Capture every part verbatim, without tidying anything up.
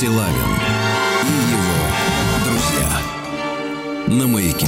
Стиллавин и его друзья на Маяке.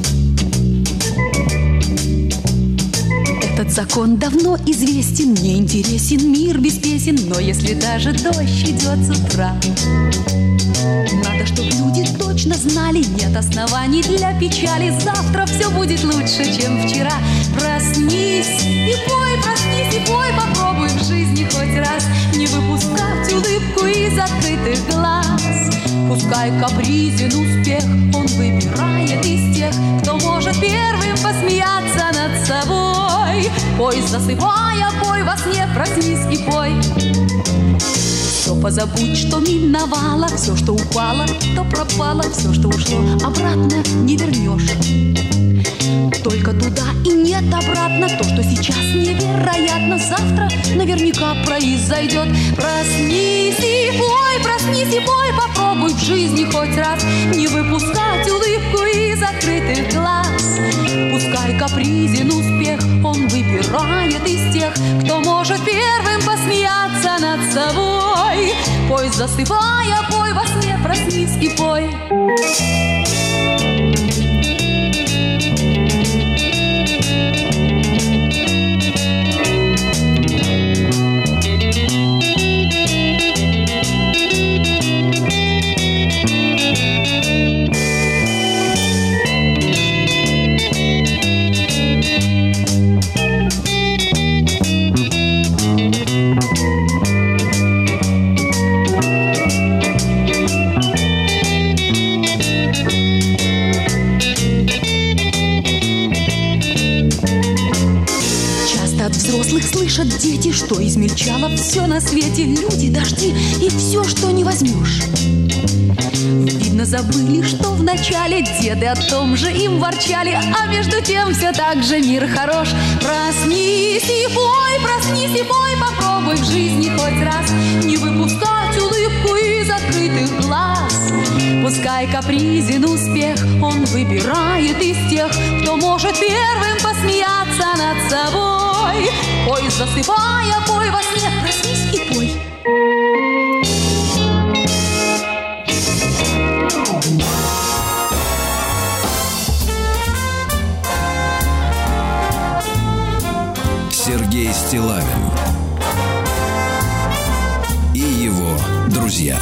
Этот закон давно известен, мне интересен мир без песен, но если даже дождь идет с утра, надо, чтоб люди точно знали, нет оснований для печали. Завтра все будет лучше, чем вчера. Проснись и пой, проснись и пой, попробуй в жизни хоть раз не выпускать улыбку из открытых глаз. Пускай капризен успех, он выбирает из тех, кто может первым посмеяться над собой. Пой, засыпая, пой во сне, проснись и пой. Все позабудь, что миновало, все, что упало, то пропало, все, что ушло, обратно не вернешь. Только туда и нет обратно. То, что сейчас невероятно, завтра наверняка произойдет. Проснись и пой, проснись и пой, попробуй в жизни хоть раз не выпускать улыбку из открытых глаз. Пускай капризен успех, он выбирает из тех, кто может первым посмеяться над собой. Пой, засыпая, пой во сне, проснись и пой. Взрослых слышат дети, что измельчало все на свете. Люди, дожди и все, что не возьмешь. Видно, забыли, что в начале деды о том же им ворчали, а между тем все так же мир хорош. Проснись и пой, проснись и пой, попробуй в жизни хоть раз не выпускать улыбку из открытых глаз. Пускай капризен успех, он выбирает из тех, кто может первым посмеяться над собой. Пой, засыпая, пой во сне, проснись и пой. Сергей Стиллавин и его друзья.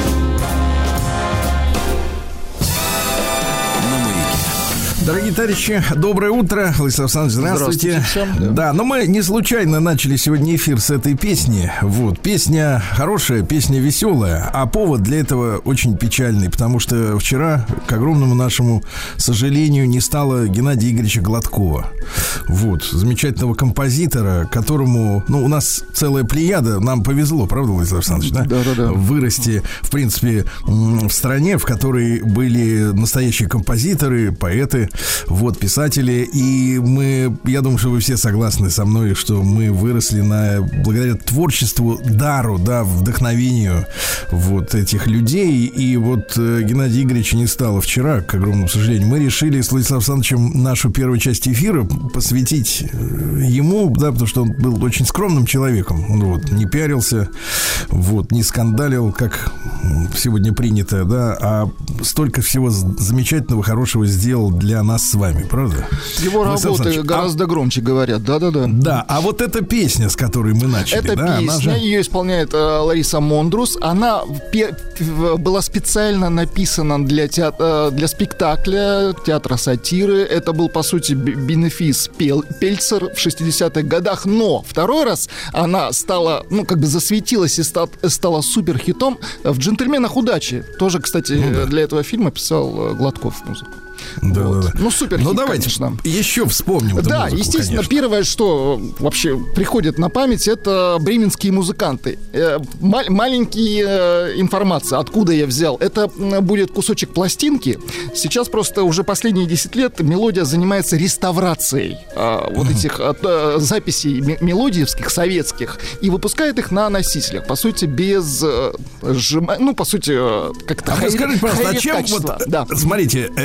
Дорогие товарищи, доброе утро. Владислав Александрович, здравствуйте. здравствуйте. Да, но мы не случайно начали сегодня эфир с этой песни. Вот, песня хорошая, песня веселая, а повод для этого очень печальный, потому что вчера, к огромному нашему сожалению, не стало Геннадия Игоревича Гладкова. Вот, замечательного композитора, которому, ну, у нас целая плеяда, нам повезло, правда, Владислав Александрович, да? Да, да, да. Вырасти, в принципе, в стране, в которой были настоящие композиторы, поэты, вот, писатели, и мы, я думаю, что вы все согласны со мной, что мы выросли на, благодаря творчеству, дару, да, вдохновению вот этих людей, и вот э, Геннадия Игоревича не стало вчера, к огромному сожалению. Мы решили с Владиславом Александровичем нашу первую часть эфира посвятить ему, да, потому что он был очень скромным человеком, он вот, не пиарился, вот, не скандалил, как сегодня принято, да, а столько всего замечательного, хорошего сделал для нас с вами, правда? Его работы гораздо а... громче говорят, да-да-да. Да, а вот эта песня, с которой мы начали, эта да, песня, же... ее исполняет э, Лариса Мондрус, она пе- была специально написана для, театра, для спектакля, театра сатиры, это был, по сути, бенефис Пел- Пельцер в шестидесятых годах, но второй раз она стала, ну, как бы засветилась и ста- стала суперхитом в «Джентльменах удачи». Тоже, кстати, ну, да. для этого фильма писал Гладков музыку. Да, вот. да, да. Ну, супер хит, ну, давайте конечно. Еще вспомним эту Да, музыку, естественно, конечно. Первое, что вообще приходит на память, это бременские музыканты. Э, ма- маленькие э, информация, откуда я взял. Это будет кусочек пластинки. Сейчас просто уже последние десять лет мелодия занимается реставрацией э, вот этих э, записей м- мелодиевских, советских, и выпускает их на носителях. По сути, без э, сжима... ну, по сути, э, как-то а хайрет, скажите, пожалуйста, а чем вот, да. смотрите, э, э,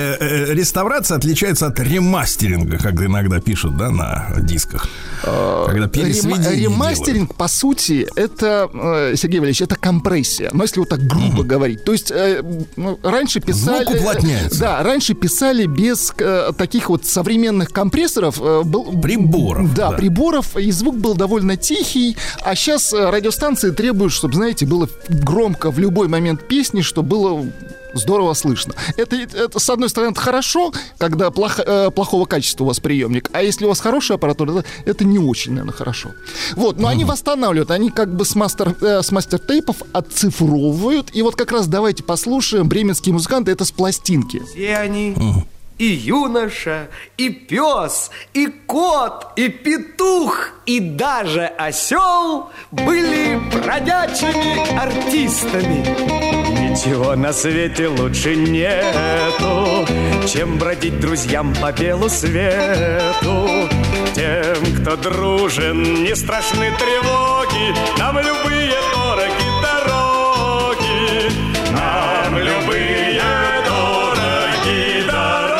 реставрация отличается от ремастеринга, как иногда пишут, да, на дисках. Когда пересведение Ремастеринг, делают. По сути, это, Сергей Валерьевич, это компрессия. Но если вот так грубо mm-hmm. говорить. То есть ну, раньше писали... Звук уплотняется. Да, раньше писали без таких вот современных компрессоров. Был, приборов. Да, да, приборов. И звук был довольно тихий. А сейчас радиостанции требуют, чтобы, знаете, было громко в любой момент песни, чтобы было... здорово слышно. Это, это, с одной стороны, это хорошо, когда плохо, э, плохого качества у вас приемник, а если у вас хорошая аппаратура, это, это не очень, наверное, хорошо. Вот, но uh-huh. они восстанавливают, они как бы с, мастер, э, с мастер-тейпов оцифровывают, и вот как раз давайте послушаем бременские музыканты, это с пластинки. Все они... Uh-huh. И юноша, и пес, и кот, и петух, и даже осел были бродячими артистами. Ничего на свете лучше нету, чем бродить друзьям по белу свету. Тем, кто дружен, не страшны тревоги, нам любые дороги дороги, нам любые дороги дороги.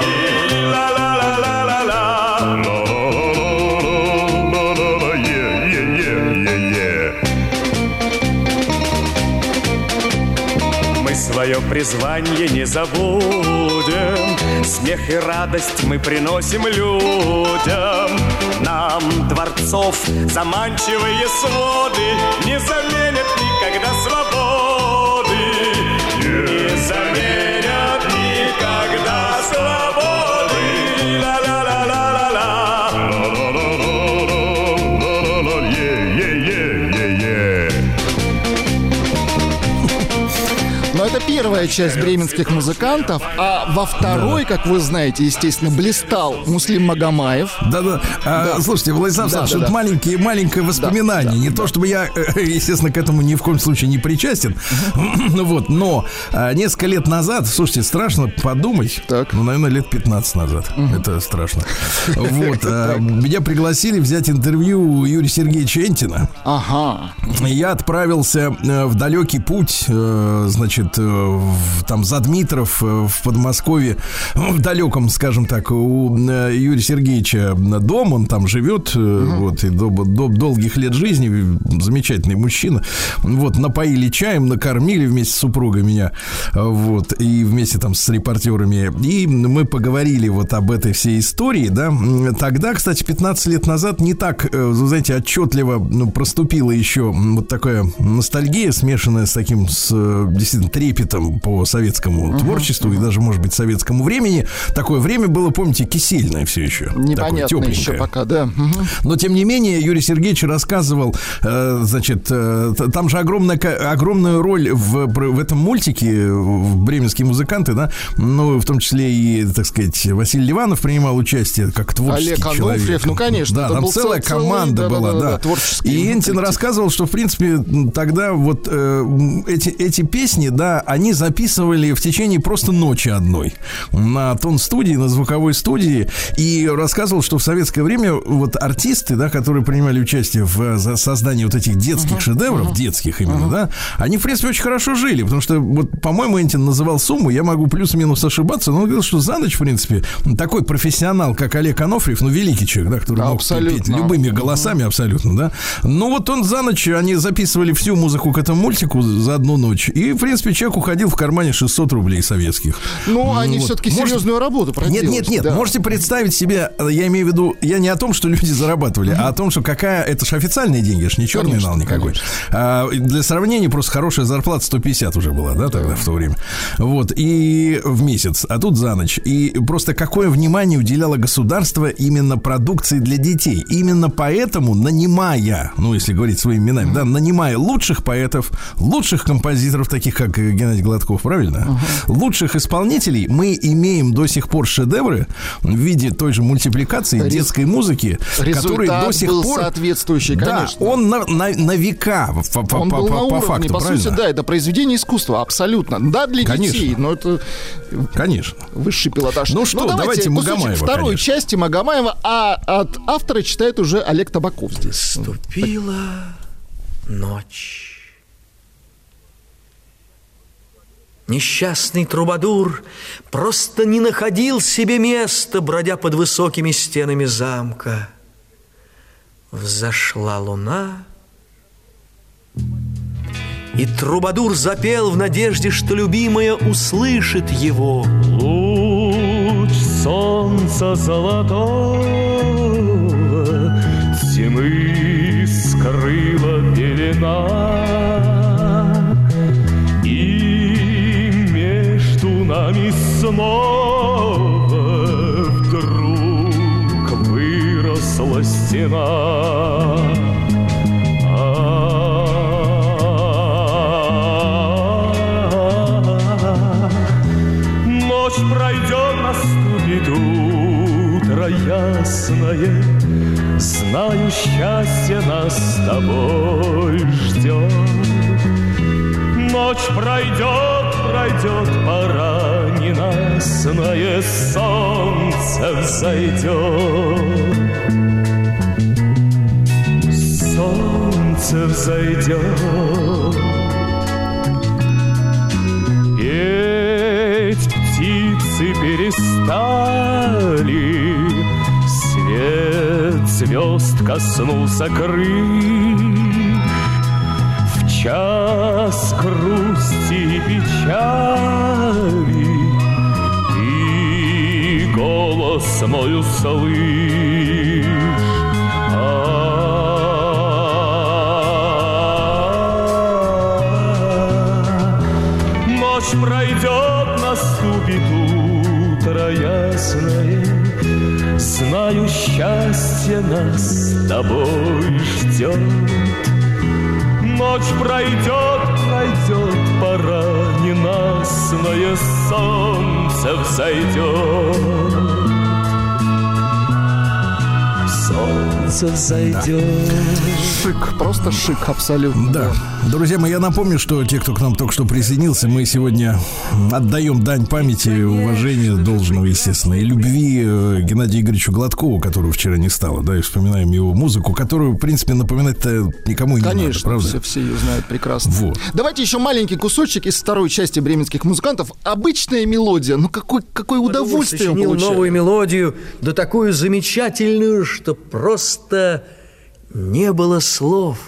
Свое призвание не забудем, смех и радость мы приносим людям. Нам дворцов заманчивые своды не заменят никогда свободы, не заменят никогда свободы. Ла-ла-ла-ла-ла-ла. Но это первая часть бременских музыкантов, а во второй, да. как вы знаете, естественно, блистал Муслим Магомаев. Да-да. А, да. Слушайте, Владислав Александрович, да, да, да. маленькие, маленькое воспоминание. Да, да, не да. то, чтобы я, естественно, к этому ни в коем случае не причастен. Uh-huh. Вот, но а, несколько лет назад, слушайте, страшно подумать. Так. Ну, наверное, лет пятнадцать назад. Uh-huh. Это страшно. Вот. А, меня пригласили взять интервью у Юрия Сергеевича Энтина. Ага. Я отправился в далекий путь, значит, там за Дмитров в Подмосковье, в далеком, скажем так, у Юрия Сергеевича дом, он там живет, uh-huh. вот, и до, до долгих лет жизни, замечательный мужчина, вот, напоили чаем, накормили вместе с супругой меня, вот, и вместе там с репортерами, и мы поговорили вот об этой всей истории, да, тогда, кстати, пятнадцать лет назад не так, вы знаете, отчетливо ну, проступила еще вот такая ностальгия, смешанная с таким, с действительно трепетом по советскому uh-huh, творчеству uh-huh. и даже, может быть, советскому времени. Такое время было, помните, кисельное все еще. Непонятно еще пока, да. Uh-huh. Но, тем не менее, Юрий Сергеевич рассказывал, э, значит, э, там же огромная, огромную роль в, в этом мультике в «Бременские музыканты», да, ну, в том числе и, так сказать, Василий Ливанов принимал участие как творческий Олег человек. Ануфриев, ну, конечно. Да, там целая цел, команда целый, была, да. да, да, да. И Энтин рассказывал, что, в принципе, тогда вот э, эти, эти песни, да, они записывали в течение просто ночи одной на тон-студии, на звуковой студии, и рассказывал, что в советское время вот артисты, да, которые принимали участие в создании вот этих детских uh-huh, шедевров, uh-huh. детских именно, uh-huh. да, они, в принципе, очень хорошо жили, потому что, вот, по-моему, Энтин называл сумму, я могу плюс-минус ошибаться, но он говорил, что за ночь, в принципе, такой профессионал, как Олег Ануфриев, ну, великий человек, да, который мог петь любыми голосами uh-huh. абсолютно, да, но вот он за ночь, они записывали всю музыку к этому мультику за одну ночь, и, в принципе, человек уходил в кармане шестьсот рублей советских. Ну, они вот. все-таки Может... серьезную работу проделали. Нет, нет, нет. Да. Можете представить себе, я имею в виду, я не о том, что люди зарабатывали, mm-hmm. а о том, что какая, это же официальные деньги, это же не черный нал никакой. А, для сравнения, просто хорошая зарплата сто пятьдесят уже была, да, тогда, в то время. Вот, и в месяц, а тут за ночь. И просто какое внимание уделяло государство именно продукции для детей. Именно поэтому, нанимая, ну, если говорить своими именами, mm-hmm. да, нанимая лучших поэтов, лучших композиторов, таких как Геннадий Гладков, правильно? Uh-huh. Лучших исполнителей, мы имеем до сих пор шедевры в виде той же мультипликации Рез... детской музыки, который до сих был пор соответствующий, конечно. Да, он на, на, на века по, он по, был по, на по уровне, факту, по правильно? сути, да, это произведение искусства, абсолютно. Да, для конечно. детей, но это конечно. высший пилотаж. Ну что, ну, давайте, давайте Магомаева, второй конечно. части Магомаева, а от автора читает уже Олег Табаков здесь. Ступила ночь. Несчастный трубадур просто не находил себе места, бродя под высокими стенами замка. Взошла луна, и трубадур запел в надежде, что любимая услышит его. Луч солнца золотого тьмы скрыла пелена, и между нами снова вдруг выросла стена. Ночь пройдет, наступит утро ясное, знаю, счастье нас с тобой ждет. Ночь пройдет, пройдет, пора ненастное, солнце взойдет. Солнце взойдет. Петь птицы перестали, свет звезд коснулся крыль. В час грусти и печали ты голос мой услышь. Ночь пройдет, наступит утро ясное, знаю, счастье нас с тобой ждет. Ночь пройдет, пройдет, пора ненастное, солнце взойдет. Солнце взойдет. Шик, просто шик, абсолютно. Да. Друзья мои, я напомню, что те, кто к нам только что присоединился, мы сегодня отдаем дань памяти, уважения должного, естественно, и любви Геннадию Игоревичу Гладкову, которого вчера не стало, да, и вспоминаем его музыку, которую, в принципе, напоминать-то никому и не Конечно, надо, правда? Все, все ее знают прекрасно. Вот. Давайте еще маленький кусочек из второй части бременских музыкантов. Обычная мелодия, ну какой, какое удовольствие он сочинил получает. новую мелодию, да такую замечательную, что просто не было слов.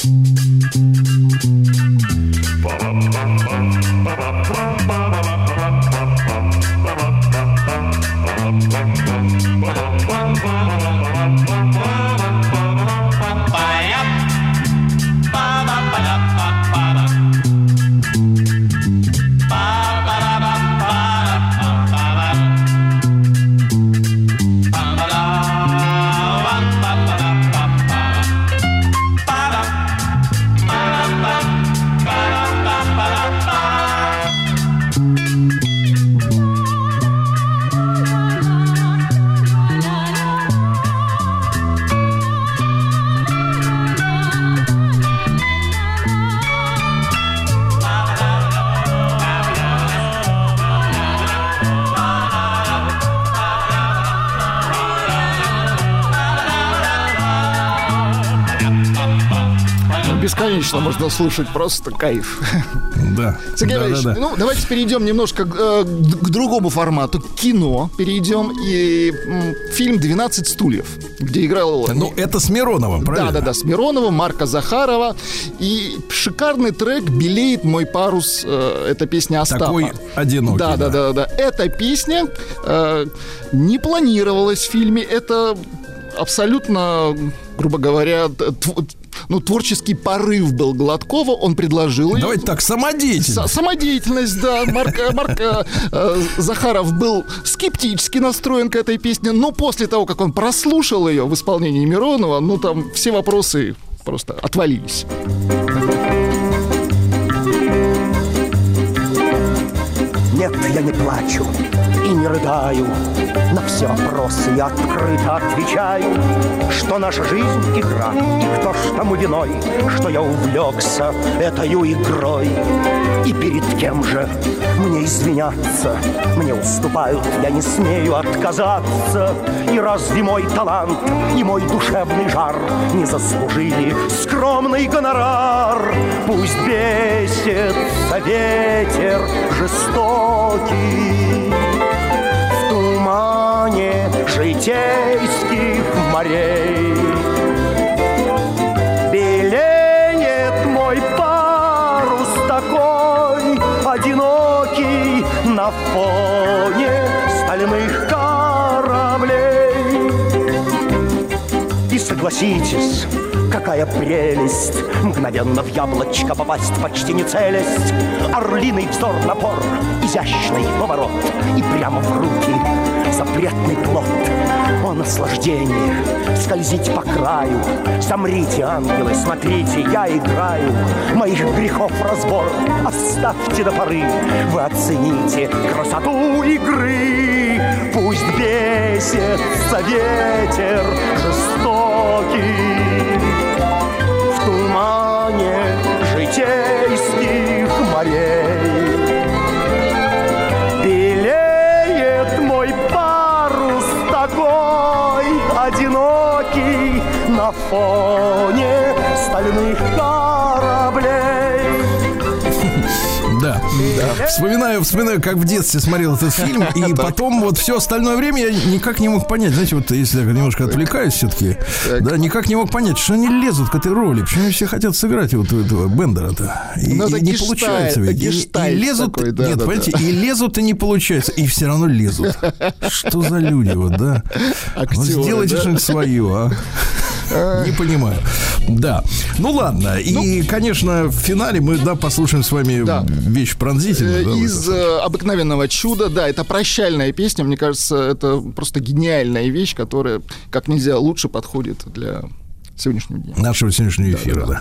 Бесконечно можно слушать, просто кайф. Да. Сергей да, Валерьевич, да, да. ну давайте перейдем немножко к, э, к другому формату, к кино перейдем. И м, фильм «двенадцать стульев», где играл... Ну, это с Мироновым, правильно? Да-да-да, с Мироновым, Марка Захарова. И шикарный трек «Белеет мой парус». э, Это песня Остапа. Такой одинокий. Да-да-да. Эта песня э, не планировалась в фильме. Это абсолютно, грубо говоря, тв- ну, творческий порыв был Гладкова, он предложил ее. Давайте так, самодеятельность. С- самодеятельность, да. Марк, Марк э, э, Захаров был скептически настроен к этой песне, но после того, как он прослушал ее в исполнении Миронова, ну, там все вопросы просто отвалились. Нет, я не плачу и не рыдаю, на все вопросы я открыто отвечаю, что наша жизнь — игра, и кто ж тому виной, что я увлекся этою игрой. И перед кем же мне извиняться? Мне уступают, я не смею отказаться. И разве мой талант и мой душевный жар не заслужили скромный гонорар? Пусть бесится ветер жестокий в тумане житейских морей. Белеет мой парус такой одинокий на фоне стальных кораблей. И согласитесь, какая прелесть мгновенно в яблочко попасть, почти не целясь. Орлиный взор, напор, изящный поворот и прямо в руки запретный плод. О, наслаждение скользить по краю. Замрите, ангелы, смотрите, я играю. Моих грехов разбор оставьте до поры. Вы оцените красоту игры. Пусть бесится ветер жестокий в тумане житейских морей. Белеет мой парус такой одинокий на фоне стальных кораблей. Да. Да. Вспоминаю, вспоминаю, как в детстве смотрел этот фильм, и потом вот все остальное время я никак не мог понять. Знаете, вот если я немножко отвлекаюсь все-таки, да, никак не мог понять, что они лезут к этой роли. Почему они все хотят сыграть вот этого Бендера-то? И, ну, и не гешталь, получается ведь. И, и лезут, такой, да, нет, да, понимаете, да. и лезут, и не получается, и все равно лезут. Что за люди, вот, да? Актеры, вот сделайте да? что-нибудь свое, а? Не понимаю. Да. Ну ладно. И, ну, конечно, в финале мы, да, послушаем с вами, да, вещь пронзительную. Да, из э, «Обыкновенного чуда». Да, это прощальная песня. Мне кажется, это просто гениальная вещь, которая как нельзя лучше подходит для сегодняшнего дня. Нашего сегодняшнего эфира, да.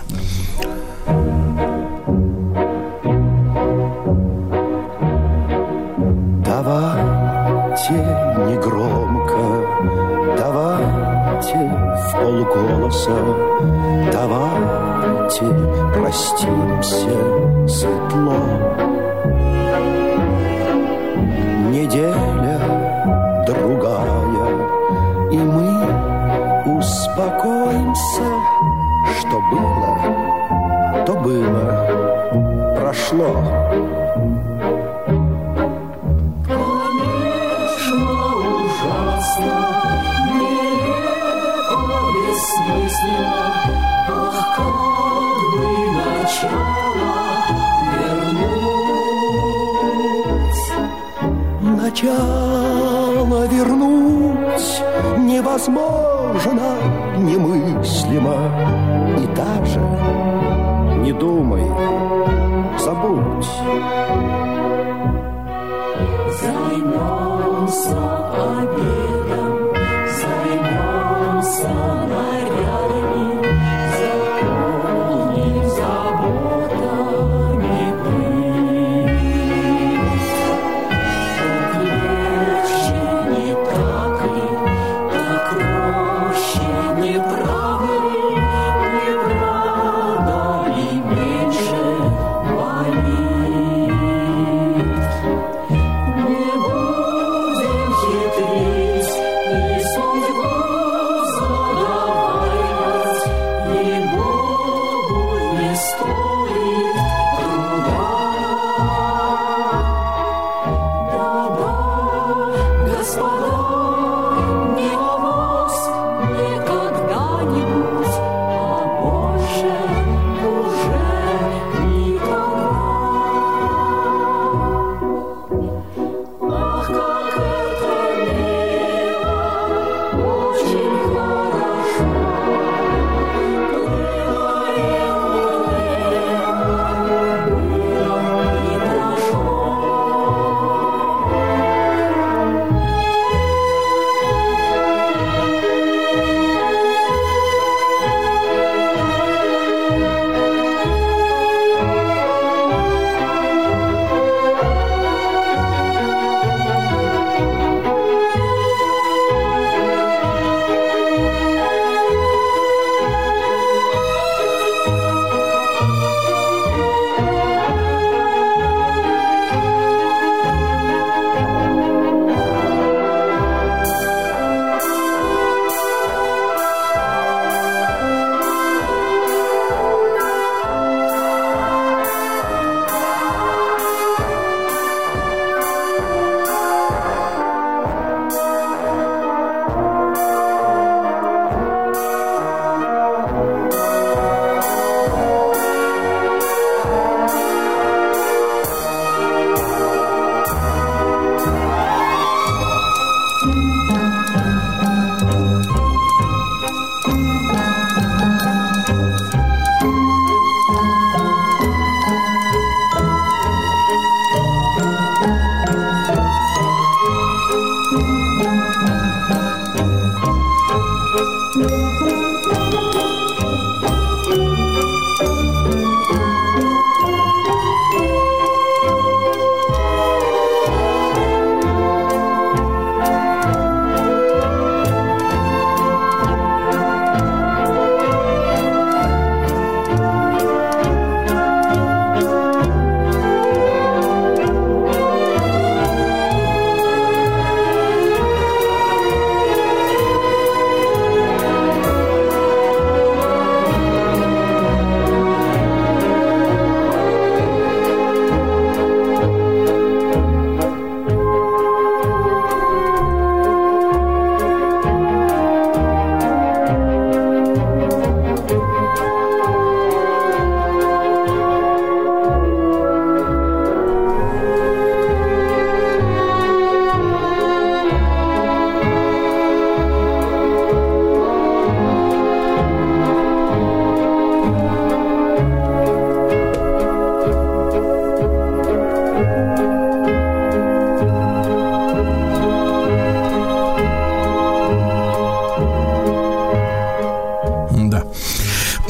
да. Давайте негромко, давайте в полголоса, давайте простимся светло. Неделя другая, и мы успокоимся, что было, то было, прошло. Начало вернуть невозможно, немыслимо. И даже не думай, забудь. Займемся обедом, займемся нарядами, заполним заботами быт. Так легче, не так ли, так проще, не правда ли, неправда ли меньше болит. Не будем хитрить,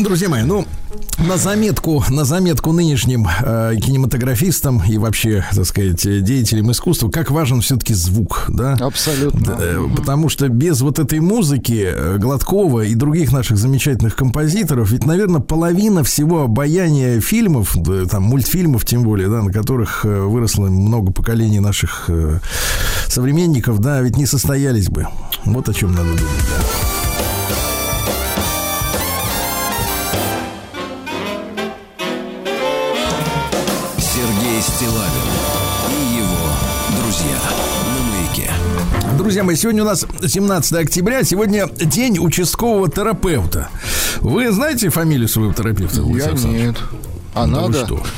Друзья мои, ну, на заметку, на заметку нынешним э, кинематографистам и вообще, так сказать, деятелям искусства, как важен все-таки звук, да? Абсолютно. Да, э, потому что без вот этой музыки э, Гладкова и других наших замечательных композиторов, ведь, наверное, половина всего обаяния фильмов, да, там, мультфильмов тем более, да, на которых э, выросло много поколений наших э, современников, да, ведь не состоялись бы. Вот о чем надо думать, да. Стиллавин и его друзья на Маяке. Друзья мои, сегодня у нас семнадцатое октября. Сегодня день участкового терапевта. Вы знаете фамилию своего терапевта? Я нет. А да надо? Что?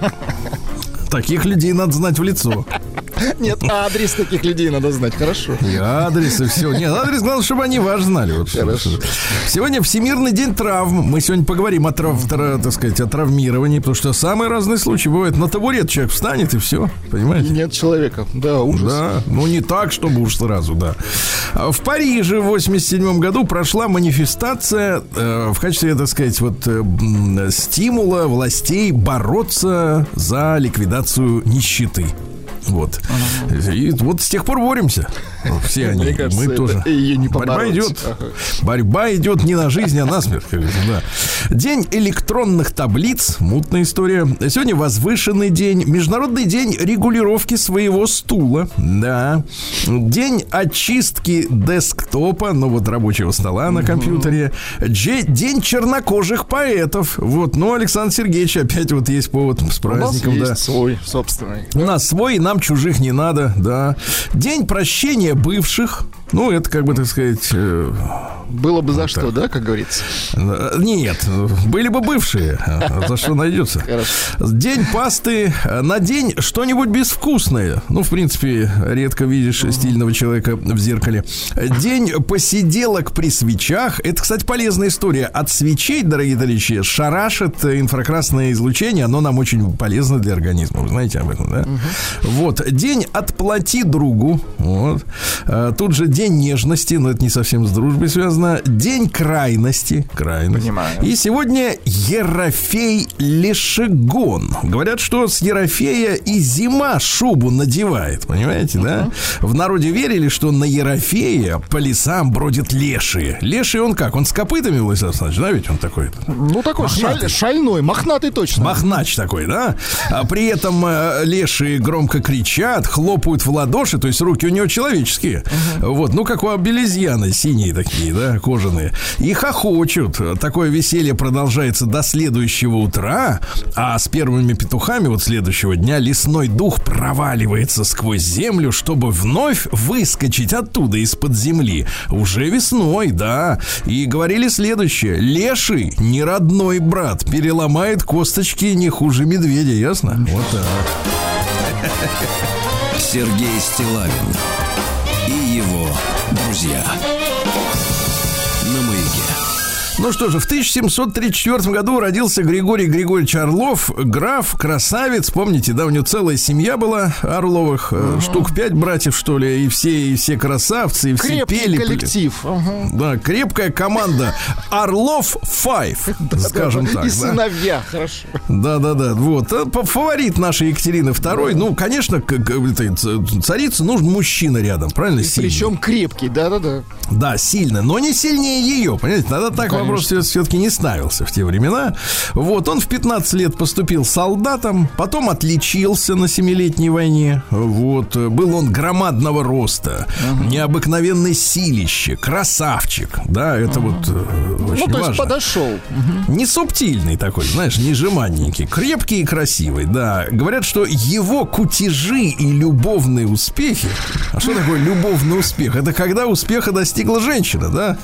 Таких людей надо знать в лицо. Нет, адрес таких людей надо знать, хорошо. И адрес, и все. Нет, адрес, главное, чтобы они вас знали. Вот. Сегодня Всемирный день травм. Мы сегодня поговорим о, трав, тра, так сказать, о травмировании, потому что самые разные случаи бывают. На табурет человек встанет, и все, понимаете? И нет человека, да, ужас. Да, ну не так, чтобы уж сразу, да. В Париже в восемьдесят седьмом году прошла манифестация э, в качестве, так сказать, вот э, стимула властей бороться за ликвидацию нищеты. Вот. Ага. И вот с тех пор боремся. Все они. Кажется, мы тоже. Не борьба идет. Ага. Борьба идет не на жизнь, а на смерть. Да. День электронных таблиц. Мутная история. Сегодня возвышенный день. Международный день регулировки своего стула. Да. День очистки десктопа, ну вот рабочего стола на компьютере. День чернокожих поэтов. Вот. Ну, Александр Сергеевич, опять вот есть повод с праздником. У нас да. есть свой собственный. У нас свой, нам чужих не надо, да. День прощения бывших. Ну, это как бы, так сказать... Э, Было бы за вот что, так. Да, как говорится? Нет, были бы бывшие. За что найдется? Хорошо. День пасты. На день что-нибудь безвкусное. Ну, в принципе, редко видишь стильного человека в зеркале. День посиделок при свечах. Это, кстати, полезная история. От свечей, дорогие товарищи, шарашит инфракрасное излучение. Оно нам очень полезно для организма. Вы знаете об этом, да? Угу. Вот. День отплати другу. Вот. Тут же день нежности. Но это не совсем с дружбой связано. День крайности. Крайность. Понимаю. И сегодня Ерофей Лешегон. Говорят, что с Ерофея и зима шубу надевает. Понимаете, uh-huh. да? В народе верили, что на Ерофея по лесам бродят лешие. Леший он как? Он с копытами, Владислав Александрович, да? Ведь он такой. Ну, такой шаль, шальной, мохнатый точно. Мохнач такой, да? А при этом э, лешие громко кричат, хлопают в ладоши, то есть руки у него человеческие. Uh-huh. Вот, ну, как у обезьяны, синие такие, да, кожаные. И хохочут. Такое веселье продолжается до следующего утра, а с первыми петухами вот следующего дня лесной дух проваливается сквозь землю, чтобы вновь выскочить оттуда из-под земли. Уже весной, да. И говорили следующее: леший, не родной брат, переломает косточки не хуже медведя, ясно? Вот так. Сергей Стиллавин и его друзья. На Маяке. Ну что же, в тысяча семьсот тридцать четвёртом году родился Григорий Григорьевич Орлов, граф, красавец. Помните, да, у него целая семья была Орловых, uh-huh. штук пять братьев, что ли, и все, и все красавцы, и все крепкий пели. Коллектив. Uh-huh. Да, крепкая команда Орлов Файв, скажем так. И сыновья, хорошо. Да-да-да, вот. Фаворит нашей Екатерины второй. Ну, конечно, царице нужен мужчина рядом, правильно? Причем крепкий, да-да-да. Да, сильно, но не сильнее ее, понимаете? Надо так вам. Вопрос все-таки не ставился в те времена. Вот, он в пятнадцать лет поступил солдатом, потом отличился на семилетней войне. Вот, был он громадного роста, uh-huh. необыкновенное силище, красавчик. Да, это uh-huh. вот очень ну, то важно. Есть подошел. Uh-huh. Не субтильный такой, знаешь, не жеманненький, крепкий и красивый, да. Говорят, что его кутежи и любовные успехи. А что такое любовный успех? Это когда успеха достигла женщина, да?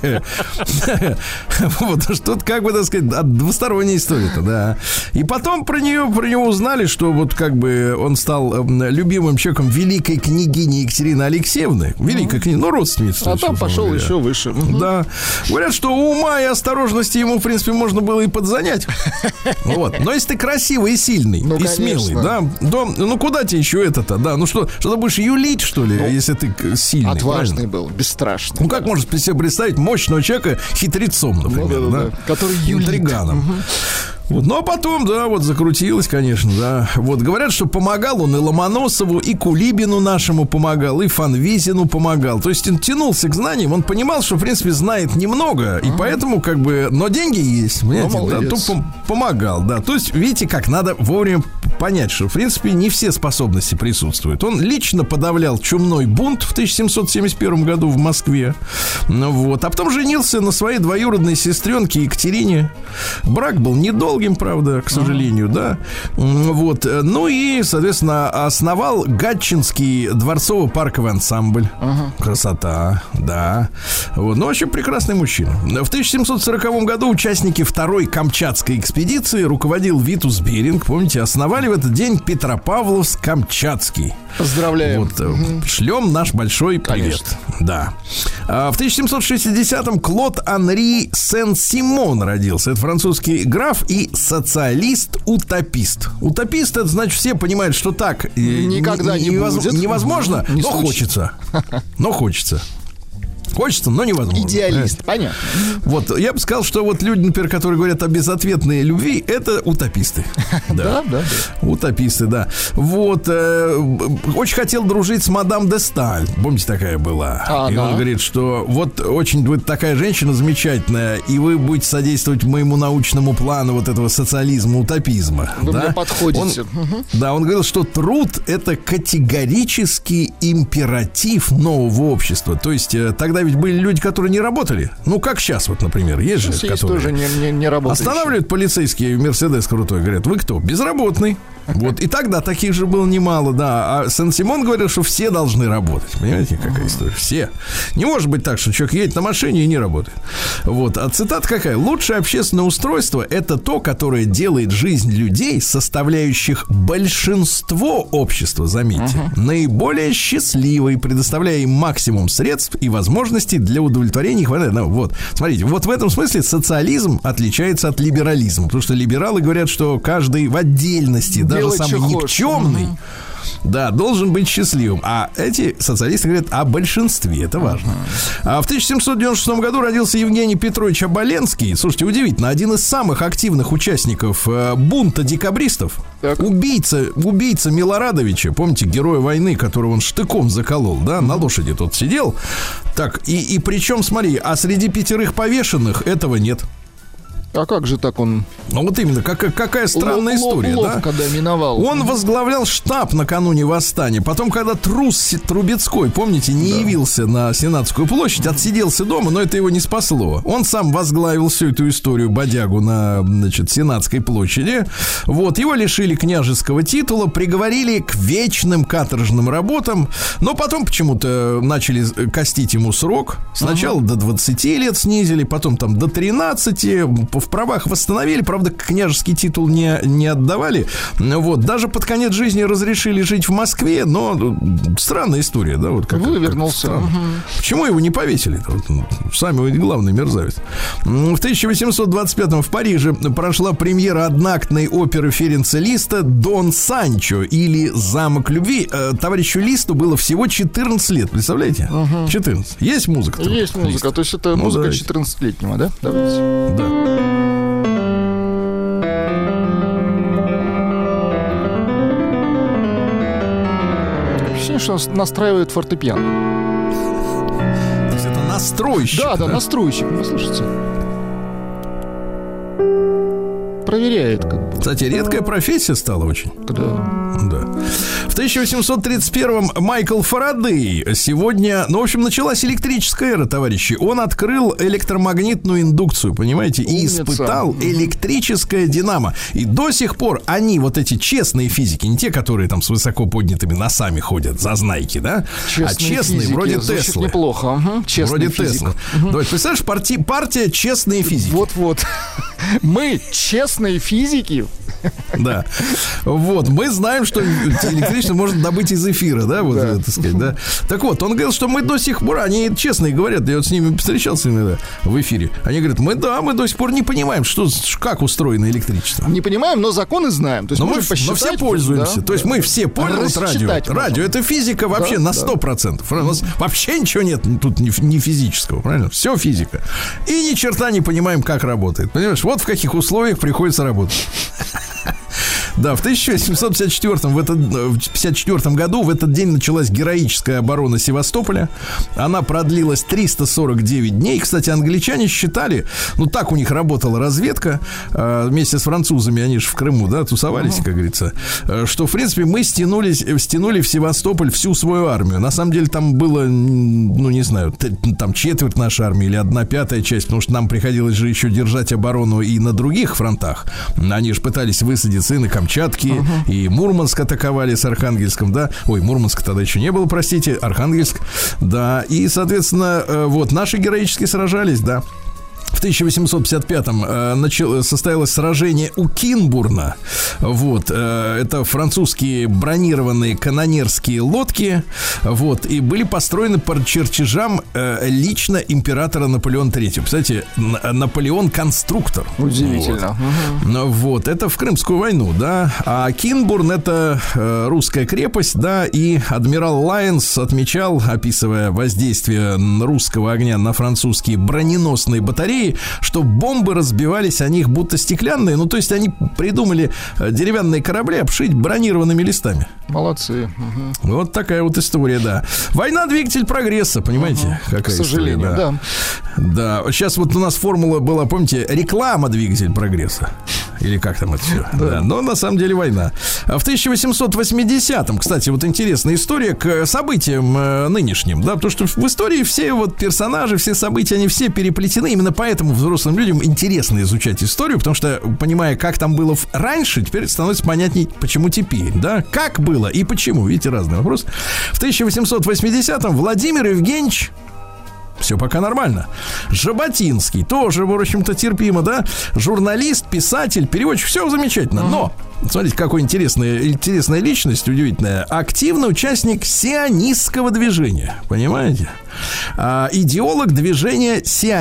Вот, что-то, как бы, так сказать, двусторонняя история-то, да. И потом про нее, про него узнали, что вот как бы он стал любимым человеком великой княгини Екатерины Алексеевны. Великой княгини, ну, родственница. А там пошел говоря. Еще выше. Да. Говорят, что ума и осторожности ему, в принципе, можно было и подзанять. Вот. Но если ты красивый и сильный, ну, и конечно. Смелый, да, то, ну, куда тебе еще это-то, да? Ну, что, что ты будешь юлить, что ли, ну, если ты сильный? Отважный правильно? Был, бесстрашный. Ну, как можно себе представить мощного человека хитрецом? молодцом, например, ну, да, да, да, да. Который юлит. Интриганом. Угу. Вот. Ну, а потом, да, вот закрутилось, конечно, да. Вот, говорят, что помогал он и Ломоносову, и Кулибину нашему помогал, и Фанвизину помогал. То есть он тянулся к знаниям, он понимал, что, в принципе, знает немного, и поэтому, как бы, но деньги есть, понимаете, ну, да, то пом- помогал, да. То есть, видите, как надо вовремя понять, что, в принципе, не все способности присутствуют. Он лично подавлял чумной бунт в тысяча семьсот семьдесят первом году в Москве, ну, вот, а потом женился на своей двоюродной сестренке Екатерине. Брак был недолгий, правда, к сожалению, ага. да. Вот. Ну и, соответственно, основал Гатчинский дворцово-парковый ансамбль. Ага. Красота, да. Вот. Ну, вообще прекрасный мужчина. В тысяча семьсот сороковом году участники второй Камчатской экспедиции руководил Витус Беринг. Помните, основали в этот день Петропавловск-Камчатский. Поздравляем. Вот, угу. Шлем наш большой привет. Конечно. Да. А в тысяча семьсот шестидесятом Клод Анри Сен-Симон родился. Это французский граф и социалист-утопист. Утопист — это значит, все понимают, что так никогда не, не невоз... будет. невозможно, не но случится. хочется. Но хочется. Хочется, но невозможно. Идеалист, понятно. Вот, я бы сказал, что вот люди, например, которые говорят о безответной любви, это утописты. Да, да, да. Утописты, да. Вот, очень хотел дружить с мадам де Сталь. Помните, такая была? И он говорит, что вот очень вы такая женщина замечательная, и вы будете содействовать моему научному плану вот этого социализма, утопизма. Вы мне подходите. Да, он говорил, что труд — это категорический императив нового общества. То есть тогда ведь были люди, которые не работали. Ну, как сейчас, вот, например, есть же, есть которые тоже не, не, не останавливают полицейские Мерседес крутой, говорят, вы кто? Безработный. Вот, и тогда таких же было немало, да. А Сен-Симон говорил, что все должны работать. Понимаете, какая история? Все. Не может быть так, что человек едет на машине и не работает. Вот, а цитата какая? Лучшее общественное устройство — это то, которое делает жизнь людей, составляющих большинство общества, заметьте, uh-huh. наиболее счастливой, предоставляя им максимум средств и возможностей для удовлетворения их. Ну, вот, смотрите, вот в этом смысле социализм отличается от либерализма, потому что либералы говорят, что каждый в отдельности, да, даже самый никчемный, угу. да, должен быть счастливым. А эти социалисты говорят о большинстве. Это важно. А в тысяча семьсот девяносто шестом году родился Евгений Петрович Оболенский. Слушайте, удивительно, один из самых активных участников э, бунта декабристов. Так. Убийца, убийца Милорадовича. Помните, героя войны, которого он штыком заколол, да, на лошади тот сидел. Так, и, и причем, смотри, а среди пятерых повешенных этого нет. А как же так он... Ну вот именно, как, какая странная Л- история, ловко, да? да, миновал. Он возглавлял штаб накануне восстания. Потом, когда Трус Трубецкой, помните, не да. явился на Сенатскую площадь, отсиделся дома, но это его не спасло. Он сам возглавил всю эту историю, бодягу, на, значит, Сенатской площади. Вот, его лишили княжеского титула, приговорили к вечным каторжным работам, но потом почему-то начали костить ему срок. Сначала ага. до двадцати лет снизили, потом там до тринадцати. В правах восстановили, правда, княжеский титул не, не отдавали. Вот, даже под конец жизни разрешили жить в Москве, но странная история, да, вот как вывернулся. Как угу. Почему его не повесили? Вот, сами главный мерзавец. В тысяча восемьсот двадцать пятом в Париже прошла премьера одноактной оперы Ференца Листа «Дон Санчо» или «Замок любви». Товарищу Листу было всего четырнадцать лет, представляете? Угу. четырнадцать. Есть музыка? Есть музыка, Листа. То есть это ну, музыка давайте. четырнадцатилетнего, да? Давайте. Да. Что настраивает фортепиано. То есть это настройщик. Да, да, да, настройщик. Вы слышите? Проверяет, как бы. Кстати, редкая профессия стала очень. Да. Да. В тысяча восемьсот тридцать первом Майкл Фарадей сегодня, ну, в общем, началась электрическая эра, товарищи. Он открыл электромагнитную индукцию, понимаете, и Умница. испытал электрическое динамо. И до сих пор они, вот эти честные физики, не те, которые там с высоко поднятыми носами ходят, зазнайки, да, честные а честные, физики. вроде Звучит Теслы. неплохо. Угу. Вроде Теслы. Угу. Давайте, представляешь, партия, партия честные физики. Вот-вот. Мы честные физики. Да. Вот, мы знаем, что электричество можно добыть из эфира, да, вот, да. так сказать, да. Так вот, он говорил, что мы до сих пор, они честно говорят, я вот с ними встречался иногда в эфире, они говорят, мы, да, мы до сих пор не понимаем, что, как устроено электричество. Не понимаем, но законы знаем. То есть но мы, посчитать, но все пользуемся. Да, то есть да. мы все пользуемся радио. Можно. Радио — это физика вообще да, на сто процентов. Да. У нас вообще ничего нет тут не, не физического, правильно? Все физика. И ни черта не понимаем, как работает. Понимаешь, вот в каких условиях приходится работать. Да, в тысяча восемьсот пятьдесят четвёртом, в этот, в пятьдесят четвёртом году в этот день началась героическая оборона Севастополя. Она продлилась триста сорок девять дней. Кстати, англичане считали, ну так у них работала разведка, э, вместе с французами, они же в Крыму, да, тусовались, uh-huh. как говорится, э, что, в принципе, мы стянулись, стянули в Севастополь всю свою армию. На самом деле там было, ну не знаю, там четверть нашей армии или одна пятая часть, потому что нам приходилось же еще держать оборону и на других фронтах. Они же пытались высадиться и на Камчатке, uh-huh. и Мурманск атаковали с Архангельском, да. Ой, Мурманска тогда еще не было, простите, Архангельск, да. И, соответственно, вот наши героически сражались, да. В тысяча восемьсот пятьдесят пятом э, начало, состоялось сражение у Кинбурна. Вот, э, это французские бронированные канонерские лодки. Вот, и были построены по чертежам э, лично императора Наполеона третьего. Кстати, Наполеон конструктор. Удивительно. Вот. Угу. Вот, это в Крымскую войну, да. А Кинбурн — это э, русская крепость, да. И адмирал Лайенс отмечал, описывая воздействие русского огня на французские броненосные батареи, что бомбы разбивались о них будто стеклянные. Ну, то есть они придумали деревянные корабли обшить бронированными листами. Молодцы. Угу. Вот такая вот история, да. Война — двигатель прогресса, понимаете? Угу. Какая К сожалению, история, да. Да. Сейчас вот у нас формула была, помните, реклама — двигатель прогресса. Или как там это все? Да. Да. Но на самом деле война. В тысяча восемьсот восьмидесятом, кстати, вот интересная история к событиям э, нынешним, да, потому что в истории все вот персонажи, все события, они все переплетены. Именно поэтому взрослым людям интересно изучать историю, потому что, понимая, как там было раньше, теперь становится понятней, почему теперь, да, как было и почему. Видите, разный вопрос. В тысяча восемьсот восьмидесятом Владимир Евгеньевич, все пока нормально, Жаботинский, тоже, в общем-то, терпимо, да, журналист, писатель, переводчик, все замечательно, но смотрите, какой интересная, интересная личность, удивительная. Активный участник сионистского движения, понимаете? А, идеолог движения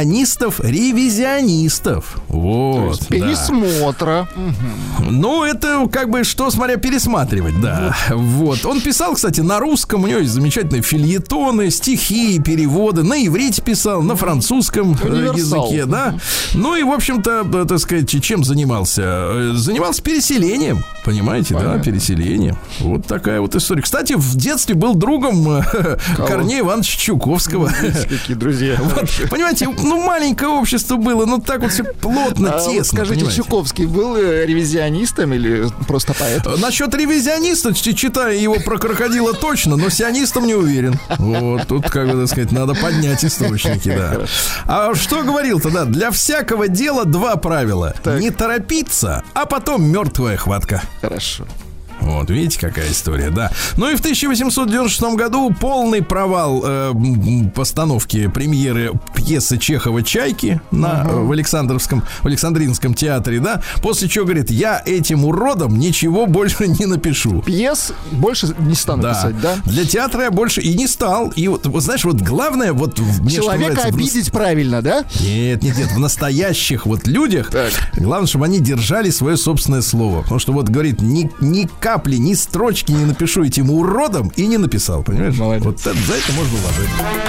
сионистов-ревизионистов. Вот. То есть пересмотра. Да. Угу. Ну, это как бы что, смотря, пересматривать, да. Угу. Вот. Он писал, кстати, на русском, у него есть замечательные фельетоны, стихи, переводы. На иврите писал, на французском Универсал. Языке, да. Ну и, в общем-то, так сказать, чем занимался? Занимался переселением. Понимаете, понятно. Да, переселение. Вот такая вот история. Кстати, в детстве был другом Кого? Корнея Ивановича Чуковского. Видите, какие друзья. Вот, понимаете, ну маленькое общество было, ну так вот все плотно, а тесно. Вот скажите, понимаете? Чуковский был ревизионистом или просто поэтом? Насчет ревизиониста, читая его про крокодила точно, но сионистом не уверен. Вот, тут, как бы, так сказать, надо поднять источники, да. А что говорил-то, да? Для всякого дела два правила. Так. Не торопиться, а потом мертвая хватка. Хорошо. Вот, видите, какая история, да. Ну и в тысяча восемьсот девяносто шестом году полный провал э, постановки премьеры пьесы Чехова «Чайки» на, uh-huh. в Александровском, в Александринском театре, да. После чего, говорит, я этим уродом ничего больше не напишу. Пьес больше не стану да. писать, да? Для театра я больше и не стал. И вот, вот знаешь, вот главное, вот мне человека обидеть в... правильно, да? Нет, нет, нет, в настоящих вот людях так. главное, чтобы они держали свое собственное слово. Потому что вот, говорит, ни, ни капли, ни строчки не напишу этим уродом, и не написал, понимаешь? Молодец. Вот это, за это можно уложить.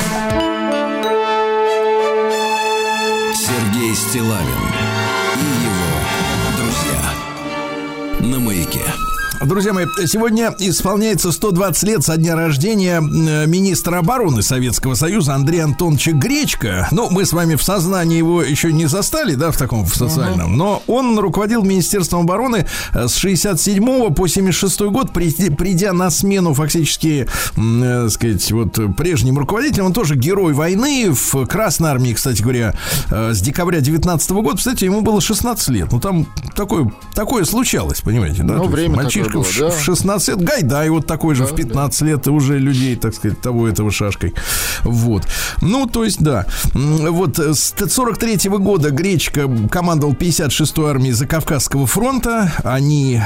Сергей Стиллавин и его друзья на Маяке. Друзья мои, сегодня исполняется сто двадцать лет со дня рождения министра обороны Советского Союза Андрея Антоновича Гречко. Ну, мы с вами в сознании его еще не застали, да, в таком в социальном, но он руководил Министерством обороны с шестьдесят седьмого по семьдесят шестой год, придя на смену фактически, так сказать, вот прежним руководителем. Он тоже герой войны в Красной армии, кстати говоря, с декабря девятнадцатого года. Кстати, ему было шестнадцать лет. Ну, там такое, такое случалось, понимаете, да? Ну, время мальчишка Мальчишка в, да? в шестнадцать лет, Гайдай вот такой же, да, в пятнадцать да. лет, и уже людей, так сказать, того этого шашкой. Вот. Ну, то есть, да. Вот с сорок третьего года Гречка командовал пятьдесят шестой армией Закавказского фронта. Они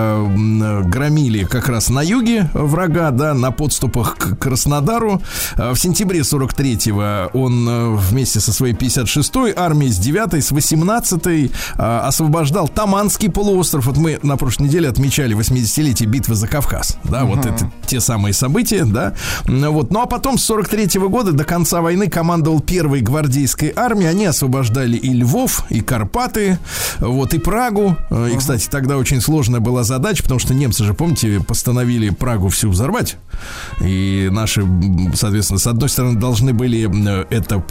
э, громили как раз на юге врага, да, на подступах к Краснодару. В сентябре сорок третьего он вместе со своей пятьдесят шестой армией с девятой, с восемнадцатой э, освобождал Таманский полуостров. Вот мы на прошлой неделе отмечали восьмидесятилетие битвы за Кавказ. Да, uh-huh. вот это те самые события, да. Вот. Ну, а потом с сорок третьего года до конца войны командовал первой гвардейской армией. Они освобождали и Львов, и Карпаты, вот, и Прагу. Uh-huh. И, кстати, тогда очень сложная была задача, потому что немцы же, помните, постановили Прагу всю взорвать. И наши, соответственно, с одной стороны, должны были это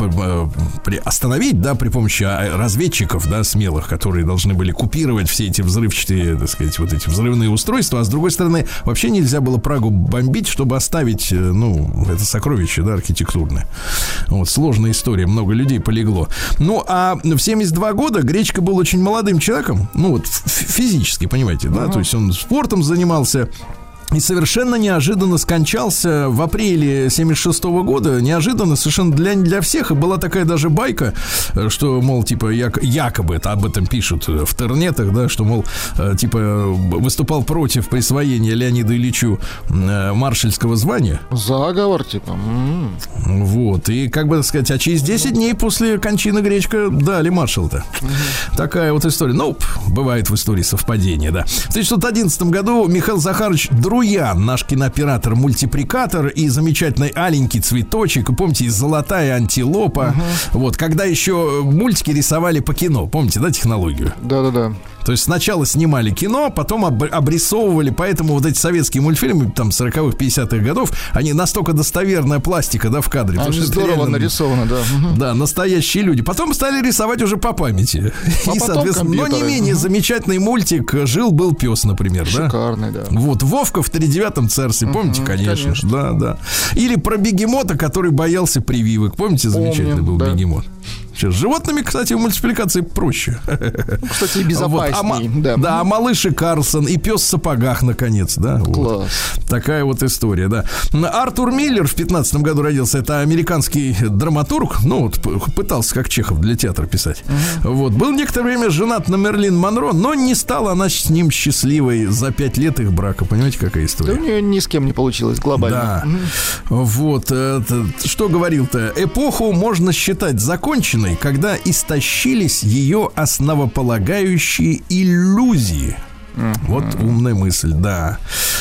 остановить, да, при помощи разведчиков, да, смелых, которые должны были купировать все эти взрывчатые, так сказать, вот эти взрывные устройства. А с другой стороны, вообще нельзя было Прагу бомбить, чтобы оставить, ну, это сокровище, да, архитектурное. Вот, сложная история, много людей полегло. Ну, а в семьдесят два года Гречка был очень молодым человеком, ну, вот, физически, понимаете, да, uh-huh. то есть он спортом занимался. И совершенно неожиданно скончался в апреле семьдесят шестого года. Неожиданно совершенно для, для всех. И была такая даже байка, что, мол, типа, як, якобы это об этом пишут в интернетах, да, что, мол, типа, выступал против присвоения Леониду Ильичу маршальского звания. Заговор, типа. М-м. Вот. И, как бы, так сказать, а через десять дней после кончины Гречка дали маршал-то. Mm-hmm. Такая вот история. Ну, бывает в истории совпадения, да. В тысяча девятьсот одиннадцатом году Михаил Захарович Дру Ян, наш кинооператор, мультипликатор, и замечательный аленький цветочек, помните, и золотая антилопа. Uh-huh. Вот, когда еще мультики рисовали по кино, помните, да, технологию? Да-да-да. То есть сначала снимали кино, потом об- обрисовывали, поэтому вот эти советские мультфильмы, там, сороких, пятидесятых годов, они настолько достоверная пластика, да, в кадре. Они здорово реально, нарисованы, да. Да, настоящие люди. Потом стали рисовать уже по памяти. А и, соответственно, но не менее угу. замечательный мультик «Жил-был пес», например, шикарный, да. да. Вот, Вовка в тридевятом царстве, помните, угу, конечно, конечно. Да, да. Или про бегемота, который боялся прививок. Помните, замечательный Помним, был да. бегемот. С животными, кстати, в мультипликации проще. Кстати, и безопаснее. Вот. А, да. да, а малыш и Карлсон, и пес в сапогах, наконец, да. Класс. Вот. Такая вот история, да. Артур Миллер в пятнадцатом году родился. Это американский драматург. Ну, вот пытался, как Чехов, для театра писать. Uh-huh. Вот. Был некоторое время женат на Мерлин Монро, но не стала она с ним счастливой за пять лет их брака. Понимаете, какая история? Да у нее ни с кем не получилось глобально. Да. Uh-huh. Вот. Это, что говорил-то? Эпоху можно считать законченной, когда истощились ее основополагающие иллюзии. Uh-huh. Вот умная мысль, да.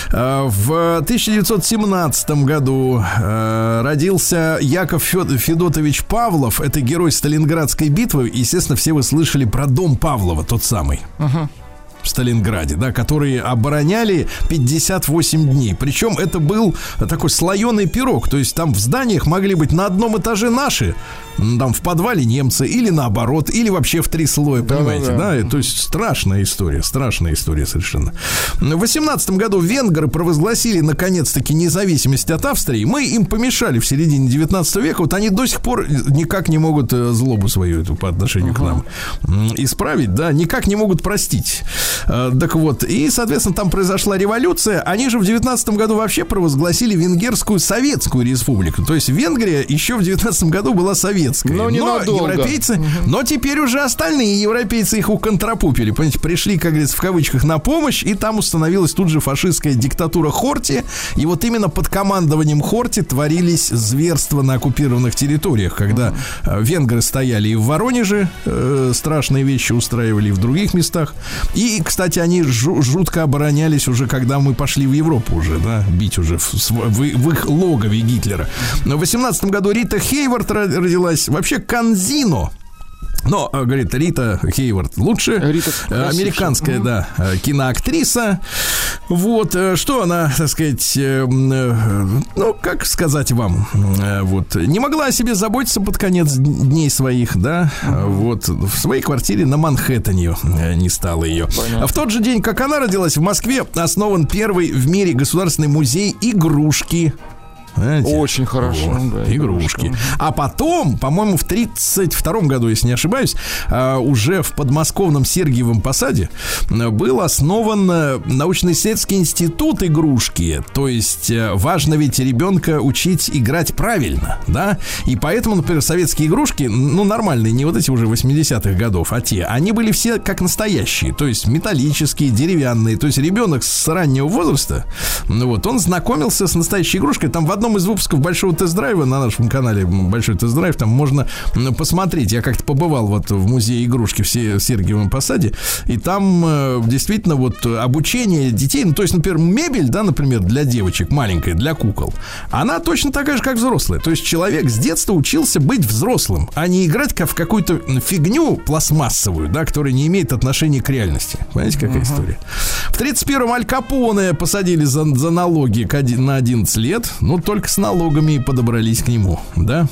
В тысяча девятьсот семнадцатом году э, родился Яков Федотович Павлов. Это герой Сталинградской битвы. Естественно, все вы слышали про дом Павлова, тот самый. Uh-huh. В Сталинграде, да, которые обороняли пятьдесят восемь дней. Причем это был такой слоеный пирог. То есть там в зданиях могли быть на одном этаже наши, там в подвале немцы, или наоборот, или вообще в три слоя, понимаете, да, да, да. То есть страшная история, страшная история совершенно. В восемнадцатом году венгры провозгласили наконец-таки независимость от Австрии. Мы им помешали в середине девятнадцатого века. Вот они до сих пор никак не могут злобу свою эту по отношению uh-huh. к нам исправить, да, никак не могут простить. Так вот, и, соответственно, там произошла революция. Они же в девятнадцатом году вообще провозгласили Венгерскую Советскую Республику. То есть Венгрия еще в девятнадцатом году была советская. Но, но европейцы, угу. но теперь уже остальные европейцы их уконтрапупили. Понимаете, пришли, как говорится, в кавычках на помощь, и там установилась тут же фашистская диктатура Хорти. И вот именно под командованием Хорти творились зверства на оккупированных территориях, когда угу. венгры стояли и в Воронеже, э, страшные вещи устраивали, и в других местах. И, кстати, они жутко оборонялись уже, когда мы пошли в Европу уже, да, бить уже в, в, в их логове Гитлера. В восемнадцатом году Рита Хейвард родилась. Вообще Канзино. Но, говорит, Рита Хейвард лучше. Рита американская, угу. да, киноактриса. Вот, что она, так сказать, ну, как сказать вам, вот, не могла о себе заботиться под конец дней своих, да, угу. вот, в своей квартире на Манхэттене не стало ее. Понятно. В тот же день, как она родилась, в Москве основан первый в мире государственный музей игрушки. Знаете? Очень хорошо. Вот, Да, игрушки. игрушка. А потом, по-моему, в тридцать втором году, если не ошибаюсь, а, уже в подмосковном Сергиевом Посаде был основан а, научно-исследовательский институт игрушки. То есть а, важно ведь ребенка учить играть правильно, да? И поэтому, например, советские игрушки, ну, нормальные, не вот эти уже восьмидесятых годов, а те, они были все как настоящие. То есть металлические, деревянные. То есть ребенок с раннего возраста, ну, вот, он знакомился с настоящей игрушкой. Там в одном из выпусков большого тест-драйва на нашем канале большой тест-драйв, там можно посмотреть. Я как-то побывал вот в музее игрушки в Сергиевом Посаде, и там э, действительно вот обучение детей, ну, то есть, например, мебель, да, например, для девочек маленькая, для кукол, она точно такая же, как взрослая. То есть человек с детства учился быть взрослым, а не играть как в какую-то фигню пластмассовую, да, которая не имеет отношения к реальности. Понимаете, какая uh-huh. история? В тридцать первом Аль Капоне посадили за, за налоги на одиннадцать лет. Ну, только с налогами подобрались к нему, да?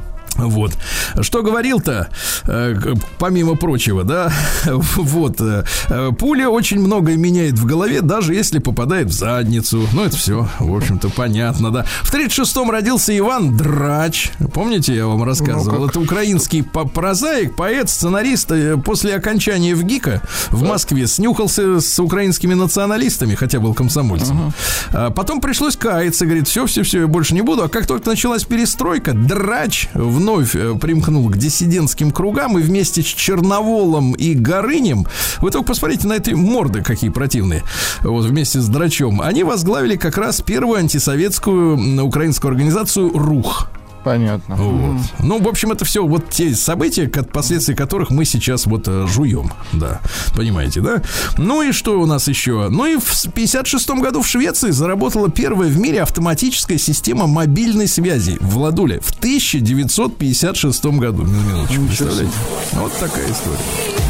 Вот. Что говорил-то, э, помимо прочего, да, вот, э, пуля очень многое меняет в голове, даже если попадает в задницу. Ну, это все, в общем-то, понятно, да. В тридцать шестом родился Иван Драч. Помните, я вам рассказывал? Ну, это украинский прозаик, поэт, сценарист. После окончания ВГИКа в Москве снюхался с украинскими националистами, хотя был комсомольцем. Uh-huh. Потом пришлось каяться, говорит, все-все-все, я больше не буду. А как только началась перестройка, Драч вновь примкнул к диссидентским кругам и вместе с Черноволом и Горынем, вы только посмотрите на эти морды, какие противные, вот вместе с Драчом, они возглавили как раз первую антисоветскую украинскую организацию РУХ. Понятно. Вот. Mm. Ну, в общем, это все вот те события, последствия которых мы сейчас вот жуем. Да, понимаете, да? Ну и что у нас еще? Ну и в пятьдесят шестом году в Швеции заработала первая в мире автоматическая система мобильной связи. Владуля, в тысяча девятьсот пятьдесят шестом году. Минуточку, представляете? Вот такая история.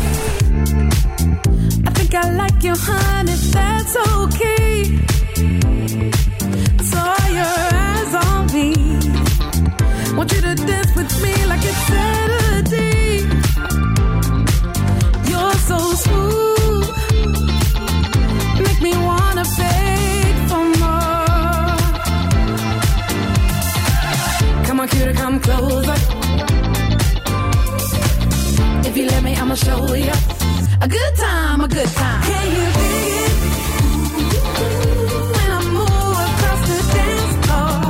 I think I like you, honey, that's okay. Saw your eyes on me. Want you to dance with me like it's Saturday. You're so smooth, make me wanna beg for more. Come on, cutie, come closer. If you let me, I'ma show you a good time, a good time. Can you dig it? When I move across the dance floor.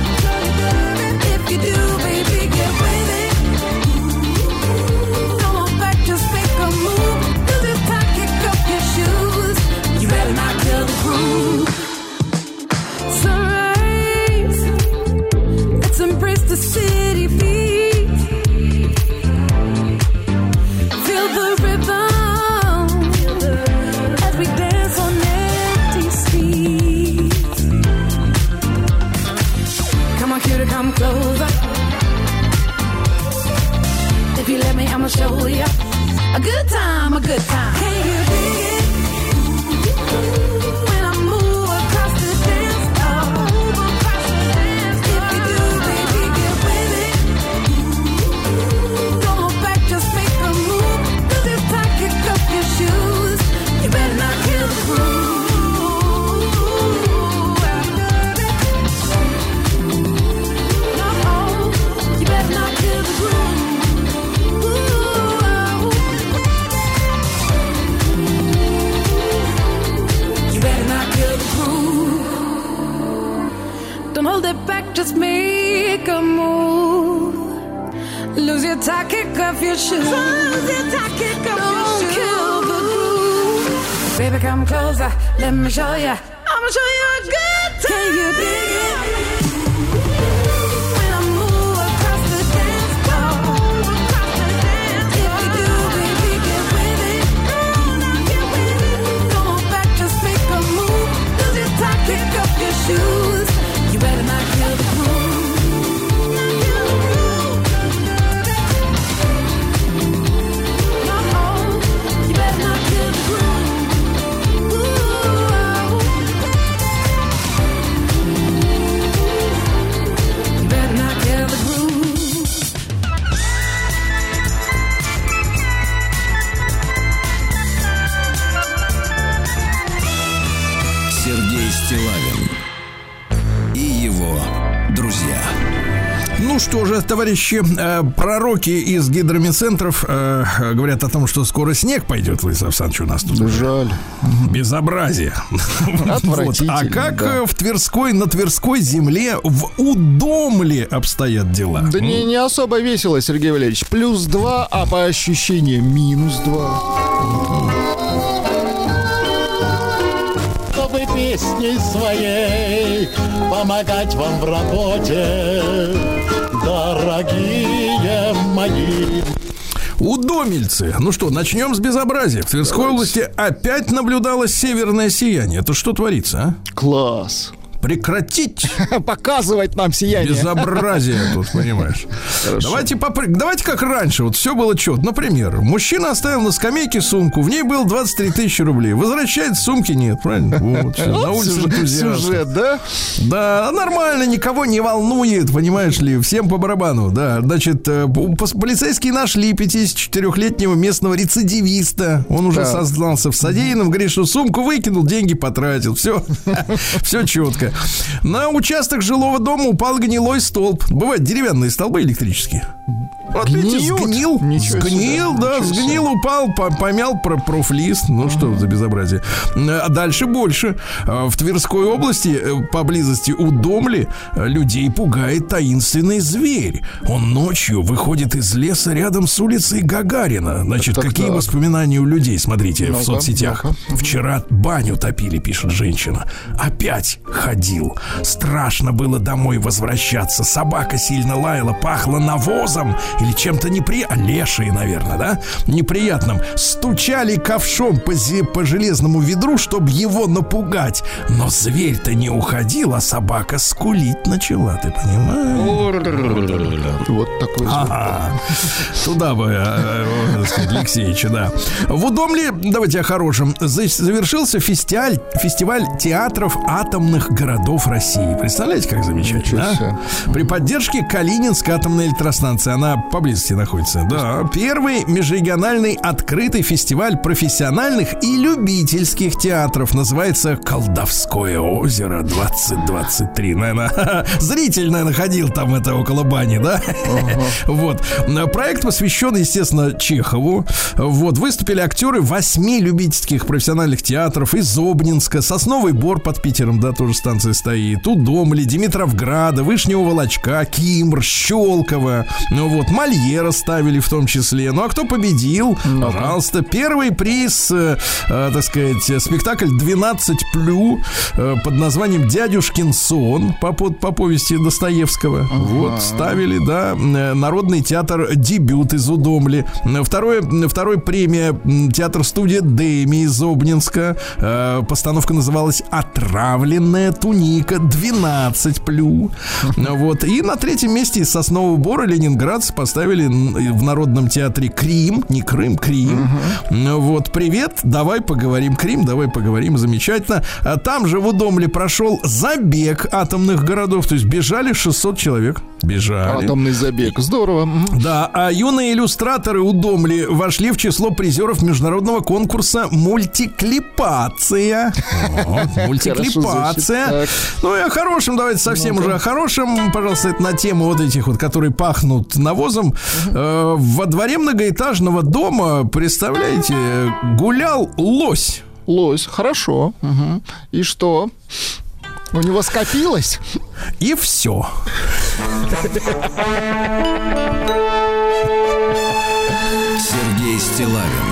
If you do, baby, get with it. Don't hold back, just make a move. Do this time, kick up your shoes. You better not kill the groove. Sunrise, let's embrace the city beat. Feel the rhythm as we dance on empty streets. Come on, cutie, come closer. If you let me, I'ma show you a good time, a good time. Can you dig it? When I move across the dance floor. If you do, baby, get with it. Don't hold back, just make a move. Do this time, kick up your shoes. You better not kill the groove. Don't hold it back, just make a move. Lose your tie, kick off your shoes. Lose your tie, kick off your shoes. Don't kill the groove. Baby, come closer, let me show ya. I'ma show you a good time. Can you dig it? When I move across the dance floor. If you do, baby, get with it. Don't hold back, just make a move. Lose your tie, kick off your shoes. You better not kill the groove. No, you better not kill the groove. You better not kill the groove. Сергей Стиллавин и его Ну что же, товарищи, э, пророки из гидромедцентров э, говорят о том, что скоро снег пойдет, Владислав Александрович, у нас тут. Жаль. Безобразие. Вот. А как да. в Тверской, на Тверской земле в Удомле обстоят дела? Да не, не особо весело, Сергей Валерьевич. Плюс два, а по ощущениям минус два. Чтобы песней своей помогать вам в работе, дорогие мои. Удомельцы. Ну что, начнем с безобразия. В Тверской области опять наблюдалось северное сияние. Это что творится, а? Класс. Прекратить показывать нам сияние. Безобразие тут, понимаешь. Давайте, попр... Давайте как раньше, вот все было четко. Например, мужчина оставил на скамейке сумку, в ней было двадцать три тысячи рублей. Возвращается, сумки нет, правильно? Вот, все, на улице энтузиаст. Сюжет, да? Да, нормально, никого не волнует, понимаешь ли, всем по барабану. Да, значит, полицейские нашли пятидесятичетырёхлетнего местного рецидивиста. Он уже да. сознался в содеянном, говорит, что сумку выкинул, деньги потратил. Все, все четко. На участок жилого дома упал гнилой столб. Бывают деревянные столбы электрические. Вот видите, сгнил, сгнил, да, сгнил, упал, помял про профлист. Ну что за безобразие. А дальше больше. В Тверской области, поблизости Удомли, людей пугает таинственный зверь. Он ночью выходит из леса рядом с улицей Гагарина. Значит, так, какие так. воспоминания у людей, смотрите, ну-ка, в соцсетях. Ну-ка. Вчера баню топили, пишет женщина. Опять ходил. Страшно было домой возвращаться. Собака сильно лаяла, пахло навозом или чем-то неприятным, лешие, наверное, да, неприятным. Стучали ковшом по, зе- по железному ведру, чтобы его напугать. Но зверь-то не уходил, а собака скулить начала, ты понимаешь? Вот такой ага. Туда бы, Алексеевич, да. В Удомле, давайте о хорошем, завершился фестиваль, фестиваль театров атомных городов России. Представляете, как замечательно, а? При поддержке Калининской атомной электростанции. Она поблизости находится. Да, первый межрегиональный открытый фестиваль профессиональных и любительских театров. Называется «Колдовское озеро двадцать двадцать три». Наверное, зритель, наверное, ходил там это около бани, да? Uh-huh. Вот. Проект посвящен, естественно, Чехову. Вот. Выступили актеры восьми любительских профессиональных театров из Обнинска, Сосновый Бор под Питером, да, тоже станция стоит, Удомли, Димитровграда, Вышнего Волочка, Кимр, Щелково. Ну вот, Мольера ставили в том числе. Ну а кто победил? Mm-hmm. Пожалуйста, первый приз, э, э, так сказать, спектакль двенадцать плю э, под названием «Дядюшкин сон» по, по, по повести Достоевского. Uh-huh. Вот, ставили, да. Народный театр «Дебют» из Удомли. Второе, второй премия театр-студия «Дэми» из Обнинска. Э, постановка называлась «Отравленная туника», двенадцать плю. Uh-huh. Вот. И на третьем месте из Соснового Бора ленинградцы поставили в Народном театре «Крим». Не Крым, Крим. Uh-huh. Вот, привет, давай поговорим. Крим, давай поговорим. Замечательно. А там же в Удомле прошел забег атомных городов. То есть бежали шестьсот человек. Бежали. Атомный забег. Здорово. Да, а юные иллюстраторы Удомли вошли в число призеров международного конкурса «Мультиклипация». Мультиклипация. Ну и о хорошем, давайте совсем уже о хорошем. Пожалуйста, это на тему вот этих вот, которые пахнут навозом. Во дворе многоэтажного дома, представляете, гулял лось. Лось, хорошо. Угу. И что? У него скопилось? И все. Сергей Стиллавин.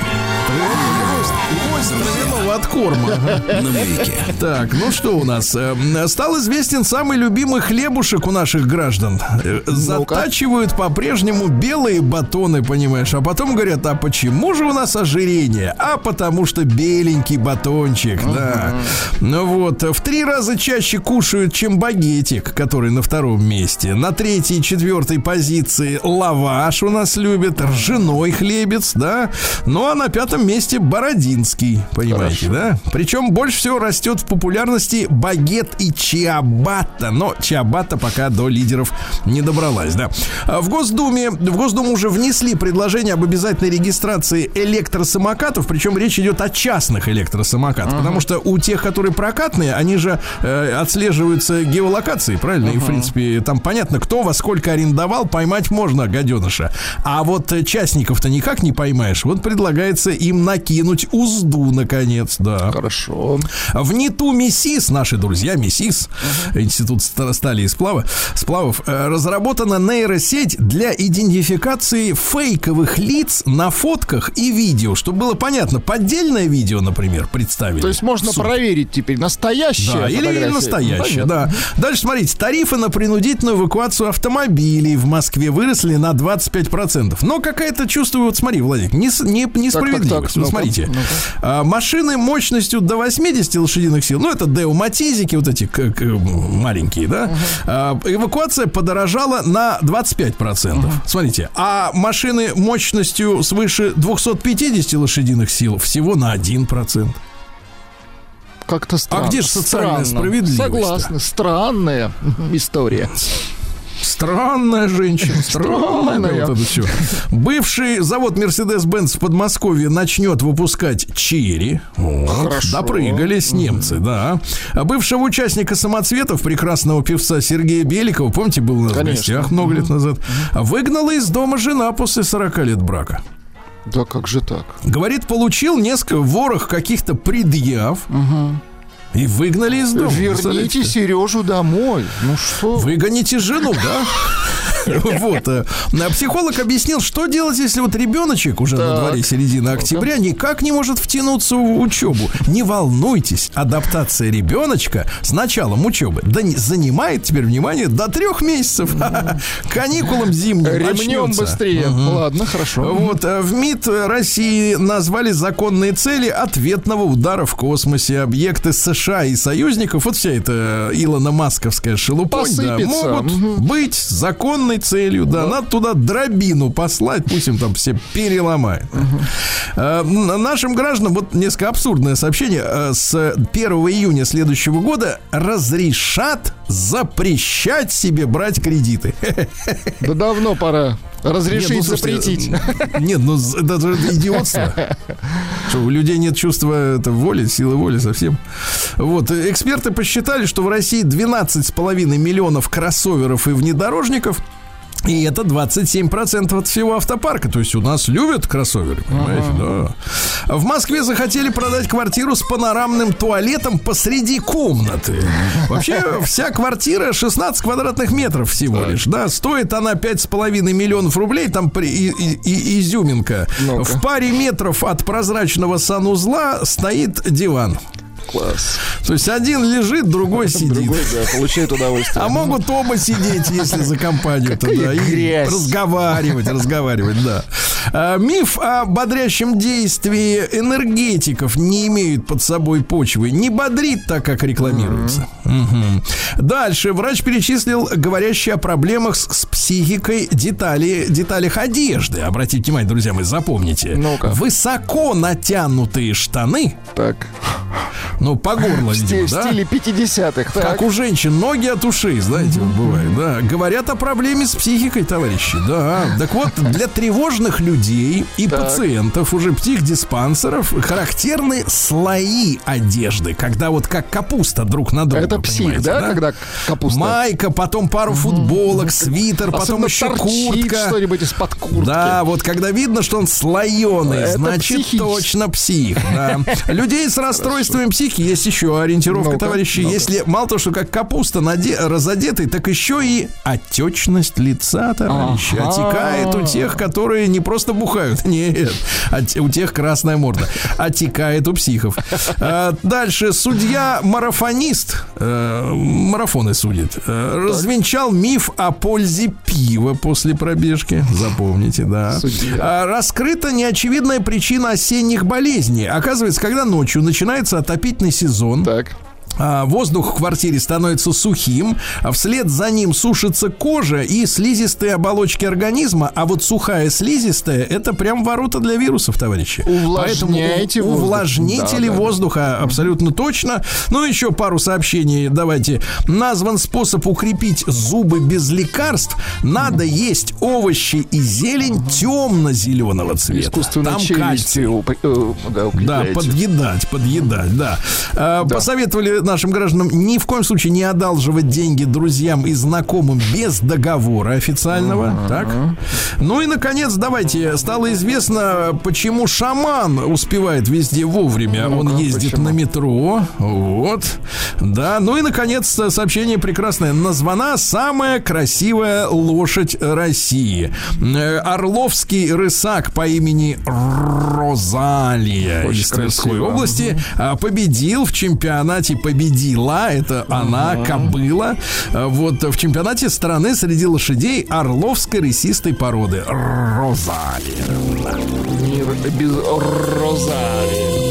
От корма. На маяке. Так, ну что у нас? Стал известен самый любимый хлебушек у наших граждан. Затачивают по-прежнему белые батоны, понимаешь? А потом говорят, а почему же у нас ожирение? А потому что беленький батончик, uh-huh. да. Ну вот, в три раза чаще кушают, чем багетик, который на втором месте. На третьей и четвертой позиции лаваш у нас любят, ржаной хлебец, да. Ну а на пятом месте бородинский сладкий, понимаете, Хорошо. да? Причем больше всего растет в популярности багет и чиабатта. Но чиабатта пока до лидеров не добралась, да. В Госдуме, в Госдуму уже внесли предложение об обязательной регистрации электросамокатов, причем речь идет о частных электросамокатах, uh-huh. потому что у тех, которые прокатные, они же э, отслеживаются геолокацией, правильно? Uh-huh. И, в принципе, там понятно, кто во сколько арендовал, поймать можно, гаденыша. А вот частников-то никак не поймаешь. Вот предлагается им накинуть узду, наконец, да. Хорошо. В НИТУ МИСИС, наши друзья МИСИС, uh-huh. Институт стали и сплава, сплавов, э, разработана нейросеть для идентификации фейковых лиц на фотках и видео, чтобы было понятно, поддельное видео, например, представили. То есть можно Суд. проверить теперь, настоящее да, или, или настоящее, ну, да. Дальше, смотрите, тарифы на принудительную эвакуацию автомобилей в Москве выросли на двадцать пять процентов. Но какая-то, чувствую, вот смотри, Владик, не, не, несправедливость. Так, так, так. Вот смотрите, ну-ка. А, машины мощностью до восьмидесяти лошадиных сил, ну, это Део-Матизики, вот эти к- к- маленькие, да, uh-huh. а, эвакуация подорожала на двадцать пять процентов. Uh-huh. Смотрите, а машины мощностью свыше двухсот пятидесяти лошадиных сил всего на один процент. Как-то странно. А где же социальная странно. справедливость? Согласна, странная история. Странная женщина. Странная. Вот это все. Бывший завод Mercedes-Benz в Подмосковье начнет выпускать Chery. Вот. Допрыгались немцы, да. А бывшего участника самоцветов, прекрасного певца Сергея Беликова, помните, был у нас Конечно. в гостях много лет назад, выгнала из дома жена после сорока лет брака. Да как же так? Говорит, получил несколько ворох каких-то предъяв. Угу. И выгнали из дома. Верните Сережу домой. Ну что? Выгоните жену, да? Вот. А психолог объяснил, что делать, если вот ребеночек уже так. на дворе середины октября никак не может втянуться в учебу. Не волнуйтесь, адаптация ребеночка с началом учебы да не, занимает, теперь внимание, до трех месяцев. Каникулам зимним ремнем начнется. быстрее. Угу. Ладно, хорошо. Вот. В МИД России назвали законные цели ответного удара в космосе. Объекты США и союзников, вот вся эта Илона Масковская шелупонь, да, могут угу. быть законной целью, да, да, надо туда дробину послать, пусть им там все переломают. Uh-huh. А, нашим гражданам, вот несколько абсурдное сообщение, а, с первого июня следующего года разрешат запрещать себе брать кредиты. Да давно пора разрешить, нет, ну, запретить. Нет, ну это же идиотство. Что, у людей нет чувства это, воли, силы воли совсем. Вот, эксперты посчитали, что в России двенадцать с половиной миллионов кроссоверов и внедорожников. И это двадцать семь процентов от всего автопарка. То есть у нас любят кроссоверы, понимаете, ага. да. В Москве захотели продать квартиру с панорамным туалетом посреди комнаты. Вообще вся квартира шестнадцать квадратных метров всего лишь, да. Стоит она пять с половиной миллионов рублей. Там при, и, и, и, изюминка. Ну-ка. В паре метров от прозрачного санузла стоит диван. Класс. То есть один лежит, другой сидит. Другой, да, получает удовольствие. А могут оба сидеть, если за компанию-то, да, и разговаривать, разговаривать, да. А, миф о бодрящем действии энергетиков не имеют под собой почвы. Не бодрит так, как рекламируется. Mm-hmm. Угу. Дальше врач перечислил говорящие о проблемах с, с психикой детали, деталях одежды. Обратите внимание, друзья мои, запомните. Ну-ка. Высоко натянутые штаны. Так. Ну, по горло, видимо, да? В стиле пятидесятых, так. Как у женщин, ноги от ушей, знаете, вот бывает, да. Говорят о проблеме с психикой, товарищи, да. Так вот, для тревожных людей и так. пациентов уже психдиспансеров характерны слои одежды, когда вот как капуста друг на друга. Это псих, да, да, когда капуста? Майка, потом пару футболок, свитер, потом еще куртка. Что-нибудь из-под куртки. Да, вот когда видно, что он слоеный, это значит психич. Точно псих, да. Людей с расстройствами психики есть еще ориентировка, ну-ка, товарищи. Ну-ка. Если мало того, что как капуста наде- разодетый, так еще и отечность лица, товарищи. А-ха. Отекает у тех, которые не просто бухают. Нет, у тех красная морда. Отекает у психов. А, дальше. Судья-марафонист, э, марафоны судит, э, развенчал миф о пользе пива после пробежки. Запомните, да. А, раскрыта неочевидная причина осенних болезней. Оказывается, когда ночью начинается отопительный сезон, так. воздух в квартире становится сухим, а вслед за ним сушится кожа и слизистые оболочки организма, а вот сухая слизистая — это прям ворота для вирусов, товарищи. Увлажняйте Поэтому увлажнители воздух. воздуха, Да, да. абсолютно точно. Ну, еще пару сообщений давайте. Назван способ укрепить зубы без лекарств. Надо есть овощи и зелень темно-зеленого цвета. Искусственно Там челюсти кальций. уп- э, да, Да, укрепляете. подъедать, подъедать, да. А, Посоветовали нашим гражданам ни в коем случае не одалживать деньги друзьям и знакомым без договора официального. Uh-huh. Так. Ну и, наконец, давайте, стало известно, почему шаман успевает везде вовремя. Ну, Он ездит почему? на метро. Вот. Да. Ну и, наконец, сообщение прекрасное. Названа самая красивая лошадь России. Орловский рысак по имени Розалия Очень из Тверской красиво. области победил в чемпионате, победила, это она, ага. кобыла, вот в чемпионате страны среди лошадей орловской рысистой породы. Розалия. Мир без Розалии.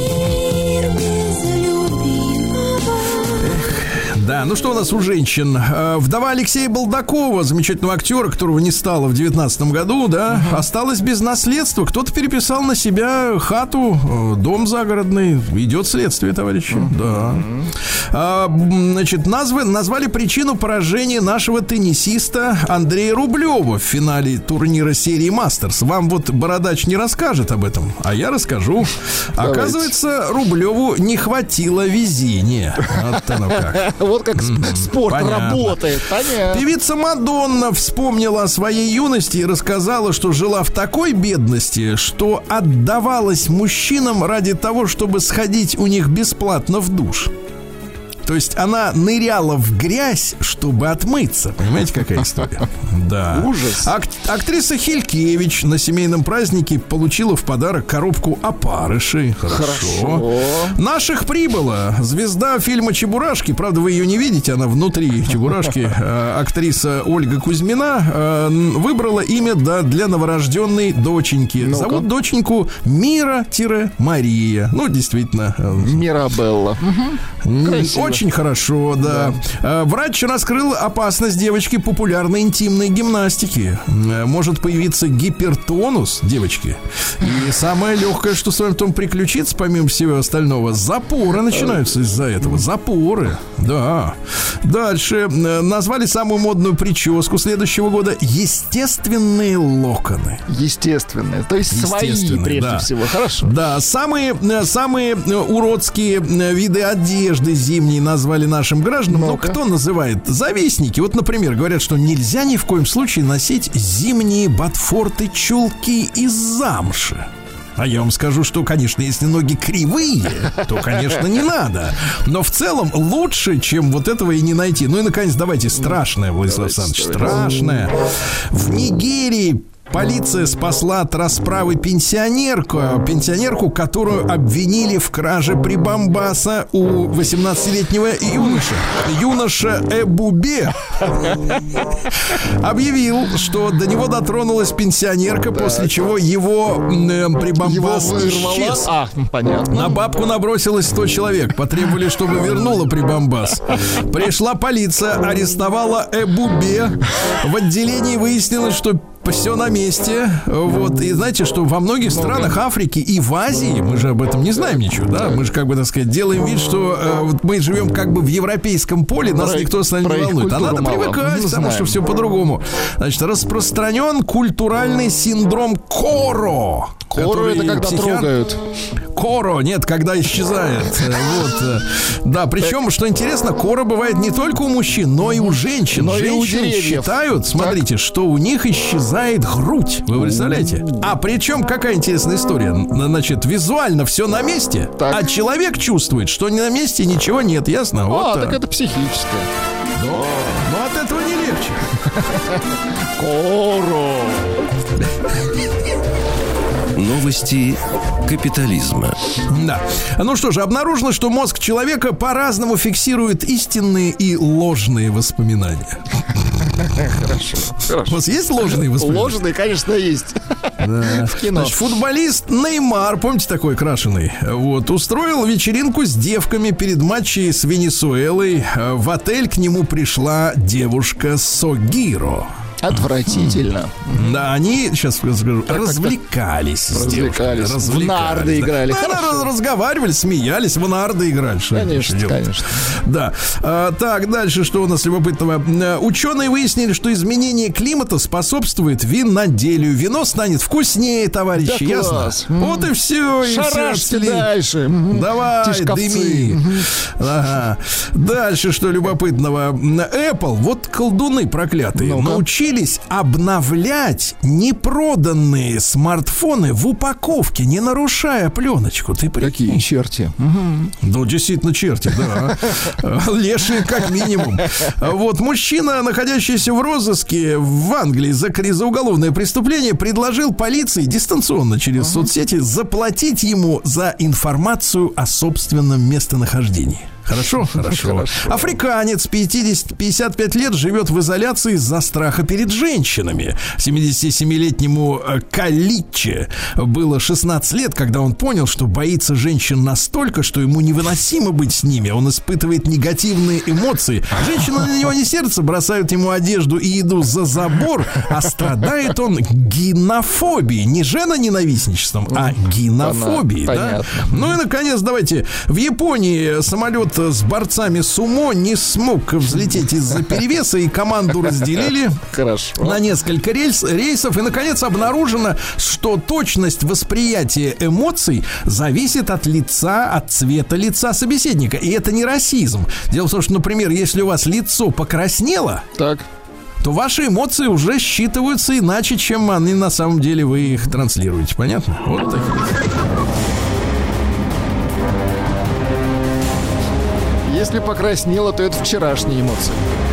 Да, ну что у нас у женщин? Вдова Алексея Балдакова, замечательного актера, которого не стало в девятнадцатом году, да, uh-huh. осталась без наследства. Кто-то переписал на себя хату, дом загородный. Идет следствие, товарищи. Uh-huh. Да. А, значит, назвы, назвали причину поражения нашего теннисиста Андрея Рублева в финале турнира серии Мастерс. Вам вот Бородач не расскажет об этом, а я расскажу. Давайте. Оказывается, Рублеву не хватило везения. Вот оно как. Вот как mm-hmm. спорт Понятно. работает. Понятно. Певица Мадонна вспомнила о своей юности и рассказала, что жила в такой бедности, что отдавалась мужчинам ради того, чтобы сходить у них бесплатно в душ. То есть она ныряла в грязь, чтобы отмыться. Понимаете, какая история? Да. Ужас. Ак- актриса Хилькевич на семейном празднике получила в подарок коробку опарышей. Хорошо. Хорошо. Наших прибыло. Звезда фильма «Чебурашки». Правда, вы ее не видите, она внутри Чебурашки. Актриса Ольга Кузьмина выбрала имя для новорожденной доченьки. Ну-ка. Зовут доченьку Мира-Мария. Ну, действительно. Мирабелла. Красиво. Очень хорошо, да. да. Врач раскрыл опасность девочки популярной интимной гимнастики. Может появиться гипертонус девочки. И самое легкое, что с вами потом приключится, помимо всего остального, запоры начинаются из-за этого. Запоры, да. Дальше. Назвали самую модную прическу следующего года естественные локоны. Естественные. То есть свои, прежде да. всего. Хорошо. Да, самые, самые уродские виды одежды зимней назвали нашим гражданам. Ну-ка. Но кто называет? Завистники. Вот, например, говорят, что нельзя ни в коем случае носить зимние ботфорты, чулки из замши. А я вам скажу, что, конечно, если ноги кривые, то, конечно, не надо. Но в целом лучше, чем вот этого и не найти. Ну и, наконец, давайте страшное, Владислав Александрович, страшное. В Нигерии полиция спасла от расправы пенсионерку, пенсионерку, которую обвинили в краже прибамбаса у восемнадцатилетнего юноша. Юноша Эбубе объявил, что до него дотронулась пенсионерка, после чего его э, прибамбас исчез. А, понятно. На бабку набросилось сто человек. Потребовали, чтобы вернула прибамбас. Пришла полиция, арестовала Эбубе. В отделении выяснилось, что все на месте. Вот. И знаете, что во многих странах Африки и в Азии, мы же об этом не знаем ничего, да? Мы же, как бы, так сказать, делаем вид, что э, вот мы живем как бы в европейском поле, нас про, никто с нами не волнует. А надо мало. привыкать, не потому знаем. Что все по-другому. Значит, распространен культуральный синдром Коро. Коро — это когда психиатр... трогают. Коро, нет, когда исчезает. Вот. Да, причем, что интересно, коро бывает не только у мужчин, но и у женщин. Но Женщины считают, смотрите, так. что у них исчезает грудь. Вы представляете? А причем, какая интересная история. Значит, визуально все на месте, так. а человек чувствует, что не на месте ничего нет, ясно? А, вот так. так это психическое. Да, но от этого не легче. Коро. Новости капитализма. Да. Ну что же, обнаружено, что мозг человека по-разному фиксирует истинные и ложные воспоминания. Хорошо, хорошо. У вас есть ложные воспоминания? Ложные, конечно, есть. Да. В кино. Значит, футболист Неймар, помните, такой крашеный, вот, устроил вечеринку с девками перед матчем с Венесуэлой. В отель к нему пришла девушка Согиро. Отвратительно. Да, они, сейчас скажу, развлекались. Развлекались. Развлекались. В нарды да. играли. Да, раз, разговаривали, смеялись, в нарды играли. Что конечно, конечно. Да. А, так, дальше, что у нас любопытного? Ученые выяснили, что изменение климата способствует виноделию. Вино станет вкуснее, товарищи, да, ясно? Класс. Вот и все. Шарашьте дальше. Давай, дыми. Ага. Дальше, что любопытного? Apple, вот колдуны проклятые, ну-ка. научились обновлять непроданные смартфоны в упаковке, не нарушая пленочку. Ты прикинь? Какие черти? Ну, действительно, черти, да. Лешие, как минимум. Вот, мужчина, находящийся в розыске в Англии за, за уголовное преступление, предложил полиции дистанционно через соцсети заплатить ему за информацию о собственном местонахождении. Хорошо? Хорошо. Хорошо. Африканец, пятьдесят, пятьдесят пять лет, живет в изоляции из-за страха перед женщинами. семидесятисемилетнему Каличе было шестнадцать лет, когда он понял, что боится женщин настолько, что ему невыносимо быть с ними. Он испытывает негативные эмоции. Женщины на него не сердце, бросают ему одежду и еду за забор, а страдает он гинофобией. Не женоненавистничеством, а гинофобией. Да? Ну и, наконец, давайте. В Японии самолет с борцами сумо не смог взлететь из-за перевеса, и команду разделили Хорошо. на несколько рейс, рейсов. И, наконец, обнаружено, что точность восприятия эмоций зависит от лица, от цвета лица собеседника. И это не расизм. Дело в том, что, например, если у вас лицо покраснело, так, то ваши эмоции уже считываются иначе, чем они на самом деле вы их транслируете. Понятно? Вот так. Если покраснело, то это вчерашние эмоции.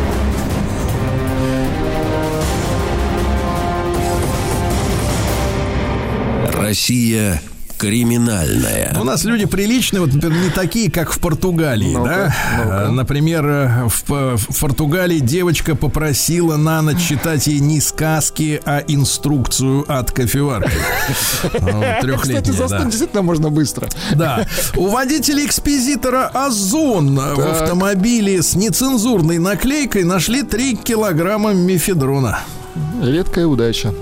Россия криминальная. У нас люди приличные, вот, например, не такие, как в Португалии, ну-ка, да? Ну-ка. Например, в, в Португалии девочка попросила на ночь читать ей не сказки, а инструкцию от кофеварки. Трехлетняя, кстати, заснуть действительно можно быстро. Да. У водителя экспедитора Озон в автомобиле с нецензурной наклейкой нашли три килограмма мефедрона. Редкая удача.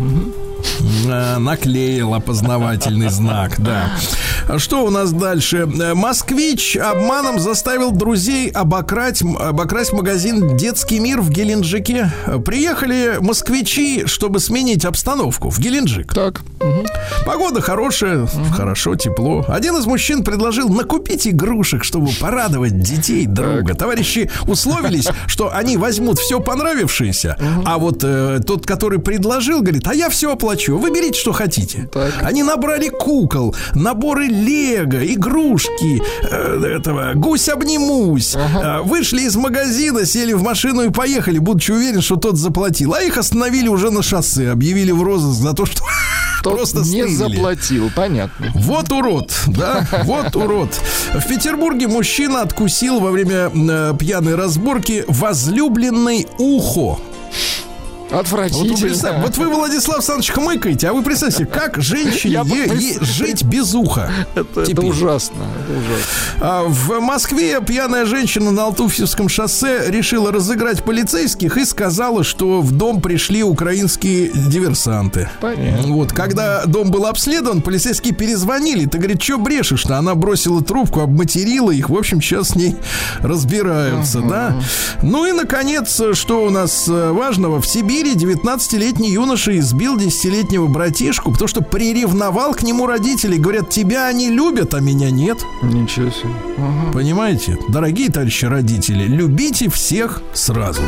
Наклеил опознавательный знак, да. Что у нас дальше? Москвич обманом заставил друзей обокрасть, обокрасть магазин «Детский мир» в Геленджике. Приехали москвичи, чтобы сменить обстановку в Геленджик. Так. Угу. Погода хорошая, угу. хорошо, тепло. Один из мужчин предложил накупить игрушек, чтобы порадовать детей друга. Так. Товарищи условились, что они возьмут все понравившееся, угу. а вот э, тот, который предложил, говорит, а я все оплачу. Выберите, что хотите. Так. Они набрали кукол, наборы лего, игрушки, э, этого, гусь-обнимусь. Ага. Э, вышли из магазина, сели в машину и поехали, будучи уверены, что тот заплатил. А их остановили уже на шоссе, объявили в розыск за то, что просто не стырили. Заплатил, понятно. Вот урод, да, вот урод. В Петербурге мужчина откусил во время э, пьяной разборки возлюбленной ухо. Отвратительно. Вот вы, вот вы, Владислав Александрович, хмыкаете, а вы представьте, как женщине е- е- жить без уха. Это, это ужасно. Это ужасно. А в Москве пьяная женщина на Алтуфьевском шоссе решила разыграть полицейских и сказала, что в дом пришли украинские диверсанты. Понятно. Вот, когда дом был обследован, полицейские перезвонили. Ты, говорит, что брешешь-то? Она бросила трубку, обматерила их. В общем, сейчас с ней разбираются, uh-huh. да? Ну и, наконец, что у нас важного? В Сибири девятнадцатилетний юноша избил десятилетнего братишку, потому что приревновал к нему родителей. Говорят, тебя они любят, а меня нет. Ничего себе. Ага. Понимаете? Дорогие товарищи родители, любите всех сразу.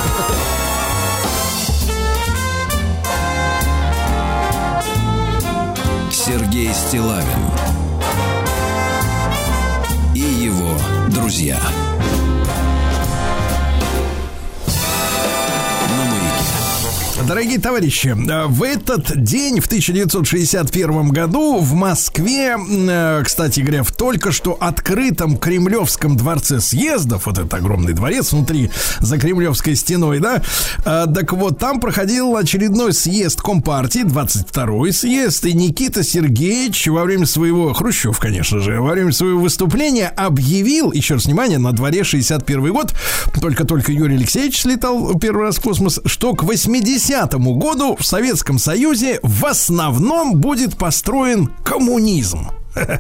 Сергей Стиллавин и его друзья. Дорогие товарищи, в этот день, в тысяча девятьсот шестьдесят первом году, в Москве, кстати говоря, в только что открытом Кремлевском дворце съездов, вот этот огромный дворец внутри, за Кремлевской стеной, да, так вот, там проходил очередной съезд Компартии, двадцать второй съезд, и Никита Сергеевич во время своего, Хрущев, конечно же, во время своего выступления объявил, еще раз внимание, на дворе шестьдесят первый год, только-только Юрий Алексеевич слетал первый раз в космос, что к восьмидесятому году в Советском Союзе в основном будет построен коммунизм.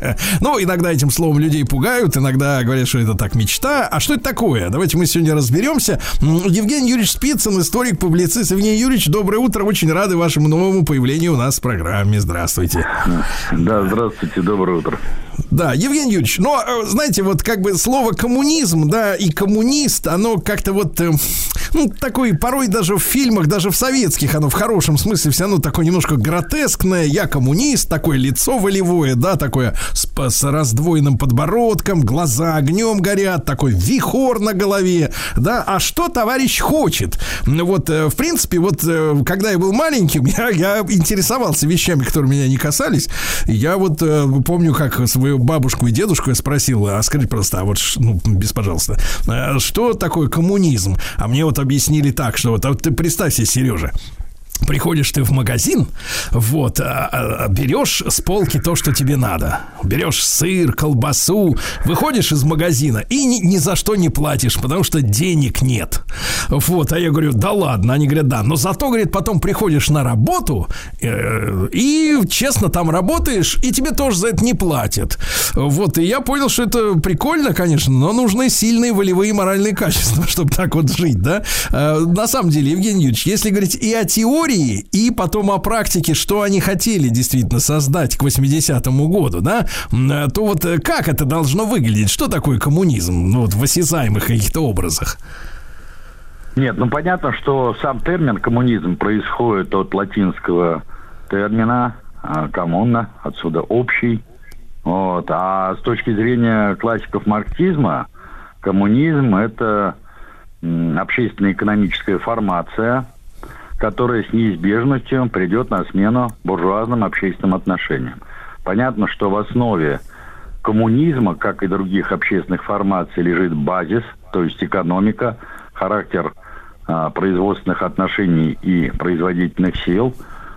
Ну, иногда этим словом людей пугают, иногда говорят, что это так мечта. А что это такое? Давайте мы сегодня разберемся. Евгений Юрьевич Спицын, историк, публицист. Евгений Юрьевич, доброе утро. Очень рады вашему новому появлению у нас в программе. Здравствуйте. Да, здравствуйте, доброе утро. Да, Евгений Юрьевич, но, знаете, вот как бы слово коммунизм, да, и коммунист, оно как-то вот, ну, такой, порой даже в фильмах, даже в советских, оно в хорошем смысле все равно такое немножко гротескное. Я коммунист, такое лицо волевое, да, такое с, с раздвоенным подбородком, глаза огнем горят, такой вихор на голове, да. А что товарищ хочет? Вот, в принципе, вот, когда я был маленьким, я, я интересовался вещами, которые меня не касались. Я вот помню, как свою бабушку и дедушку я спросил: а скажите, просто, а вот, ну, без пожалуйста, что такое коммунизм? А мне вот объяснили так, что вот, а вот ты представь себе, Сережа, приходишь ты в магазин, вот, а, а, берешь с полки то, что тебе надо. Берешь сыр, колбасу, выходишь из магазина и ни, ни за что не платишь, потому что денег нет. Вот, а я говорю, да ладно. Они говорят, да. Но зато, говорит, потом приходишь на работу э, и честно там работаешь, и тебе тоже за это не платят. Вот, и я понял, что это прикольно, конечно, но нужны сильные волевые и моральные качества, чтобы так вот жить, да. Э, на самом деле, Евгений Юрьевич, если говорить и о теории, и потом о практике, что они хотели действительно создать к восьмидесятому году, да, то вот как это должно выглядеть? Что такое коммунизм? Ну, вот в осязаемых каких-то образах. Нет, ну понятно, что сам термин коммунизм происходит от латинского термина коммуна, отсюда общий. Вот. А с точки зрения классиков марксизма, коммунизм – это общественно-экономическая формация, которая с неизбежностью придет на смену буржуазным общественным отношениям. Понятно, что в основе коммунизма, как и других общественных формаций, лежит базис, то есть экономика, характер а, производственных отношений и производительных сил,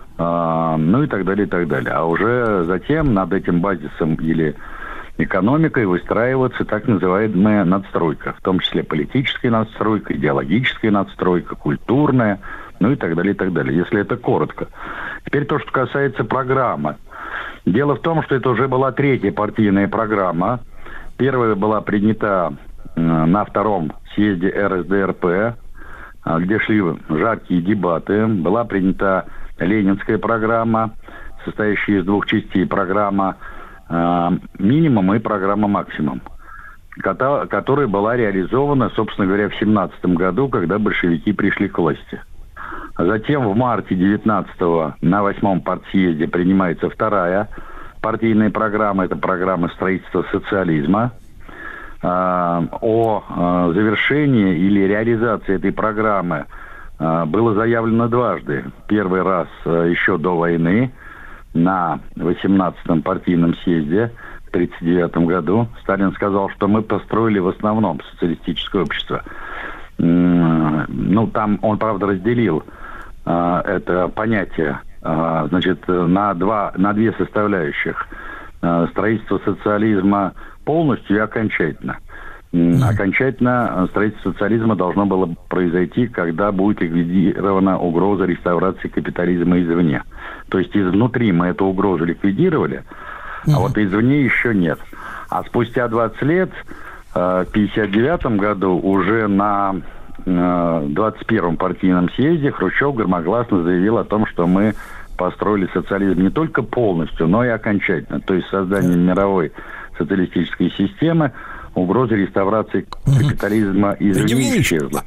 а, ну и так далее, и так далее. А уже затем над этим базисом или экономикой выстраивается так называемая надстройка, в том числе политическая надстройка, идеологическая надстройка, культурная, ну и так далее, и так далее, если это коротко. Теперь то, что касается программы. Дело в том, что это уже была третья партийная программа. Первая была принята э, на втором съезде эр эс дэ эр пэ, э, где шли жаркие дебаты. Была принята ленинская программа, состоящая из двух частей. Программа э, «Минимум» и программа «Максимум», которая была реализована, собственно говоря, в семнадцатом году, когда большевики пришли к власти. Затем в марте девятнадцатого на восьмом партсъезде принимается вторая партийная программа. Это программа строительства социализма. О завершении или реализации этой программы было заявлено дважды. Первый раз еще до войны на восемнадцатом партийном съезде в тридцать девятом году. Сталин сказал, что мы построили в основном социалистическое общество. Ну, там он, правда, разделил а, это понятие, а, значит, на, два, на две составляющих. А, строительство социализма полностью и окончательно. Mm-hmm. Окончательно строительство социализма должно было произойти, когда будет ликвидирована угроза реставрации капитализма извне. То есть изнутри мы эту угрозу ликвидировали, mm-hmm. а вот извне еще нет. А спустя двадцать лет... В пятьдесят девятом году уже на двадцать первом партийном съезде Хрущев громогласно заявил о том, что мы построили социализм не только полностью, но и окончательно. То есть создание мировой социалистической системы, угроза реставрации капитализма извне исчезла.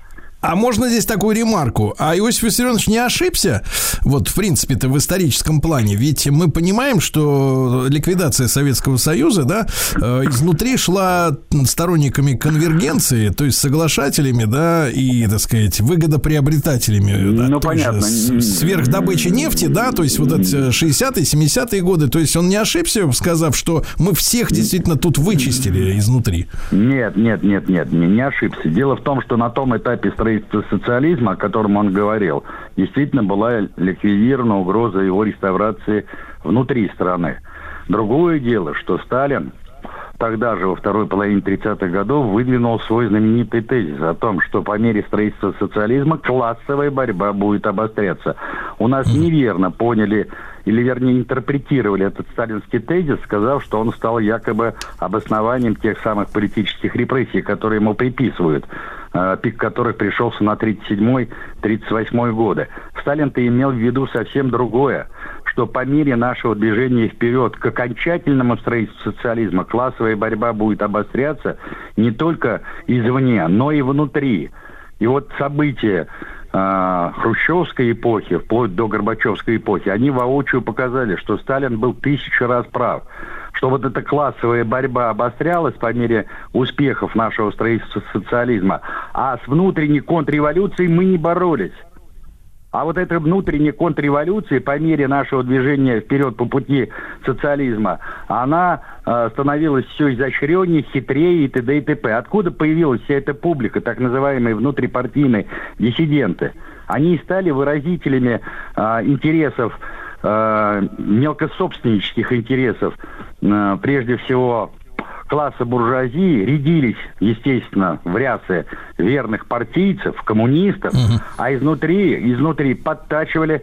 А можно здесь такую ремарку? А Иосиф Виссарионович не ошибся? Вот, в принципе-то, в историческом плане. Ведь мы понимаем, что ликвидация Советского Союза, да, изнутри шла сторонниками конвергенции, то есть соглашателями, да, и, так сказать, выгодоприобретателями. Да, ну, понятно. Сверхдобычи нефти, да, то есть вот эти шестидесятые, семидесятые годы. То есть он не ошибся, сказав, что мы всех действительно тут вычистили изнутри. Нет, нет, нет, нет, не, не ошибся. Дело в том, что на том этапе строительства социализма, о котором он говорил, действительно была ликвидирована угроза его реставрации внутри страны. Другое дело, что Сталин тогда же, во второй половине тридцатых годов, выдвинул свой знаменитый тезис о том, что по мере строительства социализма классовая борьба будет обостряться. У нас неверно поняли, или вернее интерпретировали этот сталинский тезис, сказав, что он стал якобы обоснованием тех самых политических репрессий, которые ему приписывают, э, пик которых пришелся на тридцать седьмой — тридцать восьмой годы. Сталин-то имел в виду совсем другое, что по мере нашего движения вперед к окончательному строительству социализма классовая борьба будет обостряться не только извне, но и внутри. И вот события э, хрущевской эпохи, вплоть до горбачевской эпохи, они воочию показали, что Сталин был тысячу раз прав. Что вот эта классовая борьба обострялась по мере успехов нашего строительства социализма, а с внутренней контрреволюцией мы не боролись. А вот эта внутренняя контрреволюция по мере нашего движения вперед по пути социализма, она э, становилась все изощреннее, хитрее и т.д. и т.п. Откуда появилась вся эта публика, так называемые внутрипартийные диссиденты? Они стали выразителями э, интересов, э, мелкособственнических интересов, э, прежде всего класса буржуазии, рядились, естественно, в рясы верных партийцев, коммунистов, uh-huh. а изнутри, изнутри подтачивали,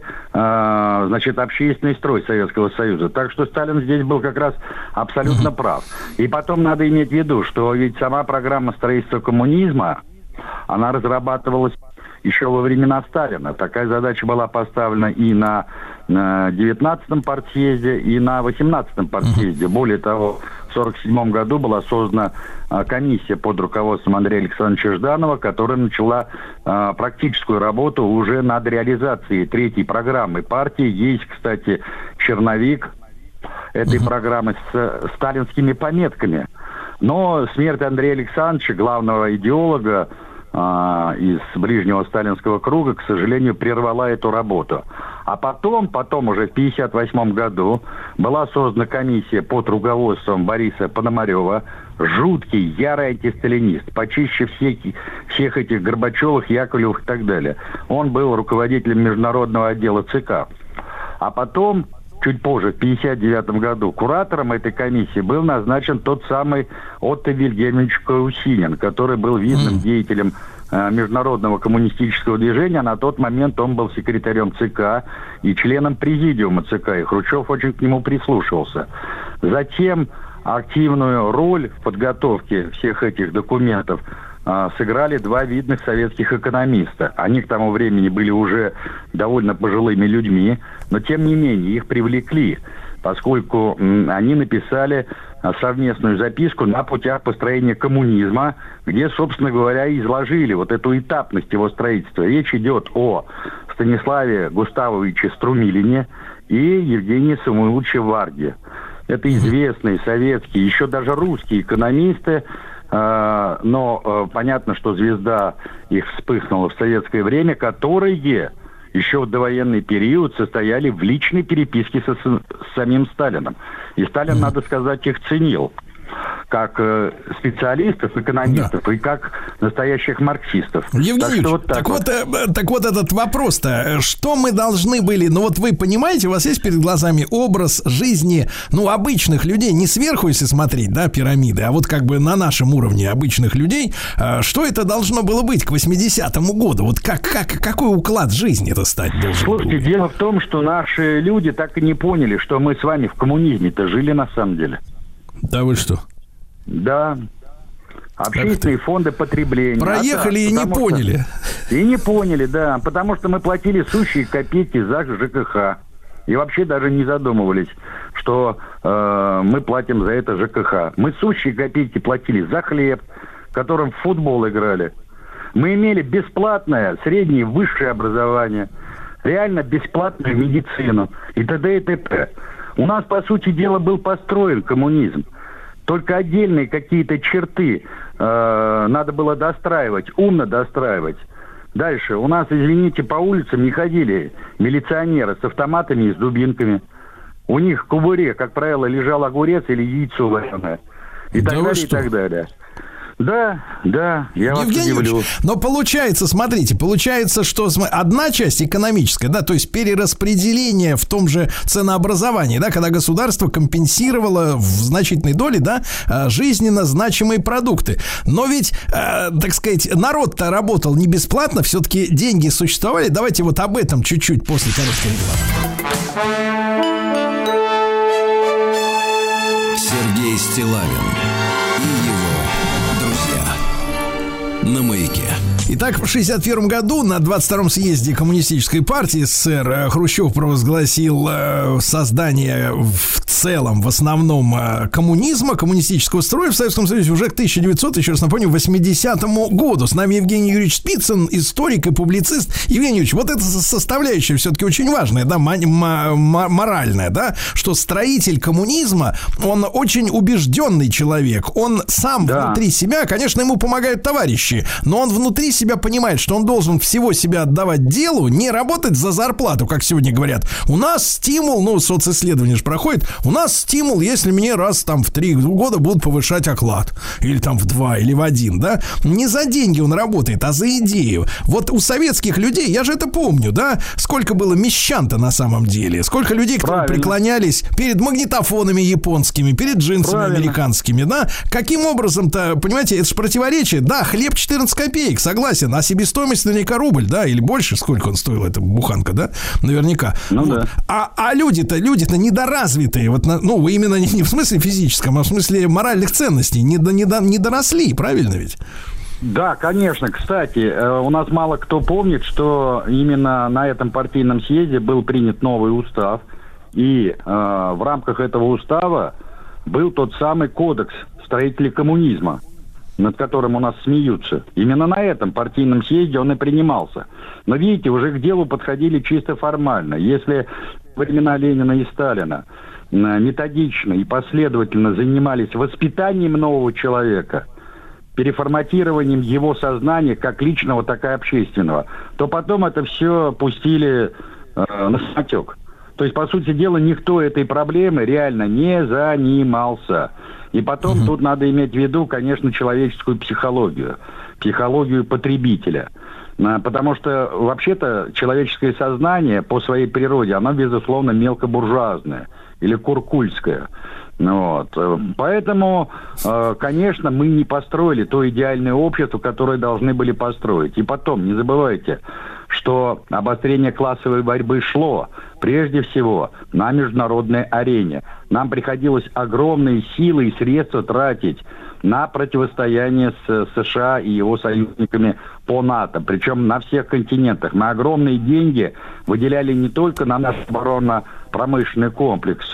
э, значит, общественный строй Советского Союза. Так что Сталин здесь был как раз абсолютно uh-huh. прав. И потом надо иметь в виду, что ведь сама программа строительства коммунизма, она разрабатывалась еще во времена Сталина. Такая задача была поставлена и на, на девятнадцатом партсъезде, и на восемнадцатом партсъезде. Uh-huh. Более того, в сорок седьмом году была создана а, комиссия под руководством Андрея Александровича Жданова, которая начала а, практическую работу уже над реализацией третьей программы партии. Есть, кстати, черновик этой uh-huh. программы с, с сталинскими пометками. Но смерть Андрея Александровича, главного идеолога а, из ближнего сталинского круга, к сожалению, прервала эту работу. А потом, потом уже в пятьдесят восьмом году была создана комиссия под руководством Бориса Пономарева, жуткий, ярый антисталинист, почище всех, всех этих Горбачевых, Яковлевых и так далее. Он был руководителем международного отдела ЦК. А потом, чуть позже, в пятьдесят девятом году, куратором этой комиссии был назначен тот самый Отто Вильгельмович Каусинин, который был видным деятелем международного коммунистического движения. На тот момент он был секретарем ЦК и членом президиума ЦК, и Хрущев очень к нему прислушивался. Затем активную роль в подготовке всех этих документов а, сыграли два видных советских экономиста. Они к тому времени были уже довольно пожилыми людьми, но тем не менее их привлекли, поскольку м, они написали совместную записку на путях построения коммунизма, где, собственно говоря, изложили вот эту этапность его строительства. Речь идет о Станиславе Густавовиче Струмилине и Евгении Самуиловиче Варге. Это известные советские, еще даже русские экономисты, э, но э, понятно, что звезда их вспыхнула в советское время, которые еще в довоенный период состояли в личной переписке со, с самим Сталином. И Сталин, mm-hmm. надо сказать, их ценил как э, специалистов, экономистов, да. и как настоящих марксистов. Евгений так, вот так, так, вот. Вот, так вот этот вопрос-то, что мы должны были, ну вот вы понимаете, у вас есть перед глазами образ жизни, ну, обычных людей, не сверху, если смотреть, да, пирамиды, а вот как бы на нашем уровне обычных людей, что это должно было быть к восьмидесятому году? Вот как, как, какой уклад жизни это стать должен? Слушайте, был? Дело в том, что наши люди так и не поняли, что мы с вами в коммунизме-то жили на самом деле. Да вы что? Да. Общественные фонды потребления. Проехали а, и не поняли. Что... И не поняли, да. Потому что мы платили сущие копейки за ЖКХ. И вообще даже не задумывались, что э, мы платим за это ЖКХ. Мы сущие копейки платили за хлеб, которым в футбол играли. Мы имели бесплатное среднее и высшее образование, реально бесплатную медицину и т.д. и т.п. У нас, по сути дела, был построен коммунизм. Только отдельные какие-то черты э, надо было достраивать, умно достраивать. Дальше. У нас, извините, по улицам не ходили милиционеры с автоматами и с дубинками. У них в кобуре, как правило, лежал огурец или яйцо вареное. И да так далее, и так далее. Да, да, я вас Евгений удивлю. Ильич, но получается, смотрите, получается, что одна часть экономическая, да, то есть перераспределение в том же ценообразовании, да, когда государство компенсировало в значительной доле, да, жизненно значимые продукты. Но ведь, э, так сказать, народ-то работал не бесплатно, все-таки деньги существовали. Давайте вот об этом чуть-чуть после короткой рекламы. Сергей Стиллавин и его на Маяке. Итак, в шестьдесят первом году на двадцать втором съезде Коммунистической партии СССР Хрущев провозгласил э, создание в целом, в основном э, коммунизма, коммунистического строя в Советском Союзе уже к тысяча девятисотому, еще раз напомню, восьмидесятому году. С нами Евгений Юрьевич Спицын, историк и публицист. Евгений Юрьевич, вот эта составляющая все-таки очень важная, да, м- м- моральная, да, что строитель коммунизма, он очень убежденный человек. Он сам да. внутри себя, конечно, ему помогают товарищи, но он внутри себя понимает, что он должен всего себя отдавать делу, не работать за зарплату, как сегодня говорят. У нас стимул, ну, социсследование же проходит, у нас стимул, если мне раз там в три года будут повышать оклад, или там в два, или в один, да, не за деньги он работает, а за идею. Вот у советских людей, я же это помню, да, сколько было мещан-то на самом деле, сколько людей, которые Правильно. преклонялись перед магнитофонами японскими, перед джинсами Правильно. американскими, да, каким образом-то, понимаете, это же противоречие, да, хлеб четырнадцать копеек, согласен, а себестоимость наверняка рубль, да, или больше, сколько он стоил, эта буханка, да, наверняка. Ну, вот. да. А, а люди-то, люди-то недоразвитые, вот, ну, именно не, не в смысле физическом, а в смысле моральных ценностей, не, не, не доросли, правильно ведь? Да, конечно. Кстати, у нас мало кто помнит, что именно на этом партийном съезде был принят новый устав, и э, в рамках этого устава был тот самый кодекс строителей коммунизма, над которым у нас смеются. Именно на этом партийном съезде он и принимался. Но, видите, уже к делу подходили чисто формально. Если во времена Ленина и Сталина методично и последовательно занимались воспитанием нового человека, переформатированием его сознания как личного, так и общественного, то потом это все пустили э, на самотек. То есть, по сути дела, никто этой проблемой реально не занимался. И потом uh-huh. тут надо иметь в виду, конечно, человеческую психологию, психологию потребителя. Потому что, вообще-то, человеческое сознание по своей природе, оно, безусловно, мелкобуржуазное или куркульское. Вот. Поэтому, конечно, мы не построили то идеальное общество, которое должны были построить. И потом, не забывайте, что обострение классовой борьбы шло прежде всего на международной арене. Нам приходилось огромные силы и средства тратить на противостояние с США и его союзниками по НАТО, причем на всех континентах. Мы огромные деньги выделяли не только на наш оборонно-промышленный комплекс,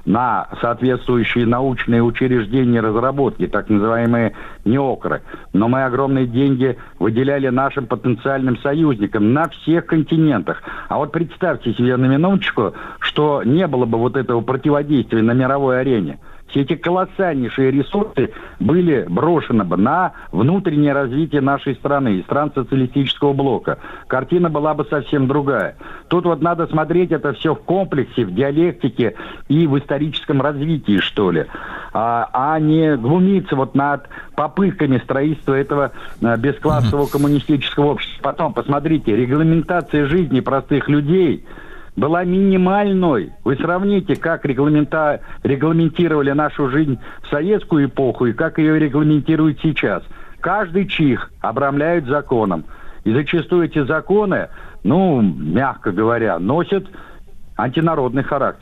на соответствующие научные учреждения разработки, так называемые НИОКРы. Но мы огромные деньги выделяли нашим потенциальным союзникам на всех континентах. А вот представьте себе на минуточку, что не было бы вот этого противодействия на мировой арене. Все эти колоссальнейшие ресурсы были брошены бы на внутреннее развитие нашей страны и стран социалистического блока. Картина была бы совсем другая. Тут вот надо смотреть это все в комплексе, в диалектике и в историческом развитии, что ли. А, а не глумиться вот над попытками строительства этого а, бесклассового коммунистического общества. Потом, посмотрите, регламентация жизни простых людей была минимальной. Вы сравните, как регламента... регламентировали нашу жизнь в советскую эпоху и как ее регламентируют сейчас. Каждый чих обрамляют законом. И зачастую эти законы, ну, мягко говоря, носят антинародный характер.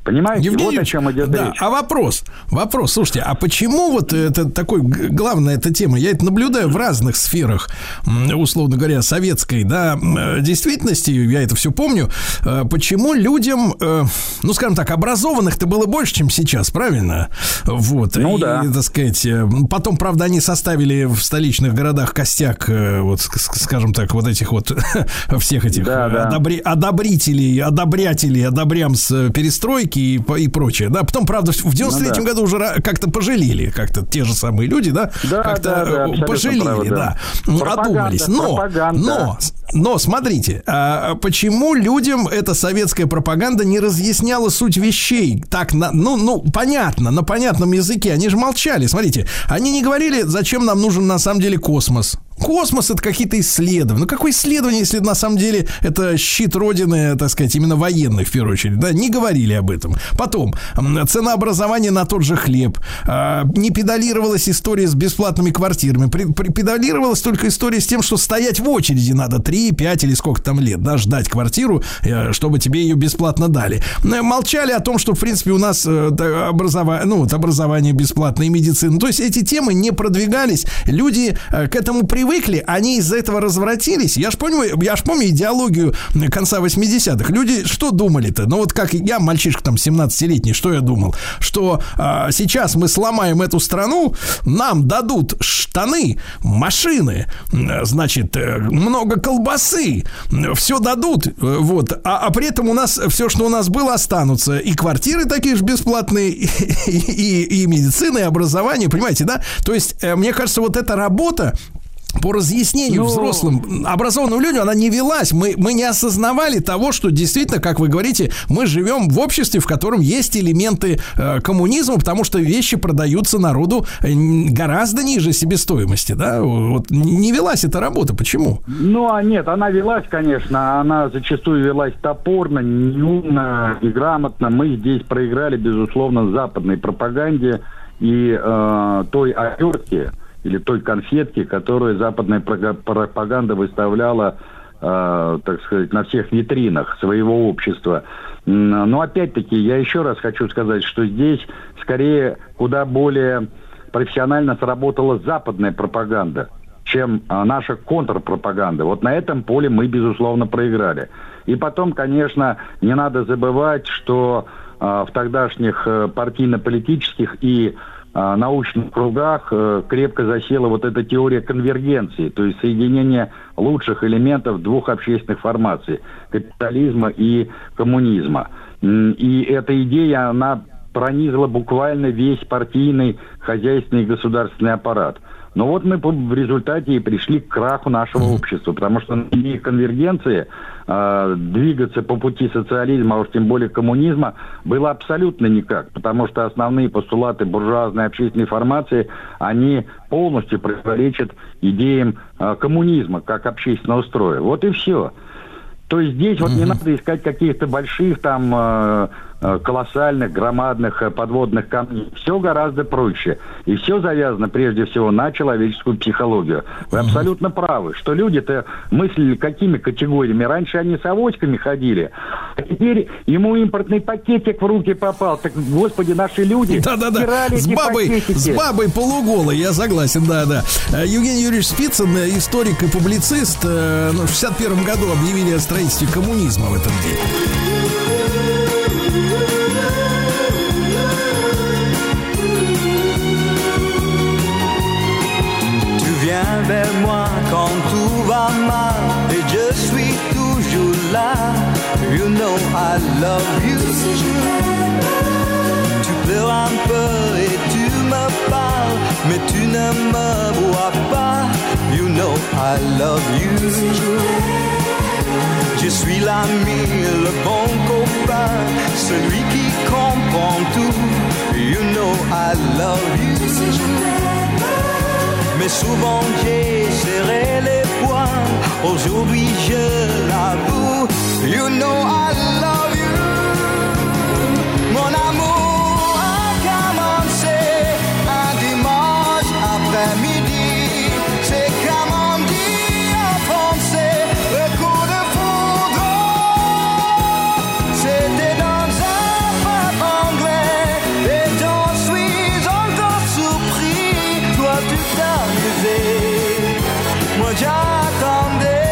Понимаете, Евгений, вот о чем идет да, речь. А вопрос, вопрос, слушайте, а почему вот это такой главная эта тема? Я это наблюдаю в разных сферах, условно говоря, советской, да, действительности, я это все помню. Почему людям, ну, скажем так, образованных-то было больше, чем сейчас, правильно? Вот, ну, и, да. так сказать, потом, правда, они составили в столичных городах костяк, вот, скажем так, вот этих вот всех этих да, да. Одобри, одобрителей, одобрятелей, одобрям с перестройки и, и прочее, да, потом, правда, в девяносто третьем ну, да. году уже как-то пожалели, как-то те же самые люди, да, да как-то да, да, пожалели, правы, да, да. одумались, но, но, но, смотрите, а почему людям эта советская пропаганда не разъясняла суть вещей, так, на, ну, ну, понятно, на понятном языке, они же молчали, смотрите, они не говорили, зачем нам нужен на самом деле космос. Космос — это какие-то исследования. Ну, какое исследование, если на самом деле это щит Родины, так сказать, именно военный, в первую очередь, да? Не говорили об этом. Потом, ценообразование на тот же хлеб. Не педалировалась история с бесплатными квартирами. Педалировалась только история с тем, что стоять в очереди надо три, пять или сколько там лет, да, ждать квартиру, чтобы тебе ее бесплатно дали. Молчали о том, что, в принципе, у нас образование, ну, вот образование бесплатное и медицина. То есть эти темы не продвигались. Люди к этому привыкли. Привыкли, они из-за этого развратились. Я ж помню, я ж помню идеологию конца восьмидесятых. Люди что думали-то? Ну вот как я, мальчишка там семнадцатилетний, что я думал? Что а, сейчас мы сломаем эту страну, нам дадут штаны, машины, значит, много колбасы, все дадут, вот. А, а при этом у нас все, что у нас было, останутся. И квартиры такие же бесплатные, и, и, и медицина, и образование, понимаете, да? То есть, мне кажется, вот эта работа по разъяснению ну... взрослым, образованным людям, она не велась. Мы, мы не осознавали того, что действительно, как вы говорите, мы живем в обществе, в котором есть элементы э, коммунизма, потому что вещи продаются народу гораздо ниже себестоимости, да? Вот не велась эта работа. Почему? Ну, а нет, она велась, конечно. Она зачастую велась топорно, неумно, неграмотно. Мы здесь проиграли, безусловно, западной пропаганде и э, той овертке, или той конфетки, которую западная пропаганда выставляла, э, так сказать, на всех витринах своего общества. Но опять-таки, я еще раз хочу сказать, что здесь скорее куда более профессионально сработала западная пропаганда, чем э, наша контрпропаганда. Вот на этом поле мы, безусловно, проиграли. И потом, конечно, не надо забывать, что э, в тогдашних э, партийно-политических и научных кругах крепко засела вот эта теория конвергенции, то есть соединение лучших элементов двух общественных формаций – капитализма и коммунизма. И эта идея, она пронизала буквально весь партийный, хозяйственный и государственный аппарат. Но вот мы в результате и пришли к краху нашего общества, потому что на идее конвергенции э, двигаться по пути социализма, а уж тем более коммунизма, было абсолютно никак, потому что основные постулаты буржуазной общественной формации, они полностью противоречат идеям э, коммунизма как общественного строя. Вот и все. То есть здесь вот не надо искать каких-то больших там э, колоссальных, громадных подводных камней. Все гораздо проще. И все завязано прежде всего на человеческую психологию. Вы абсолютно правы, что люди-то мыслили какими категориями. Раньше они с авоськами ходили, а теперь ему импортный пакетик в руки попал. Так, господи, наши люди да-да-да. стирали с эти бабой, пакетики. С бабой полуголой, я согласен, да-да. Евгений Юрьевич Спицын, историк и публицист, ну, в шестьдесят первом году объявили о строительстве коммунизма в этом деле. Vers moi quand tout va mal et je suis toujours là. You know I love you. Tu pleures un peu et tu me parles, mais tu ne me vois pas. You know I love you. Je suis l'ami, le bon copain, celui qui comprend tout. You know I love you. Mais souvent j'ai serré les poings, aujourd'hui je l'avoue. You know I love you. Mon amour a commencé un dimanche après-midi. C'est comme on dit en français, le coup de foudre. C'était dans un moi j'attendais.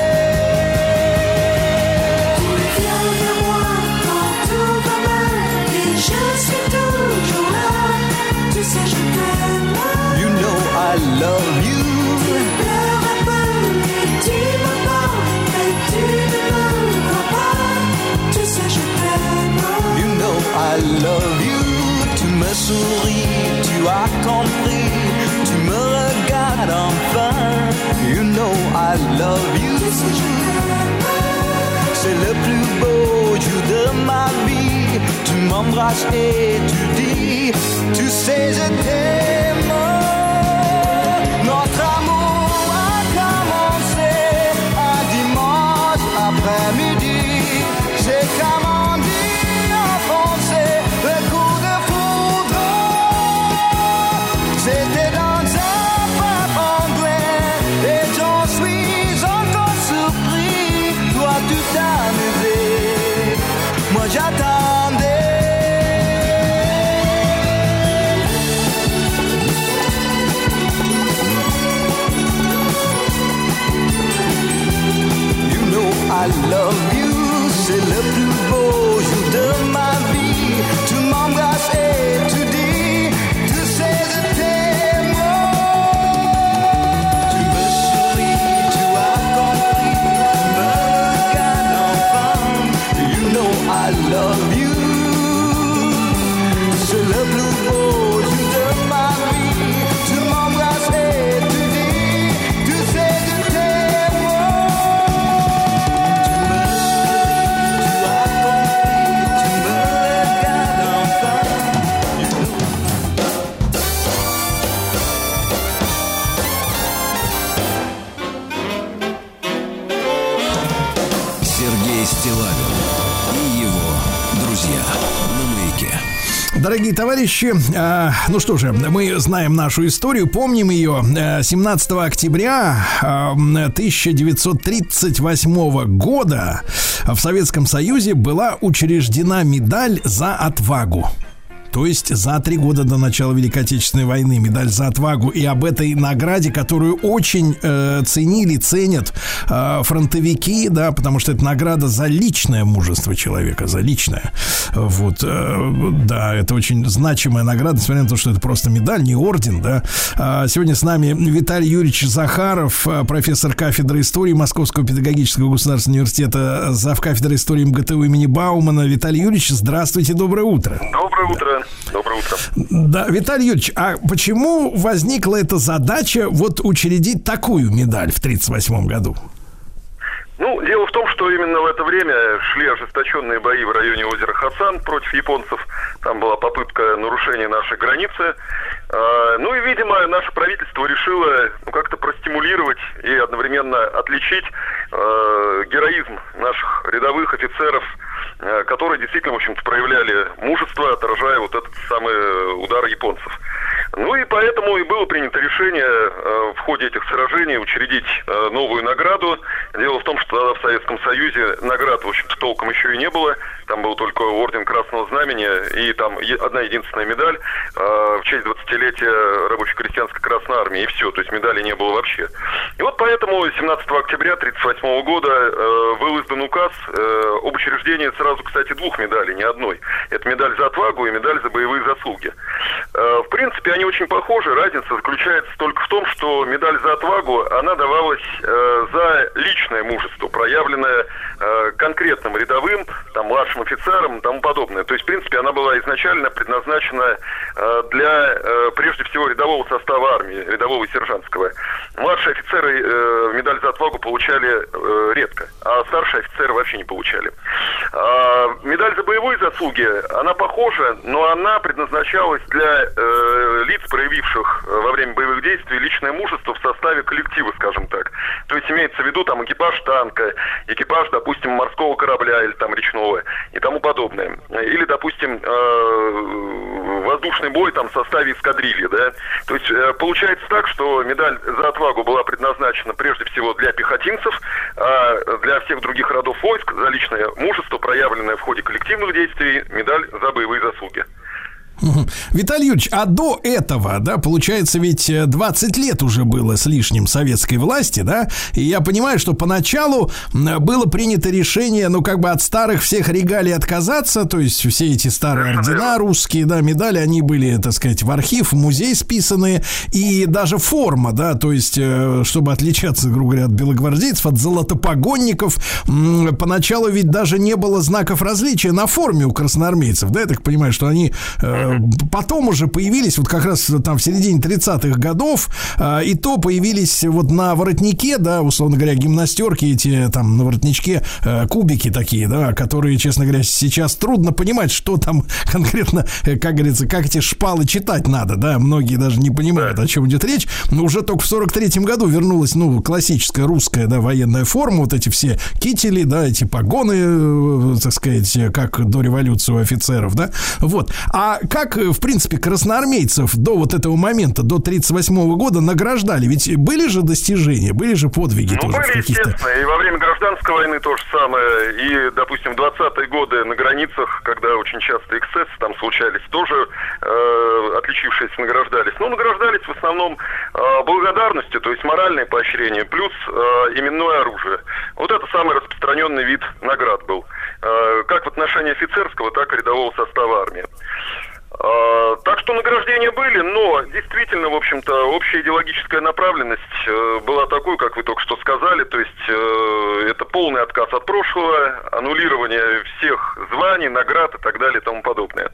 You know I love you. Tu pleures un peu et tu me parles, mais tu ne me crois pas. Tu sais je t'aime. You know I love you. Tu me souris, tu as compris. Tu me regardes enfin. You know I love you. Tu sais je t'aime. C'est le plus beau jour de ma vie. Tu m'embrasses et tu dis, tu sais je t'aime. Notre amour a commencé un dimanche après-midi. J'ai comment dire en français le coup de foudre. C'était dans un pub anglais et j'en suis encore surpris. Toi tu t'amusais, moi j'attendais. I love you, c'est le plus beau jour de ma vie. Tu m'embrasses et tu dis, tu sais je t'aime. Tu me souris, tu as compris, tu me regardes enfin. You know I love you, c'est le plus beau jour de ma vie. Tu m'embrasses et tu dis, tu sais je t'aime. Стиллавин и его друзья на Маяке. Дорогие товарищи, э, ну что же, мы знаем нашу историю, помним ее. семнадцатого октября э, тысяча девятьсот тридцать восьмого года в Советском Союзе была учреждена медаль за отвагу. То есть за три года до начала Великой Отечественной войны медаль за отвагу. И об этой награде, которую очень э, ценили, ценят э, фронтовики, да, потому что это награда за личное мужество человека, за личное. Вот, э, да, это очень значимая награда, несмотря на то, что это просто медаль, не орден, да. А сегодня с нами Виталий Юрьевич Захаров, профессор кафедры истории Московского педагогического государственного университета, завкафедры истории МГТУ имени Баумана. Виталий Юрьевич, здравствуйте, доброе утро. Доброе утро. Доброе утро. Да, Виталий Юрьевич, а почему возникла эта задача вот учредить такую медаль в тридцать восьмом году? Ну, дело в том, что именно в это время шли ожесточенные бои в районе озера Хасан против японцев. Там была попытка нарушения нашей границы. Ну и, видимо, наше правительство решило ну, как-то простимулировать и одновременно отличить э, героизм наших рядовых офицеров, э, которые действительно, в общем-то, проявляли мужество, отражая вот этот самый удар японцев. Ну и поэтому и было принято решение э, в ходе этих сражений учредить э, новую награду. Дело в том, что тогда в Советском Союзе наград, в общем-то, толком еще и не было. Там был только орден Красного Знамени и там одна единственная медаль э, в честь двадцатилетия рабоче-крестьянской Красной Армии, и все, то есть медали не было вообще. И вот поэтому семнадцатого октября тридцать восьмого года э, был издан указ э, об учреждении сразу, кстати, двух медалей, не одной. Это медаль за отвагу и медаль за боевые заслуги. Э, в принципе, они очень похожи. Разница заключается только в том, что медаль за отвагу, она давалась э, за личное мужество, проявленное э, конкретным рядовым, там, младшим офицерам и тому подобное. То есть, в принципе, она была изначально предназначена э, для, э, прежде всего, рядового состава армии, рядового и сержантского. Младшие офицеры э, медаль за отвагу получали э, редко, а старшие офицеры вообще не получали. А медаль за боевые заслуги, она похожа, но она предназначалась для э, лиц, проявивших во время боевых действий личное мужество в составе коллектива, скажем так. То есть имеется в виду там экипаж танка, экипаж, допустим, морского корабля или там речного и тому подобное. Или, допустим, э, воздушный бой там в составе эскадрильи, да. То есть э, получается так, что медаль за отвагу была предназначена прежде всего для пехотинцев, а для всех других родов войск за личное мужество, проявленное в ходе коллективных действий, медаль за боевые заслуги. Угу. Виталий Юрьевич, а до этого, да, получается, ведь двадцать лет уже было с лишним советской власти, да, и я понимаю, что поначалу было принято решение, ну, как бы от старых всех регалий отказаться, то есть все эти старые ордена русские, да, медали, они были, так сказать, в архив, в музей списанные, и даже форма, да, то есть, чтобы отличаться, грубо говоря, от белогвардейцев, от золотопогонников, поначалу ведь даже не было знаков различия на форме у красноармейцев, да, я так понимаю, что они... Потом уже появились, вот как раз там в середине тридцатых годов, э, и то появились вот на воротнике, да, условно говоря, гимнастерки эти там на воротничке, э, кубики такие, да, которые, честно говоря, сейчас трудно понимать, что там конкретно, э, как говорится, как эти шпалы читать надо, да, многие даже не понимают, о чем идет речь, но уже только в сорок третьем году вернулась, ну, классическая русская, да, военная форма, вот эти все кители, да, эти погоны, э, так сказать, как до революции у офицеров, да, вот. А как, в принципе, красноармейцев до вот этого момента, до тридцать восьмого года награждали? Ведь были же достижения, были же подвиги ну, тоже были, каких-то... естественно, и во время гражданской войны то же самое, и, допустим, в двадцатые годы на границах, когда очень часто эксцессы там случались, тоже э, отличившиеся награждались. Но награждались в основном э, благодарностью, то есть моральное поощрение, плюс э, именное оружие. Вот это самый распространенный вид наград был. Э, как в отношении офицерского, так и рядового состава армии. Uh, так что награждения были, но действительно, в общем-то, общая идеологическая направленность uh, была такой, как вы только что сказали, то есть uh, это полный отказ от прошлого, аннулирование всех званий, наград и так далее и тому подобное.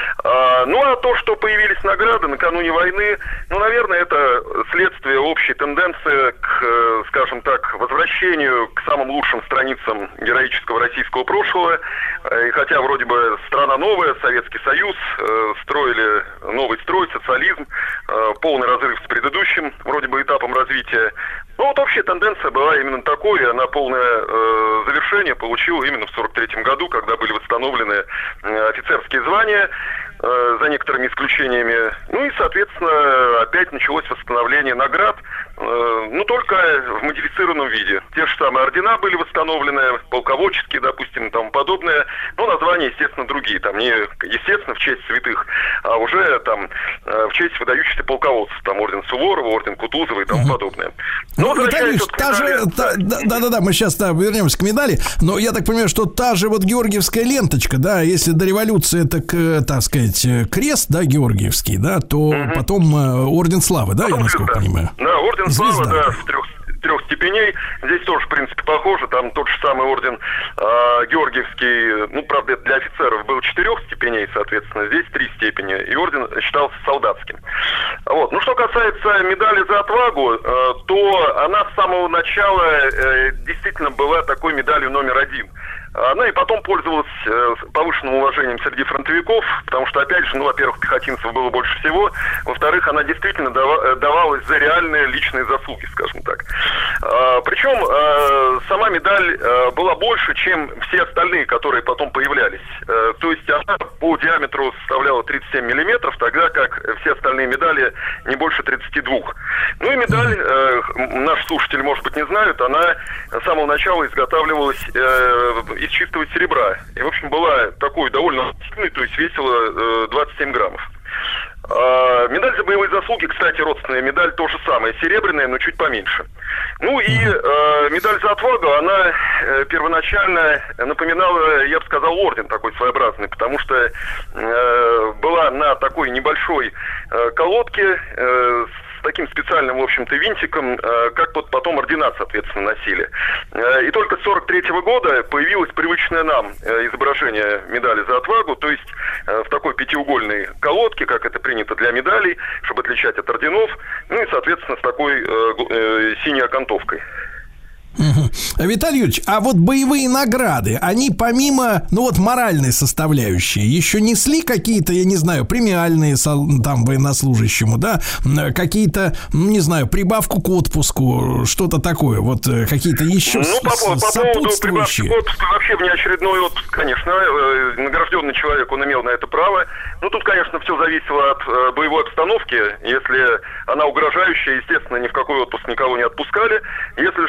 Uh, ну а то, что появились награды накануне войны, ну, наверное, это следствие общей тенденции к, uh, скажем так, возвращению к самым лучшим страницам героического российского прошлого. Uh, и хотя вроде бы страна новая, Советский Союз, uh, строили новый строй, социализм, э, полный разрыв с предыдущим, вроде бы, этапом развития. Ну, вот общая тенденция была именно такой, и она полное э, завершение получила именно в сорок третьем году, когда были восстановлены э, офицерские звания, э, за некоторыми исключениями. Ну и, соответственно, опять началось восстановление наград, э, ну, только в модифицированном виде. Те же самые ордена были восстановлены, полководческие, допустим, и тому подобное, но названия, естественно, другие. Там не, естественно, в честь святых, а уже там э, в честь выдающихся полководцев. Там орден Суворова, орден Кутузова и тому угу. подобное. Ну, Виталий Ильич, та же, та, да, да, да, мы сейчас да, вернемся к медали, но я так понимаю, что та же вот георгиевская ленточка, да, если до революции это, так сказать, крест, да, георгиевский, да, то угу. потом э, орден славы, да, потом я насколько звезда. понимаю. Да, орден Звезда. славы, да, в трех трех степеней. Здесь тоже, в принципе, похоже. Там тот же самый орден э, Георгиевский, ну, правда, для офицеров был четырех степеней, соответственно. Здесь три степени. И орден считался солдатским. Вот. Ну, что касается медали за отвагу, э, то она с самого начала э, действительно была такой медалью номер один. Она и потом пользовалась э, повышенным уважением среди фронтовиков, потому что, опять же, ну, во-первых, пехотинцев было больше всего, во-вторых, она действительно дава- давалась за реальные личные заслуги, скажем так. А, причем а, сама медаль а, была больше, чем все остальные, которые потом появлялись. А, то есть она по диаметру составляла тридцать семь миллиметров, тогда как все остальные медали не больше тридцать два. Ну и медаль, а, наши слушатели, может быть, не знают, она с самого начала изготавливалась а, из чистого серебра. И, в общем, была такой довольно сильной, то есть весила двадцать семь граммов. А, медаль за боевые заслуги, кстати, родственная медаль, то же самое, серебряная, но чуть поменьше. Ну и э, медаль за отвагу, она э, первоначально напоминала, я бы сказал, орден такой своеобразный, потому что э, была на такой небольшой э, колодке э, с таким специальным, в общем-то, винтиком, э, как вот потом ордена, соответственно, носили. Э, и только с сорок третьего года появилось привычное нам э, изображение медали за отвагу, то есть э, в такой пятиугольной колодке, как это принято для медалей, чтобы отличать от орденов, ну и, соответственно, с такой э, э, синей окантовкой. Угу. Виталий Юрьевич, а вот боевые награды, они помимо, ну вот, моральной составляющей, еще несли какие-то, я не знаю, премиальные там военнослужащему, да, какие-то, не знаю, прибавку к отпуску, что-то такое, вот какие-то еще ну, по, по сопутствующие? По поводу отпуска, вообще внеочередной отпуск, конечно, награжденный человек, он имел на это право. Ну, тут, конечно, все зависело от боевой обстановки. Если она угрожающая, естественно, ни в какой отпуск никого не отпускали. Если же более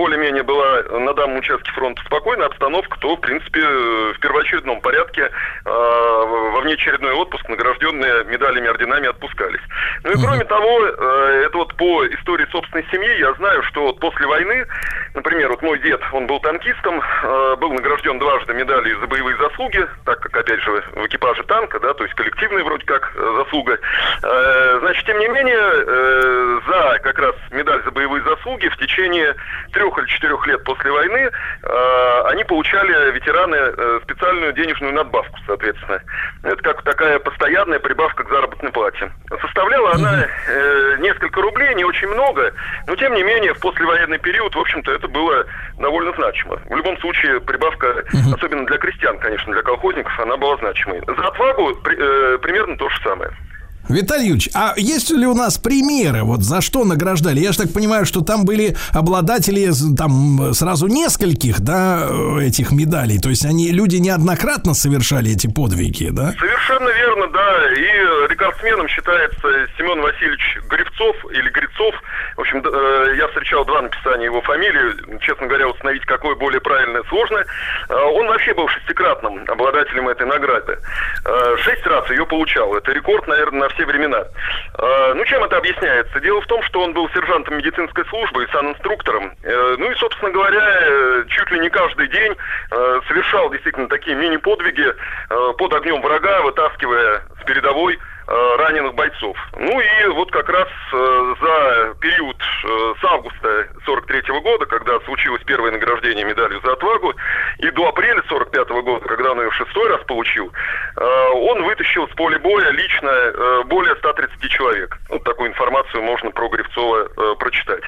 более-менее была на данном участке фронта спокойная обстановка, то, в принципе, в первоочередном порядке во внеочередной отпуск награжденные медалями, орденами отпускались. Ну и кроме того, это вот по истории собственной семьи, я знаю, что вот после войны, например, вот мой дед, он был танкистом, был награжден дважды медалью за боевые заслуги, так как, опять же, в экипаже танка, да, то есть коллективная вроде как заслуга. Значит, тем не менее, за как раз медаль за боевые заслуги в течение трех или четырех лет после войны они получали, ветераны, специальную денежную надбавку, соответственно. Это как такая постоянная прибавка к заработной плате. Составляла она э, несколько рублей, не очень много, но тем не менее в послевоенный период, в общем-то, это было довольно значимо. В любом случае, прибавка, особенно для крестьян, конечно, для колхозников, она была значимой. За отвагу при, э, примерно то же самое. Виталий Юрьевич, а есть ли у нас примеры, вот за что награждали? Я же так понимаю, что там были обладатели там сразу нескольких, да, этих медалей. То есть они, люди неоднократно совершали эти подвиги, да? Совершенно верно, да. И рекордсменом считается Семен Васильевич Гривцов или Грицов. В общем, я встречал два написания его фамилии. Честно говоря, установить, какое более правильное, сложно. Он вообще был шестикратным обладателем этой награды. Шесть раз ее получал. Это рекорд, наверное, на все времена. Ну, чем это объясняется? Дело в том, что он был сержантом медицинской службы и санинструктором. Ну и, собственно говоря, чуть ли не каждый день совершал действительно такие мини-подвиги под огнем врага, вытаскивая с передовой раненых бойцов. Ну и вот как раз э, за период э, с августа сорок третьего года, когда случилось первое награждение медалью за отвагу, и до апреля сорок пятого года, когда он ее в шестой раз получил, э, он вытащил с поля боя лично э, более ста тридцати человек. Вот такую информацию можно про Гривцова э, прочитать.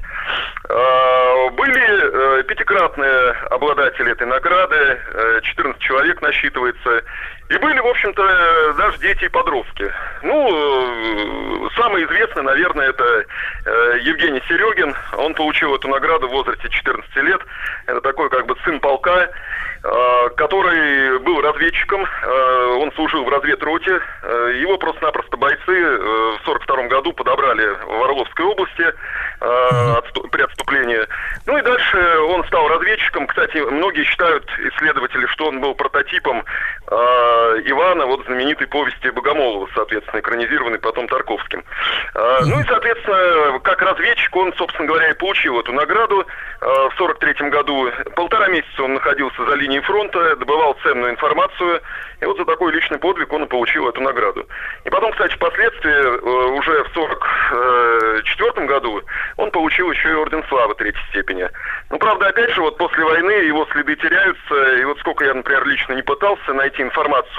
Э, были э, пятикратные обладатели этой награды, э, четырнадцать человек насчитывается. И были, в общем-то, даже дети и подростки. Ну, самый известный, наверное, это Евгений Серегин. Он получил эту награду в возрасте четырнадцати лет. Это такой как бы сын полка, который был разведчиком. Он служил в разведроте. Его просто-напросто бойцы в сорок втором году подобрали в Орловской области при отступлении. Ну и дальше он стал разведчиком. Кстати, многие считают, исследователи, что он был прототипом Ивана, вот знаменитой повести Богомолова, соответственно, экранизированной потом Тарковским. Ну и, соответственно, как разведчик он, собственно говоря, и получил эту награду. В сорок третьем году полтора месяца он находился за линией фронта, добывал ценную информацию, и вот за такой личный подвиг он и получил эту награду. И потом, кстати, впоследствии, уже в сорок четвертом году, он получил еще и орден славы третьей степени. Ну, правда, опять же, вот после войны его следы теряются, и вот сколько я, например, лично не пытался найти информацию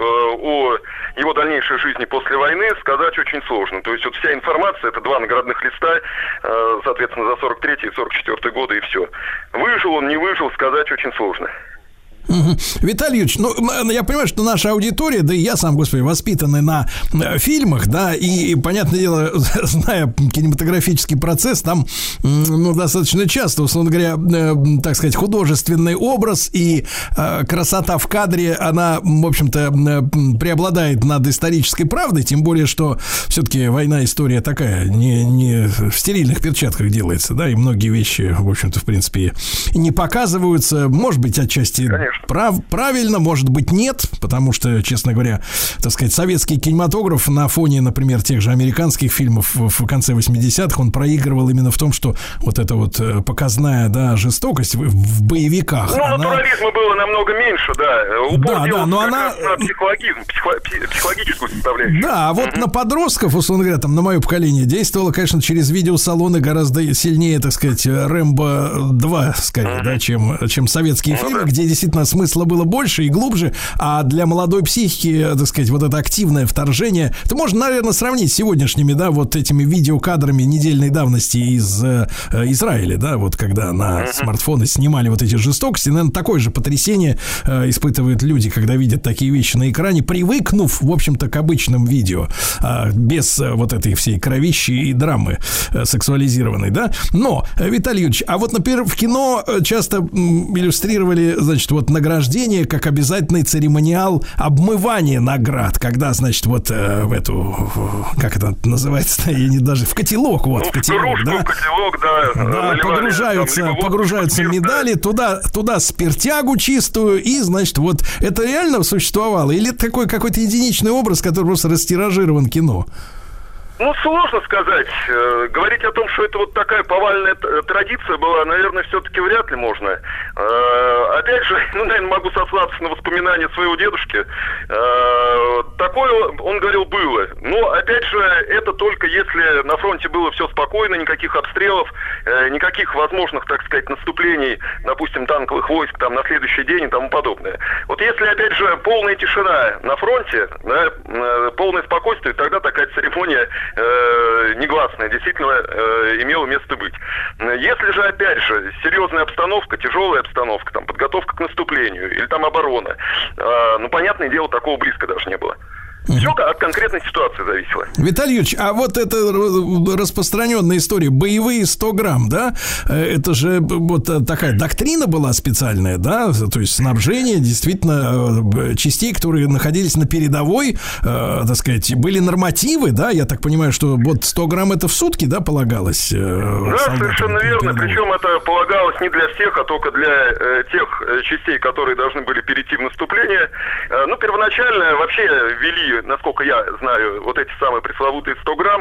о его дальнейшей жизни после войны, сказать очень сложно. То есть вот вся информация, это два наградных листа, соответственно, за сорок третий и сорок четвёртый годы, и все. Выжил он, не выжил, сказать очень сложно. Угу. Виталий Юрьевич, ну, я понимаю, что наша аудитория, да и я сам, господи, воспитанный на фильмах, да, и, и понятное дело, зная кинематографический процесс, там, ну, достаточно часто, условно говоря, э, так сказать, художественный образ и э, красота в кадре, она, в общем-то, э, преобладает над исторической правдой, тем более, что все-таки война, история такая, не, не в стерильных перчатках делается, да, и многие вещи, в общем-то, в принципе, не показываются, может быть, отчасти... Прав, правильно, может быть, нет, потому что, честно говоря, так сказать, советский кинематограф на фоне, например, тех же американских фильмов в конце восьмидесятых, он проигрывал именно в том, что вот эта вот показная, да, жестокость в, в боевиках. Ну, она... натурализма было намного меньше, да. Упор да, да, но она... на психологизм, психо... психологическую составляющую. Да, а вот mm-hmm. на подростков, условно говоря, там, на мое поколение действовало, конечно, через видеосалоны гораздо сильнее, так сказать, Рэмбо два, скорее, mm-hmm. да, чем, чем советские mm-hmm. фильмы, где действительно смысла было больше и глубже, а для молодой психики, так сказать, вот это активное вторжение, это можно, наверное, сравнить с сегодняшними, да, вот этими видеокадрами недельной давности из э, Израиля, да, вот когда на uh-huh. смартфоны снимали вот эти жестокости, наверное, такое же потрясение э, испытывают люди, когда видят такие вещи на экране, привыкнув, в общем-то, к обычным видео, э, без э, вот этой всей кровищи и драмы э, сексуализированной, да. Но, э, Виталий Юрьевич, а вот, например, в кино часто м, иллюстрировали, значит, вот награждение как обязательный церемониал обмывания наград, когда, значит, вот э, в эту, как это называется, я не даже, в котелок, вот, ну, в котелок, в кружку, да, в котелок, да, да, наливали, погружаются, там, погружаются спирт, медали, да. туда, туда спиртягу чистую, и, значит, вот, это реально существовало? Или это такой какой-то единичный образ, который просто растиражирован кино? Ну, сложно сказать. Э, говорить о том, что это вот такая повальная т- традиция была, наверное, все-таки вряд ли можно. Э, опять же, ну, наверное, могу сослаться на воспоминания своего дедушки. Э, такое, он говорил, было. Но, опять же, это только если на фронте было все спокойно, никаких обстрелов, э, никаких возможных, так сказать, наступлений, допустим, танковых войск там на следующий день и тому подобное. Вот если, опять же, полная тишина на фронте, да, э, полное спокойствие, тогда такая церемония Э, негласная действительно э, имела место быть. Если же, опять же, серьезная обстановка, тяжелая обстановка, там, подготовка к наступлению или там оборона, э, ну, понятное дело, такого близко даже не было. Все от конкретной ситуации зависело. Виталий Юрьевич, а вот эта распространенная история, боевые сто грамм, да, это же вот такая доктрина была специальная, да, то есть снабжение действительно частей, которые находились на передовой, э, так сказать, были нормативы, да, я так понимаю, что вот сто грамм это в сутки, да, полагалось? Э, да, совершенно верно, причем это полагалось не для всех, а только для э, тех частей, которые должны были перейти в наступление. Э, ну, первоначально вообще ввели, насколько я знаю, вот эти самые пресловутые сто грамм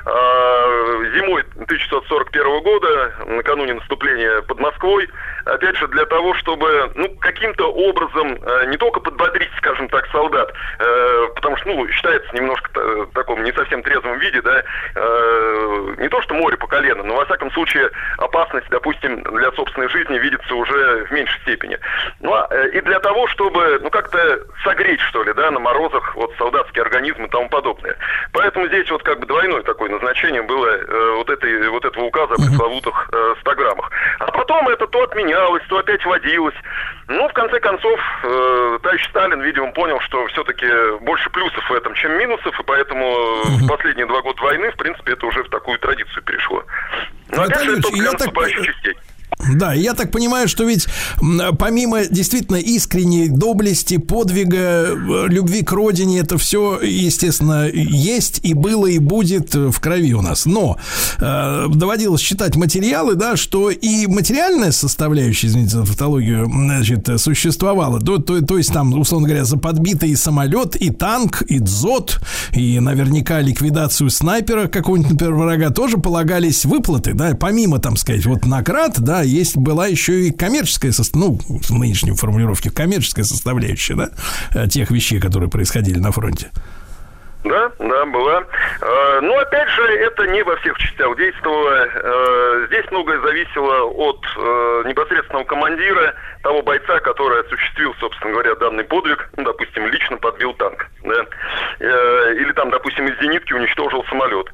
э, зимой тысяча девятьсот сорок первого года, накануне наступления под Москвой, опять же, для того, чтобы, ну, каким-то образом э, не только подбодрить, скажем так, солдат, э, потому что, ну, считается немножко в таком не совсем трезвом виде, да, э, не то что море по колено, но, во всяком случае, опасность, допустим, для собственной жизни видится уже в меньшей степени. Ну, а, э, и для того, чтобы, ну, как-то согреть, что ли, да, на морозах вот солдатский организм и тому подобное. Поэтому здесь вот как бы двойное такое назначение было э, вот, этой, вот этого указа о пресловутых э, ста граммах. А потом это то отменялось, то опять вводилось. Ну, в конце концов, э, товарищ Сталин, видимо, понял, что все-таки больше плюсов в этом, чем минусов, и поэтому в последние два года войны, в принципе, это уже в такую традицию перешло. Но опять же, это только для наступающих частей. Да, я так понимаю, что ведь помимо действительно искренней доблести, подвига, любви к родине, это все, естественно, есть и было, и будет в крови у нас. Но э, доводилось читать материалы, да, что и материальная составляющая, извините за тавтологию, значит, существовала. То, то, то есть там, условно говоря, за подбитый и самолет, и танк, и дзот, и наверняка ликвидацию снайпера какого-нибудь, например, врага тоже полагались выплаты, да, помимо, там сказать, вот наград, да, есть, была еще и коммерческая, ну, в нынешней формулировке, коммерческая составляющая, да, тех вещей, которые происходили на фронте. Да, да, была. Э, но, опять же, это не во всех частях действовало. Э, здесь многое зависело от э, непосредственного командира, того бойца, который осуществил, собственно говоря, данный подвиг, ну, допустим, лично подбил танк, да, э, или там, допустим, из зенитки уничтожил самолет.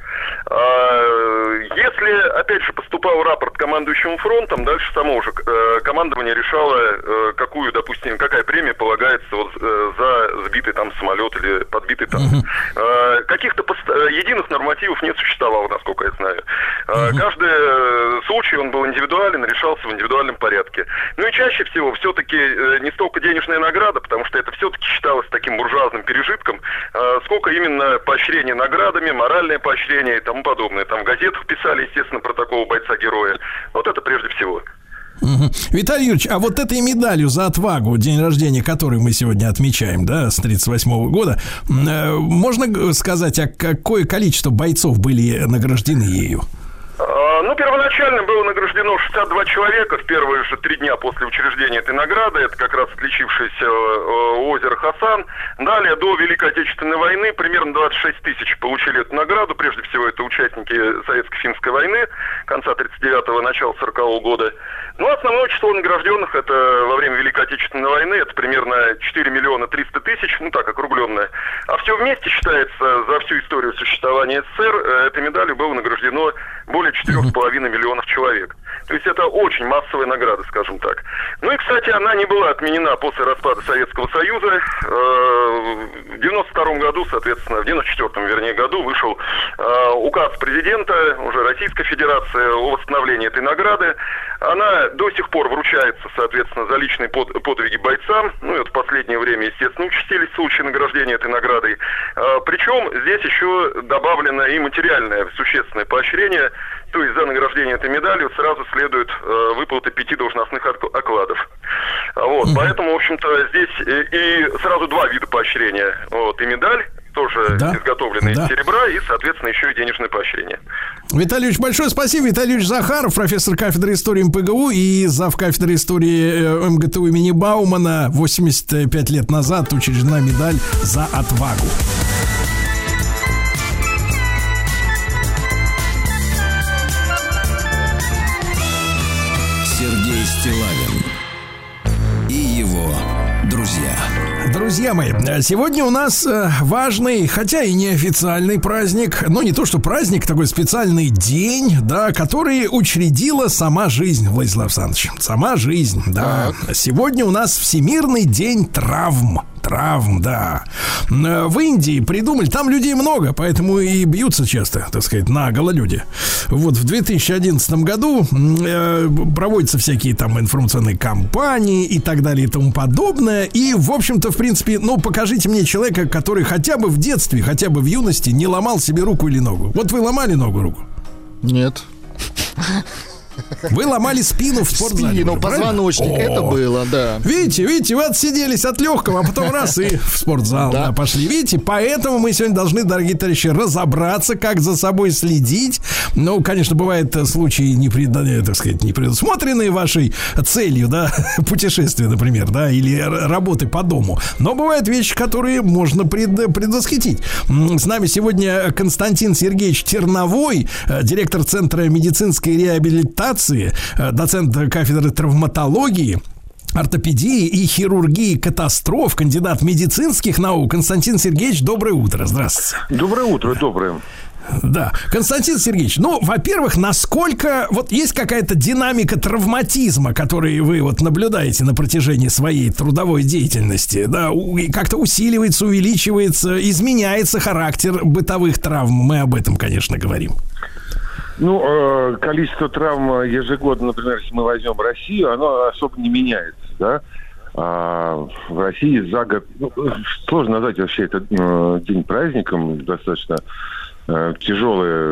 Э, если, опять же, поступал рапорт командующему фронтом, дальше само уже э, командование решало, э, какую, допустим, какая премия полагается вот, э, за сбитый там самолет или подбитый танк. Uh-huh. Каких-то пост- единых нормативов не существовало, насколько я знаю. Uh-huh. Каждый случай, он был индивидуален, решался в индивидуальном порядке. Ну и чаще всего все-таки не столько денежная награда, потому что это все-таки считалось таким буржуазным пережитком, сколько именно поощрение наградами, моральное поощрение и тому подобное. Там в газетах писали, естественно, про такого бойца-героя. Вот это прежде всего. Угу. Виталий Юрьевич, а вот этой медалью за отвагу, день рождения которой мы сегодня отмечаем, да, с тридцать восьмого года, э, можно сказать, а какое количество бойцов были награждены ею? Ну, первоначально было награждено шестьдесят два человека в первые же три дня после учреждения этой награды. Это как раз отличившееся озеро Хасан. Далее, до Великой Отечественной войны, примерно двадцать шесть тысяч получили эту награду. Прежде всего, это участники Советско-финской войны конца тридцать девятого, начала сорокового года. Ну, основное число награжденных, это во время Великой Отечественной войны, это примерно четыре миллиона триста тысяч, ну так, округленно. А все вместе считается, за всю историю существования СССР, этой медалью было награждено более четырех с половиной половиной миллионов человек. То есть это очень массовая награда, скажем так. Ну и, кстати, она не была отменена после распада Советского Союза. В девяносто втором году, соответственно, в девяносто четвёртом, вернее, году вышел указ президента уже Российской Федерации о восстановлении этой награды. Она до сих пор вручается, соответственно, за личные под, подвиги бойцам. Ну и вот в последнее время, естественно, участились случаи награждения этой наградой. Причем здесь еще добавлено и материальное существенное поощрение. То есть за награждение этой медалью сразу следует э, выплата пяти должностных окладов. Вот, mm-hmm. Поэтому, в общем-то, здесь и, и сразу два вида поощрения. Вот, и медаль, тоже да. изготовленная да. из серебра, и, соответственно, еще и денежное поощрение. Виталий Ильич, большое спасибо. Виталий Ильич Захаров, профессор кафедры истории эм пэ гэ у и зав. Кафедры истории эм гэ тэ у имени Баумана. восемьдесят пять лет назад учреждена медаль за отвагу. Сергей Стиллавин и его друзья. Друзья мои, сегодня у нас важный, хотя и неофициальный праздник, но не то что праздник, такой специальный день, да, который учредила сама жизнь, Владислав Александрович. Сама жизнь, да. Так. Сегодня у нас Всемирный день травм. Травм, да. В Индии придумали, там людей много, поэтому и бьются часто, так сказать, наголо люди. Вот в две тысячи одиннадцатом году э, проводятся всякие там информационные кампании и так далее и тому подобное. И, в общем-то, в принципе, ну, покажите мне человека, который хотя бы в детстве, хотя бы в юности не ломал себе руку или ногу. Вот вы ломали ногу, руку? Нет. Вы ломали спину в спортзале. Спину, уже, позвоночник, правильно? Это было, да. Видите, видите, вы отсиделись от легкого, а потом раз и в спортзал да. Да, пошли. Видите, поэтому мы сегодня должны, дорогие товарищи, разобраться, как за собой следить. Ну, конечно, бывают случаи, не пред, так сказать, не предусмотренные вашей целью, да, путешествия, например, да, или работы по дому. Но бывают вещи, которые можно пред, предвосхитить. С нами сегодня Константин Сергеевич Терновой, директор Центра медицинской реабилитации, доцент кафедры травматологии, ортопедии и хирургии катастроф, кандидат медицинских наук. Константин Сергеевич, доброе утро. Здравствуйте. Доброе утро, доброе. Да, Константин Сергеевич, ну, во-первых, насколько вот есть какая-то динамика травматизма, который вы вот наблюдаете на протяжении своей трудовой деятельности, да, как-то усиливается, увеличивается, изменяется характер бытовых травм, мы об этом, конечно, говорим. Ну, количество травм ежегодно, например, если мы возьмем Россию, оно особо не меняется, да. А в России за год, ну, сложно назвать вообще этот э, день праздником, достаточно э, тяжелая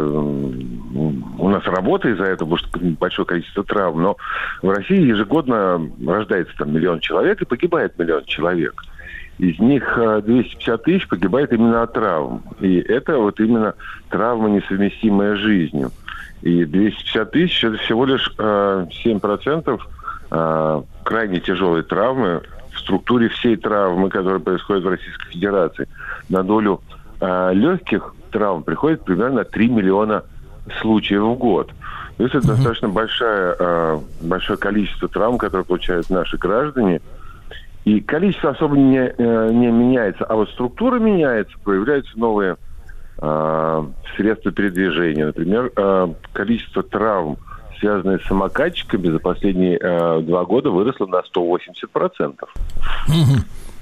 у нас работа из-за этого, потому что большое количество травм, но в России ежегодно рождается там миллион человек и погибает миллион человек. Из них двести пятьдесят тысяч погибает именно от травм. И это вот именно травма, несовместимая с жизнью. И двести пятьдесят тысяч – это всего лишь э, семь процентов э, крайне тяжелой травмы в структуре всей травмы, которая происходит в Российской Федерации. На долю э, легких травм приходит примерно три миллиона случаев в год. То есть это mm-hmm. достаточно большая, э, большое количество травм, которые получают наши граждане. И количество особо не, э, не меняется, а вот структура меняется, появляются новые э, средства передвижения. Например, э, количество травм, связанных с самокатчиками, за последние э, два года выросло на сто восемьдесят процентов. Mm-hmm.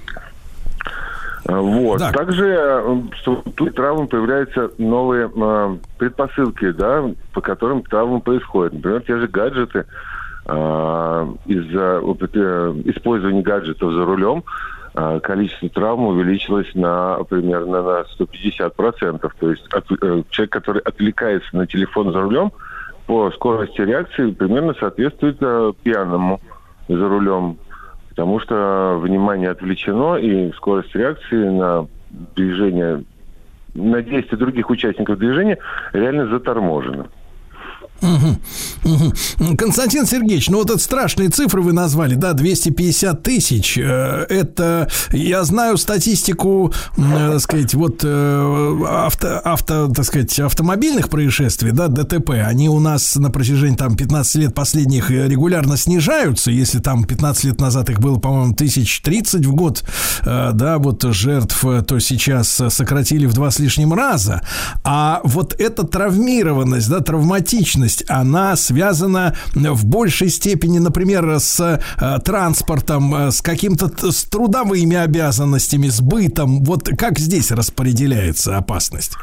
Вот. Да. Также в структуре травм появляются новые э, предпосылки, да, по которым травмы происходят. Например, те же гаджеты. Из-за использования гаджетов за рулем количество травм увеличилось на примерно на сто пятьдесят процентов. То есть от, человек, который отвлекается на телефон за рулем, по скорости реакции примерно соответствует пьяному за рулем. Потому что внимание отвлечено, и скорость реакции на движение, на действия других участников движения реально заторможена. Угу, угу. Константин Сергеевич, ну вот это страшные цифры вы назвали, да, двести пятьдесят тысяч. Это, я знаю статистику, так сказать, вот авто, авто, так сказать, автомобильных происшествий, да, ДТП, они у нас на протяжении там пятнадцати лет последних регулярно снижаются. Если там пятнадцать лет назад их было, по-моему, тысяч тридцать в год, да, вот жертв, то сейчас сократили в два с лишним раза. А вот эта травмированность, да, травматичность опасность, она связана в большей степени, например, с э, транспортом, э, с каким-то с трудовыми обязанностями, с бытом. Вот как здесь распределяется опасность?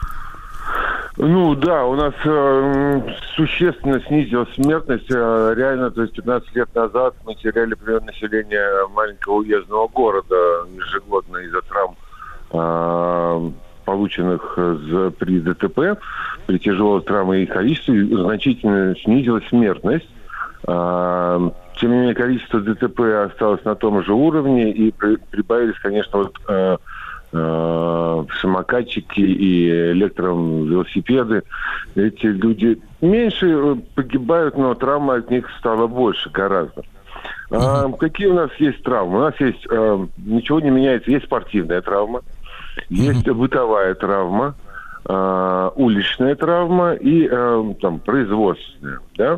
Ну да, у нас э, существенно снизилась смертность. Э, реально, то есть пятнадцать лет назад мы теряли примерно население маленького уездного города ежегодно из-за травм, э, полученных э, при ДТП, при тяжелых травмах и количестве, значительно снизилась смертность. Э, тем не менее, количество ДТП осталось на том же уровне, и при, прибавились, конечно, вот... Э, самокатчики и электровелосипеды. Эти люди меньше погибают, но травма от них стала больше гораздо. А, какие у нас есть травмы? У нас есть, а, ничего не меняется, есть спортивная травма, есть бытовая травма, а, уличная травма и а, там, производственная. Да?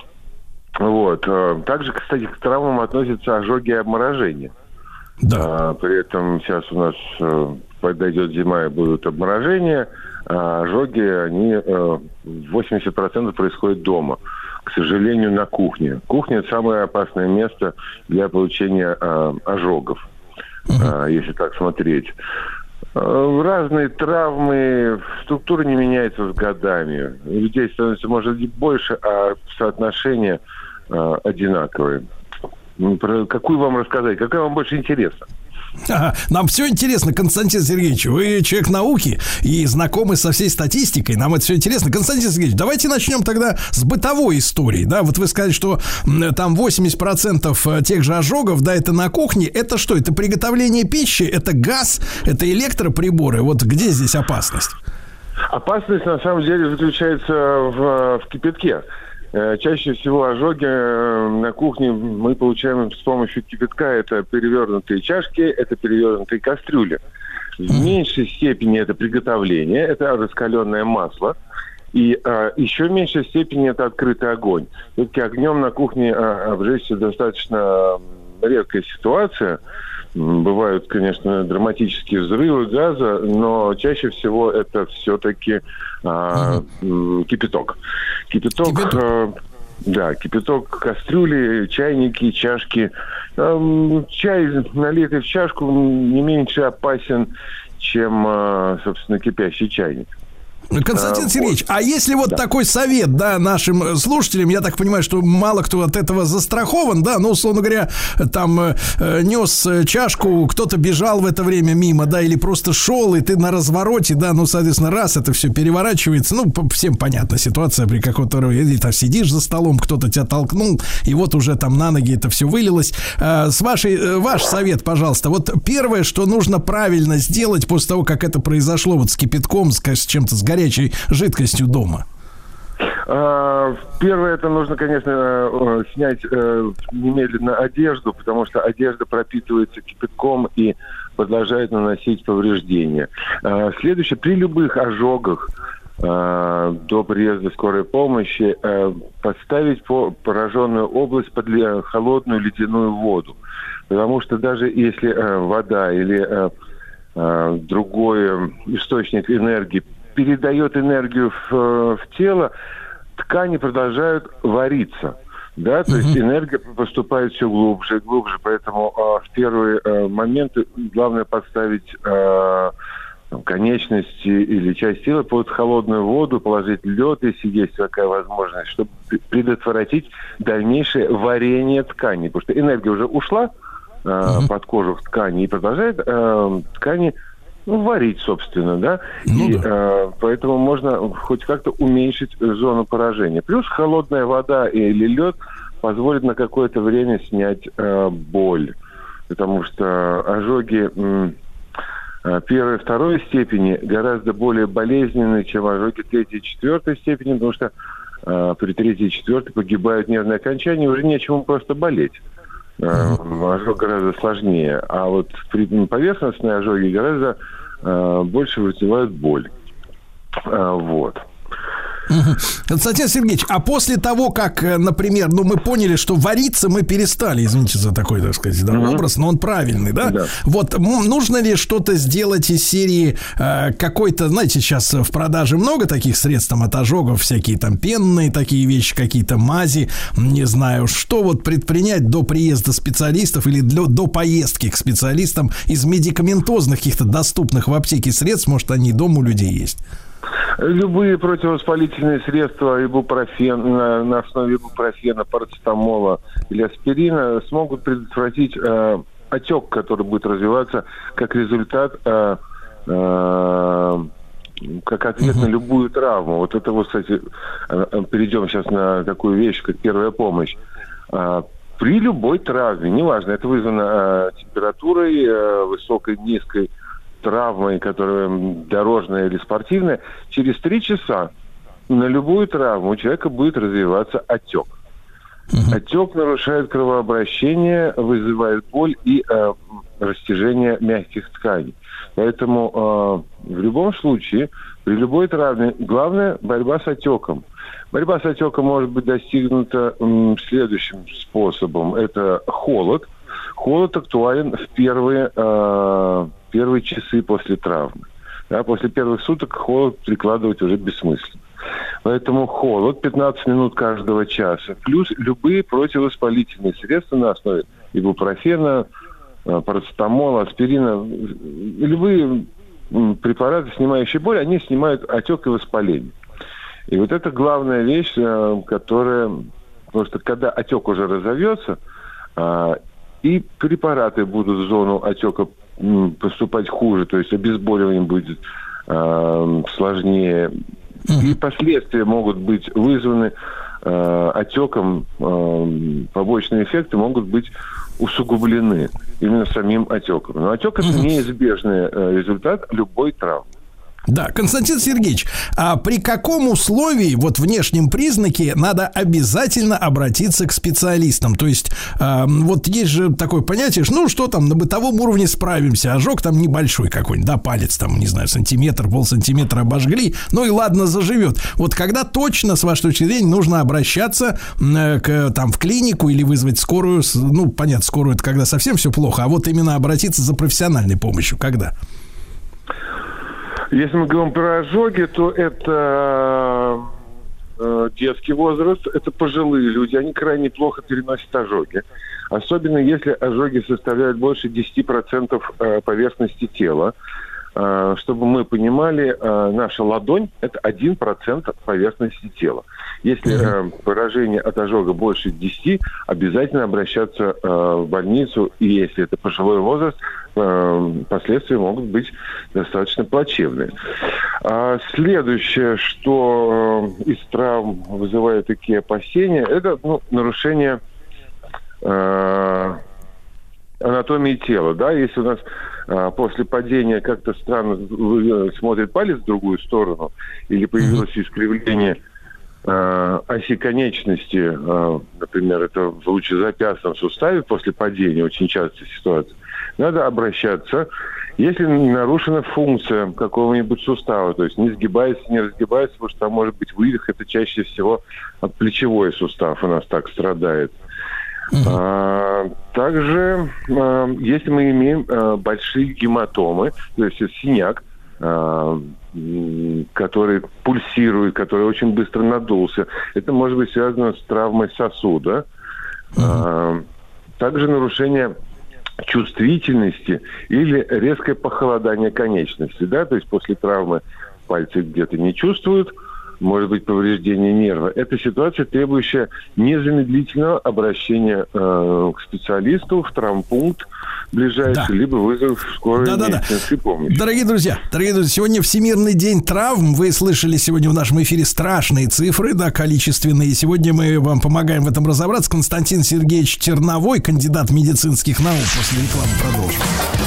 Вот. А, также, кстати, к травмам относятся ожоги и обморожения. Да. А, при этом сейчас у нас э, подойдет зима и будут обморожения, а ожоги, они э, восемьдесят процентов происходят дома. К сожалению, на кухне. Кухня – это самое опасное место для получения э, ожогов, э, если так смотреть. Э, разные травмы, структура не меняется с годами. У людей становится, может быть, больше, а соотношения э, одинаковые. Про какую вам рассказать? Какая вам больше интересна? Ага, нам все интересно, Константин Сергеевич. Вы человек науки и знакомы со всей статистикой. Нам это все интересно. Константин Сергеевич, давайте начнем тогда с бытовой истории. Да, вот вы сказали, что там восемьдесят процентов тех же ожогов, да, это на кухне. Это что? Это приготовление пищи? Это газ? Это электроприборы? Вот где здесь опасность? Опасность на самом деле заключается в, в кипятке. Чаще всего ожоги на кухне мы получаем с помощью кипятка. Это перевернутые чашки, это перевернутые кастрюли. В меньшей степени это приготовление, это раскаленное масло. И а, еще в меньшей степени это открытый огонь. Все-таки огнем на кухне а, обжечься достаточно редкая ситуация. Бывают, конечно, драматические взрывы газа, но чаще всего это все-таки а, кипяток. Кипяток, кипяток. А, да, кипяток, кастрюли, чайники, чашки. А, чай, налитый в чашку, не меньше опасен, чем, а, собственно, кипящий чайник. Константин а, Сергеевич, вот. А если вот да. такой совет, да, нашим слушателям, я так понимаю, что мало кто от этого застрахован, да, ну, условно говоря, там э, нес чашку, кто-то бежал в это время мимо, да, или просто шел, и ты на развороте, да, ну, соответственно, раз это все переворачивается, ну, всем понятна ситуация, при которой ты там сидишь за столом, кто-то тебя толкнул, и вот уже там на ноги это все вылилось. Э, с вашей, э, ваш совет, пожалуйста, вот первое, что нужно правильно сделать после того, как это произошло, вот с кипятком, с, с чем-то, с горячей жидкостью дома? Первое, это нужно, конечно, снять немедленно одежду, потому что одежда пропитывается кипятком и продолжает наносить повреждения. Следующее, при любых ожогах до приезда скорой помощи подставить пораженную область под холодную ледяную воду. Потому что даже если вода или другой источник энергии передает энергию в, в тело, ткани продолжают вариться. Да, то mm-hmm. есть энергия поступает все глубже и глубже, поэтому э, в первые э, моменты главное подставить э, конечности или часть тела под холодную воду, положить лед, если есть такая возможность, чтобы предотвратить дальнейшее варение ткани, потому что энергия уже ушла э, mm-hmm. под кожу в ткани и продолжает э, ткани Ну, варить, собственно, да, ну, и да. Э, поэтому можно хоть как-то уменьшить зону поражения. Плюс холодная вода или лед позволит на какое-то время снять э, боль, потому что ожоги э, первой и второй степени гораздо более болезненные, чем ожоги третьей и четвертой степени, потому что э, при третьей и четвертой погибают нервные окончания, уже нечему просто болеть. Ожог гораздо сложнее. А вот при поверхностной ожоге гораздо э, больше вызывают боль. Э, вот. Угу. Константин Сергеевич, а после того, как, например, ну, мы поняли, что вариться мы перестали, извините за такой, так сказать, да, угу. образ, но он правильный, да? да? Вот нужно ли что-то сделать из серии э, какой-то, знаете, сейчас в продаже много таких средств там, от ожогов, всякие там пенные такие вещи, какие-то мази, не знаю, что вот предпринять до приезда специалистов или для, до поездки к специалистам из медикаментозных каких-то доступных в аптеке средств, может, они дома у людей есть? Любые противовоспалительные средства, ибупрофен, на, на основе ибупрофена, парацетамола или аспирина смогут предотвратить э, отек, который будет развиваться как результат, э, э, как ответ на любую травму. Вот это вот, кстати, э, перейдем сейчас на такую вещь, как первая помощь. Э, при любой травме, неважно, это вызвано э, температурой, э, высокой, низкой, травмой, которая дорожная или спортивная, через три часа на любую травму у человека будет развиваться отек. Uh-huh. Отек нарушает кровообращение, вызывает боль и э, растяжение мягких тканей. Поэтому э, в любом случае, при любой травме, главное – борьба с отеком. Борьба с отеком может быть достигнута м, следующим способом. Это холод. Холод актуален в первые, э, первые часы после травмы. Да, после первых суток холод прикладывать уже бессмысленно. Поэтому холод пятнадцать минут каждого часа. Плюс любые противовоспалительные средства на основе ибупрофена, э, парацетамола, аспирина. Любые э, препараты, снимающие боль, они снимают отек и воспаление. И вот это главная вещь, э, которая... Потому что когда отек уже разовьется, э, и препараты будут в зону отека поступать хуже, то есть обезболивание будет э, сложнее. И последствия могут быть вызваны э, отеком, э, побочные эффекты могут быть усугублены именно самим отеком. Но отек – это неизбежный э, результат любой травмы. Да, Константин Сергеевич, а при каком условии, вот внешнем признаке, надо обязательно обратиться к специалистам? То есть, э, вот есть же такое понятие, что, ну, что там, на бытовом уровне справимся, ожог там небольшой какой-нибудь, да, палец там, не знаю, сантиметр, полсантиметра обожгли, ну и ладно, заживет. Вот когда точно, с вашей точки зрения, нужно обращаться э, к, там, в клинику или вызвать скорую, ну, понятно, скорую это когда совсем все плохо, а вот именно обратиться за профессиональной помощью, когда? Если мы говорим про ожоги, то это э, детский возраст, это пожилые люди, они крайне плохо переносят ожоги. Особенно если ожоги составляют больше десять процентов э, поверхности тела. Э, чтобы мы понимали, э, наша ладонь – это один процент поверхности тела. Если э, поражение от ожога больше десяти, обязательно обращаться э, в больницу, и если это пожилой возраст, последствия могут быть достаточно плачевные. А следующее, что из травм вызывает такие опасения, это ну, нарушение э, анатомии тела. Да? Если у нас э, после падения как-то странно смотрит палец в другую сторону, или появилось искривление э, оси конечности, э, например, это в лучезапястном суставе после падения, очень частая ситуация, надо обращаться, если нарушена функция какого-нибудь сустава, то есть не сгибается, не разгибается, потому что там может быть вывих, это чаще всего плечевой сустав у нас так страдает. Uh-huh. А, также, а, если мы имеем а, большие гематомы, то есть синяк, а, который пульсирует, который очень быстро надулся, это может быть связано с травмой сосуда. Uh-huh. А, также нарушение чувствительности или резкое похолодание конечности, да, то есть после травмы пальцы где-то не чувствуют, может быть повреждение нерва. Это ситуация, требующая незамедлительного обращения э, к специалисту в травмпункт ближайший, да. либо вызов скорой да, медицинской да, да. помощи. Дорогие друзья, дорогие друзья, сегодня Всемирный день травм. Вы слышали сегодня в нашем эфире страшные цифры, да, количественные. Сегодня мы вам помогаем в этом разобраться. Константин Сергеевич Терновой, кандидат медицинских наук. После рекламы продолжим.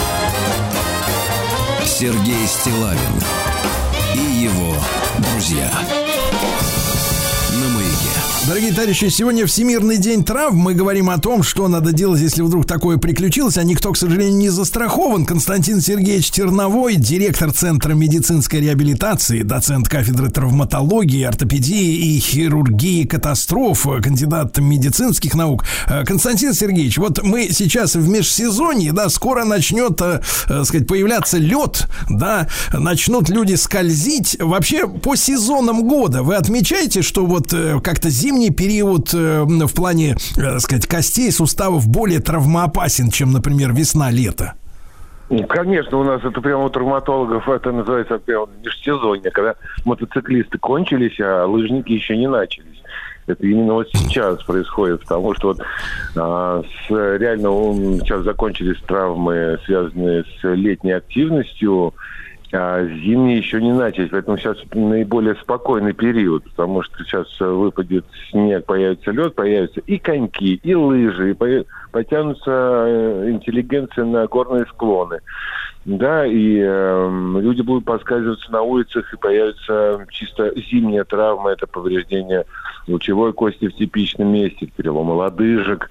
Сергей Стиллавин и его друзья. Дорогие товарищи, сегодня Всемирный день травм. Мы говорим о том, что надо делать, если вдруг такое приключилось. А никто, к сожалению, не застрахован. Константин Сергеевич Терновой, директор Центра медицинской реабилитации, доцент кафедры травматологии, ортопедии и хирургии катастроф, кандидат медицинских наук. Константин Сергеевич, вот мы сейчас в межсезонье, да, скоро начнет, так сказать, появляться лед, да, начнут люди скользить. Вообще, по сезонам года вы отмечаете, что вот как-то зимний период э, в плане, э, сказать, костей, суставов более травмоопасен, чем, например, весна-лето? Ну, конечно, у нас это прямо у травматологов это называется прямо межсезонье, когда мотоциклисты кончились, а лыжники еще не начались. Это именно вот сейчас происходит, потому что вот а, с, реально сейчас закончились травмы, связанные с летней активностью, а зимние еще не начались, поэтому сейчас наиболее спокойный период, потому что сейчас выпадет снег, появится лед, появятся и коньки, и лыжи, и по- потянутся интеллигенция на горные склоны. Да, и э, люди будут подсказываться на улицах, и появится чисто зимняя травма, это повреждение лучевой кости в типичном месте, переломы лодыжек,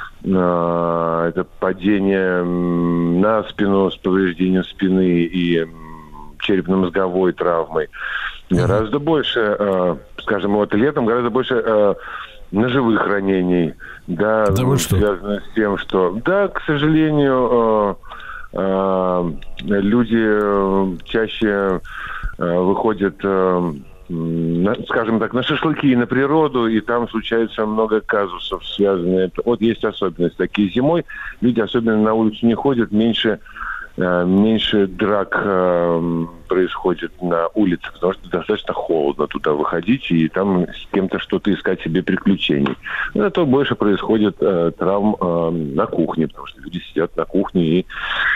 э, это падение на спину с повреждением спины и черепно-мозговой травмой. Гораздо больше, э, скажем, вот летом гораздо больше э, ножевых ранений, да, да связано с тем, что, да, к сожалению, э, э, люди э, чаще э, выходят, э, на, скажем так, на шашлыки, на природу, и там случается много казусов, связанных. Вот есть особенность. Такие зимой люди особенно на улицу не ходят, меньше меньше драк э, происходит на улице, потому что достаточно холодно туда выходить и там с кем-то что-то искать себе приключений. Но зато больше происходит э, травм э, на кухне, потому что люди сидят на кухне и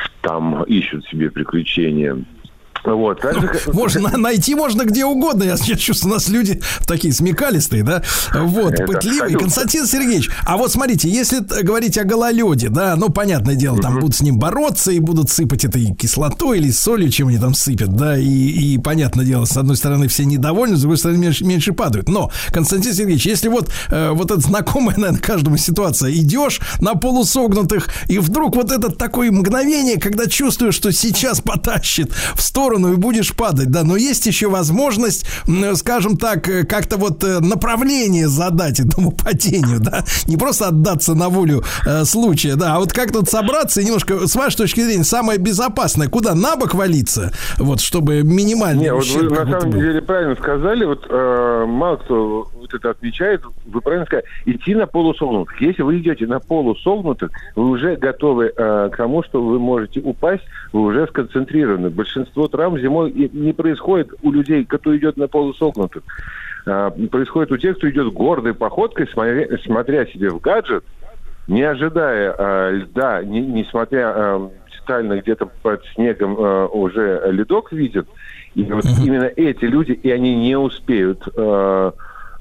там ищут себе приключения. Вот, также... Можно найти можно где угодно. Я чувствую, у нас люди такие смекалистые, да, вот, это пытливые. Абсолютно. Константин Сергеевич, а вот смотрите, если говорить о гололеде, да, ну, понятное дело, там uh-huh. будут с ним бороться и будут сыпать этой кислотой или солью, чем они там сыпят, да, и, и понятное дело, с одной стороны все недовольны, с другой стороны меньше, меньше падают. Но, Константин Сергеевич, если вот, э, вот эта знакомая, наверное, каждому ситуация, идешь на полусогнутых, и вдруг вот это такое мгновение, когда чувствуешь, что сейчас потащит в сторону и будешь падать, да, но есть еще возможность, скажем так, как-то вот направление задать этому падению, да, не просто отдаться на волю э, случая, да, а вот как тут собраться и немножко, с вашей точки зрения, самое безопасное, куда на бок валиться, вот, чтобы минимально... Не, вот вы на самом был. деле правильно сказали, вот э, мало кто вот это отмечает, вы правильно сказали, идти на полусогнутых. Если вы идете на полусогнутых, вы уже готовы э, к тому, что вы можете упасть, вы уже сконцентрированы. Большинство травм зимой не происходит у людей, кто идет на полусогнутых. А, происходит у тех, кто идет гордой походкой, смотря, смотря себе в гаджет, не ожидая а, льда, не, несмотря а, детально где-то под снегом а, уже ледок видят. И вот именно эти люди, и они не успеют... А,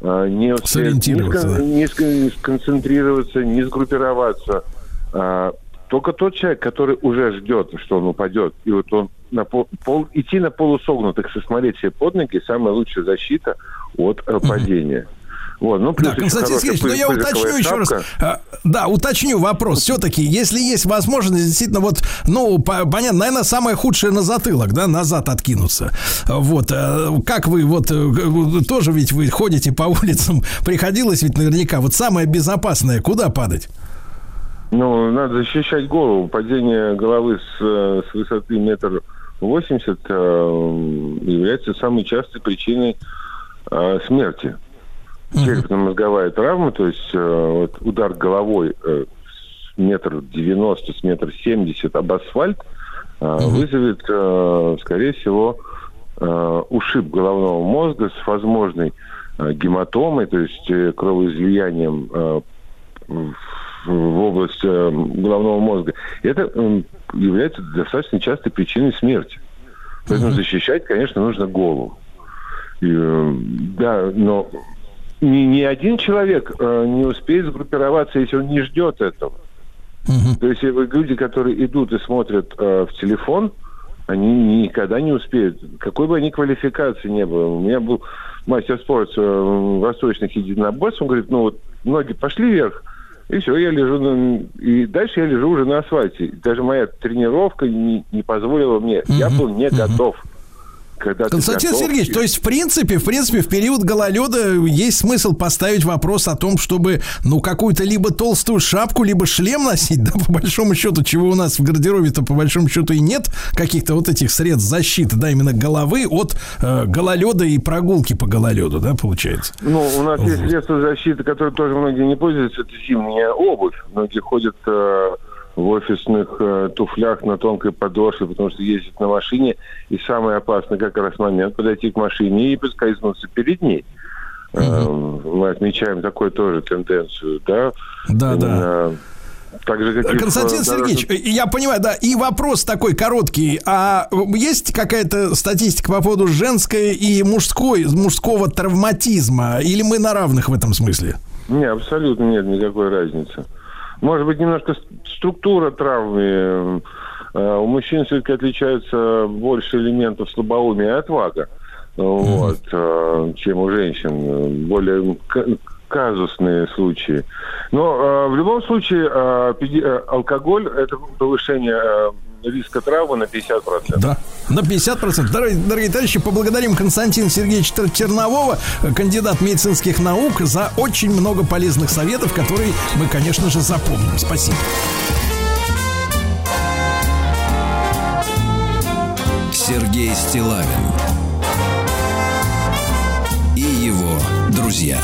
не успеют ни, скон, ни сконцентрироваться, не сгруппироваться. А, только тот человек, который уже ждет, что он упадет, и вот он на пол, пол, идти на полусогнутых, смотреть себе под ноги, самая лучшая защита от э, падения. Вот, ну, да, Константин Сергеевич, но я уточню еще раз. А, да, уточню вопрос. Все-таки, если есть возможность, действительно, вот, ну, по, понятно, наверное, самое худшее на затылок, да, назад откинуться. Вот, как вы, вот, тоже ведь вы ходите по улицам, приходилось ведь наверняка, вот самое безопасное, куда падать? Ну, надо защищать голову. Падение головы с, с высоты метр восемьдесят э, является самой частой причиной э, смерти. Черепно-мозговая травма, то есть э, вот удар головой э, с метр девяносто, с метр семьдесят об асфальт э, uh-huh. вызовет, э, скорее всего, э, ушиб головного мозга с возможной э, гематомой, то есть э, кровоизлиянием э, в в область э, головного мозга. И это э, является достаточно частой причиной смерти. Поэтому uh-huh. защищать, конечно, нужно голову. И, э, да, но ни, ни один человек э, не успеет сгруппироваться, если он не ждет этого. Uh-huh. То есть вы, люди, которые идут и смотрят э, в телефон, они никогда не успеют. Какой бы они квалификации не было. У меня был мастер спорта восточных единоборств, он говорит, ну вот ноги пошли вверх, и все, я лежу, на... и дальше я лежу уже на асфальте. Даже моя тренировка не, не позволила мне, mm-hmm. я был не mm-hmm. готов. Когда Константин готов, Сергеевич, и... то есть в принципе, в принципе, в период гололеда есть смысл поставить вопрос о том, чтобы, ну, какую-то либо толстую шапку, либо шлем носить, да, по большому счету, чего у нас в гардеробе-то по большому счету и нет, каких-то вот этих средств защиты, да, именно головы от э, гололеда и прогулки по гололеду, да, получается. Ну, у нас вот. есть средства защиты, которые тоже многие не пользуются, это зимняя обувь. Многие ходят э, в офисных э, туфлях на тонкой подошве, потому что ездят на машине, и самый опасный как раз момент подойти к машине и поскользнуться перед ней. Mm-hmm. Э, мы отмечаем такую тоже тенденцию, да? Да, Именно, да. Так же, как Константин и в, Сергеевич, дорожных... я понимаю, да, и вопрос такой короткий, а есть какая-то статистика по поводу женской и мужской, мужского травматизма, или мы на равных в этом смысле? Нет, абсолютно нет никакой разницы. Может быть, немножко структура травмы. У мужчин все-таки отличается больше элементов слабоумия и отвага, вот, mm-hmm. чем у женщин. Более казусные случаи. Но в любом случае алкоголь – это повышение риска травмы на пятьдесят процентов. Да, на пятьдесят процентов. Дорогие, дорогие товарищи, поблагодарим Константина Сергеевича Тернового, кандидат медицинских наук, за очень много полезных советов, которые мы, конечно же, запомним. Спасибо. Сергей Стиллавин и его друзья.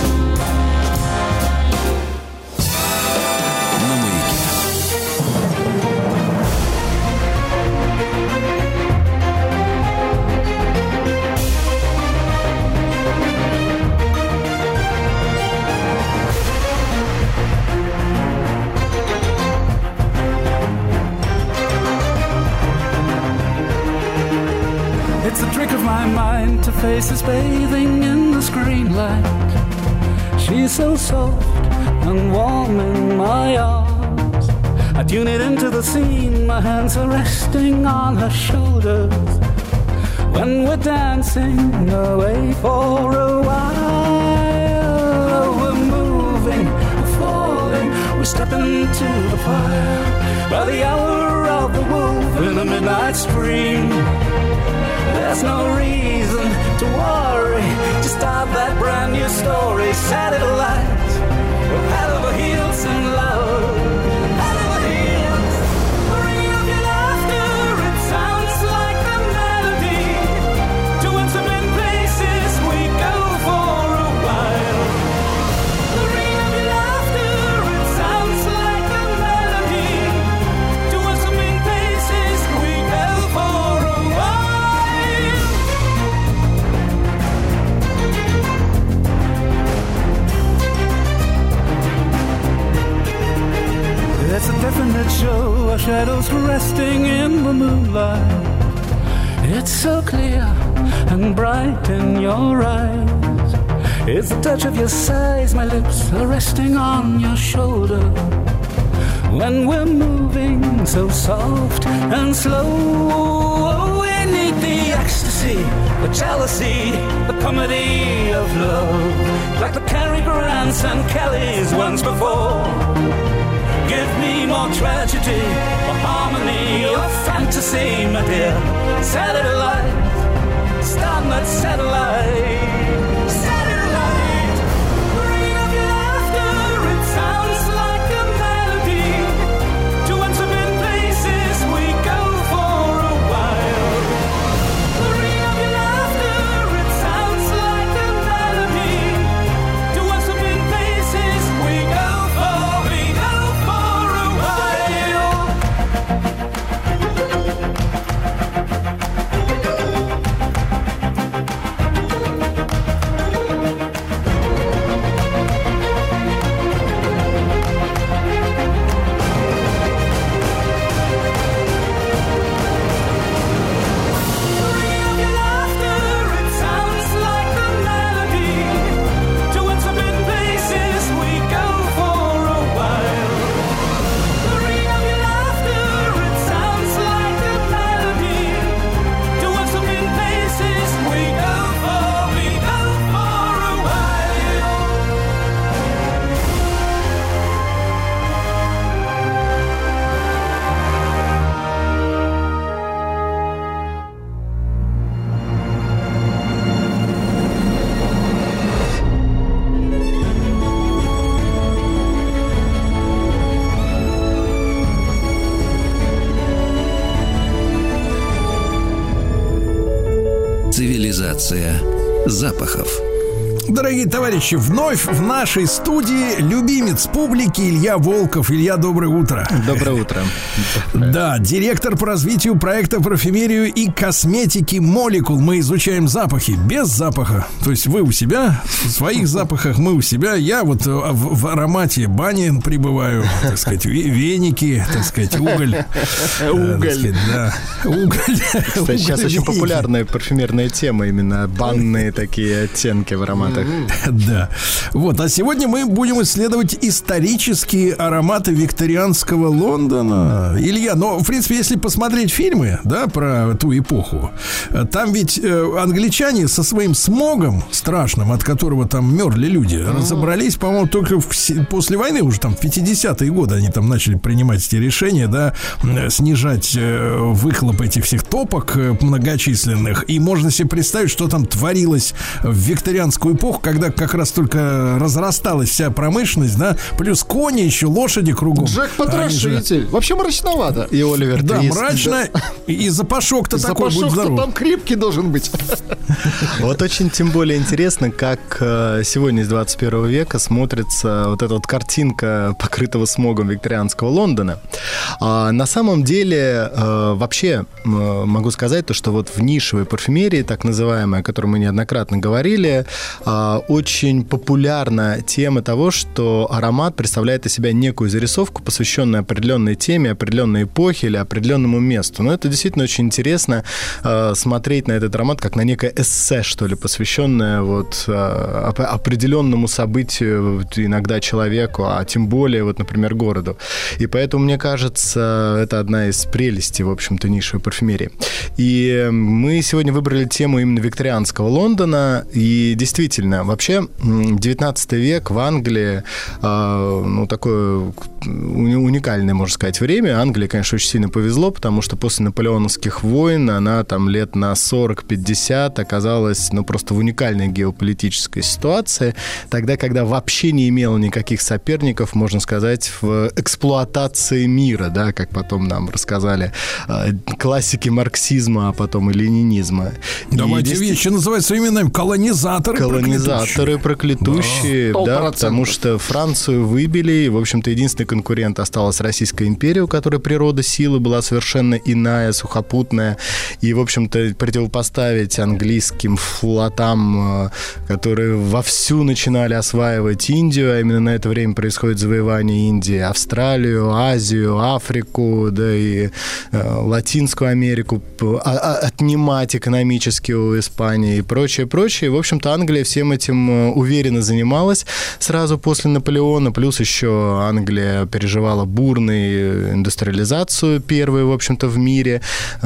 It's a trick of my mind to face us bathing in the screen light. She's so soft and warm in my arms. I tune it into the scene, my hands are resting on her shoulders. When we're dancing away for a while, we're moving, we're falling, we're stepping into the fire. By the hour of the wolf in the midnight stream, there's no reason to worry. Just start that brand new story. Satellite, we're head over heels in love. Head over heels. The ring of your laughter, it sounds like a melody. To intimate places we go for a while. The ring of your laughter, it sounds like a melody. To intimate places we go for a while. It's a definite show, our shadows resting in the moonlight. It's so clear and bright in your eyes. It's the touch of your sighs, my lips are resting on your shoulder. When we're moving so soft and slow, we need the ecstasy, the jealousy, the comedy of love. Like the Cary Grants and Kellys once before. Give me more tragedy, or harmony, or fantasy, my dear. Satellite, start that satellite. Satellite, ring of your laughter, it sounds like a melody. To intimate places we go for a while. The ring of your laughter, it sounds like a melody. To intimate places we go for, we go for a while. Цивилизация запахов. Дорогие товарищи, вновь в нашей студии любимец публики Илья Волков. Илья, доброе утро. Доброе утро. Да, директор по развитию проекта парфюмерию и косметики «Молекул». Мы изучаем запахи без запаха. То есть вы у себя, в своих запахах, мы у себя. Я вот в, в аромате бани пребываю, так сказать, веники, так сказать, уголь. Уголь. Да, уголь. Кстати, сейчас очень популярная парфюмерная тема, именно банные такие оттенки в ароматах. Да. Вот, а сегодня мы будем исследовать исторические ароматы викторианского Лондона. Илья, но, в принципе, если посмотреть фильмы, да, про ту эпоху, там ведь э, англичане со своим смогом страшным, от которого там мерли люди, mm-hmm. разобрались, по-моему, только в, после войны, уже там в пятидесятые годы они там начали принимать эти решения, да, снижать э, выхлоп этих всех топок э, многочисленных. И можно себе представить, что там творилось в викторианскую эпоху, когда как раз только разрасталась вся промышленность, да, плюс кони еще, лошади кругом. Джек-потрошитель. Же... Вообще мрачновато. И Оливер Да, Твист. мрачно. Да. И запашок-то такой, будь здоров. Там крепкий должен быть. Вот очень тем более интересно, как сегодня из двадцать первого века смотрится вот эта вот картинка покрытого смогом викторианского Лондона. А на самом деле, вообще, могу сказать то, что вот в нишевой парфюмерии, так называемой, о которой мы неоднократно говорили, очень популярна тема того, что аромат представляет из себя некую зарисовку, посвященную определенной теме, определенной эпохе или определенному месту. Но это действительно очень интересно э, смотреть на этот аромат как на некое эссе, что ли, посвященное вот э, определенному событию, иногда человеку, а тем более, вот, например, городу. И поэтому, мне кажется, это одна из прелестей, в общем-то, нишевой парфюмерии. И мы сегодня выбрали тему именно викторианского Лондона, и действительно, вообще, девятнадцатый век в Англии, э, ну, такое уникальное, можно сказать, время. Англии, конечно, очень сильно повезло, потому что после наполеоновских войн она там лет на сорок-пятьдесят оказалась, ну, просто в уникальной геополитической ситуации, тогда, когда вообще не имела никаких соперников, можно сказать, в эксплуатации мира, да, как потом нам рассказали э, классики марксизма, а потом и ленинизма. Давайте и вещи называть своими именами. Колонизаторы. Колонизаторы проклятущие, да, да, потому что Францию выбили, и, в общем-то, единственный конкурент осталась Российская империя, у которой природа силы была совершенно иная, сухопутная, и, в общем-то, противопоставить английским флотам, которые вовсю начинали осваивать Индию, а именно на это время происходит завоевание Индии, Австралию, Азию, Африку, да и э, Латинскую Америку, а, а, отнимать экономически у Испании и прочее, прочее. В общем-то, Англия всем этим уверенно занималась сразу после Наполеона, плюс еще Англия переживала бурную индустриализацию, первую, в общем-то, в мире.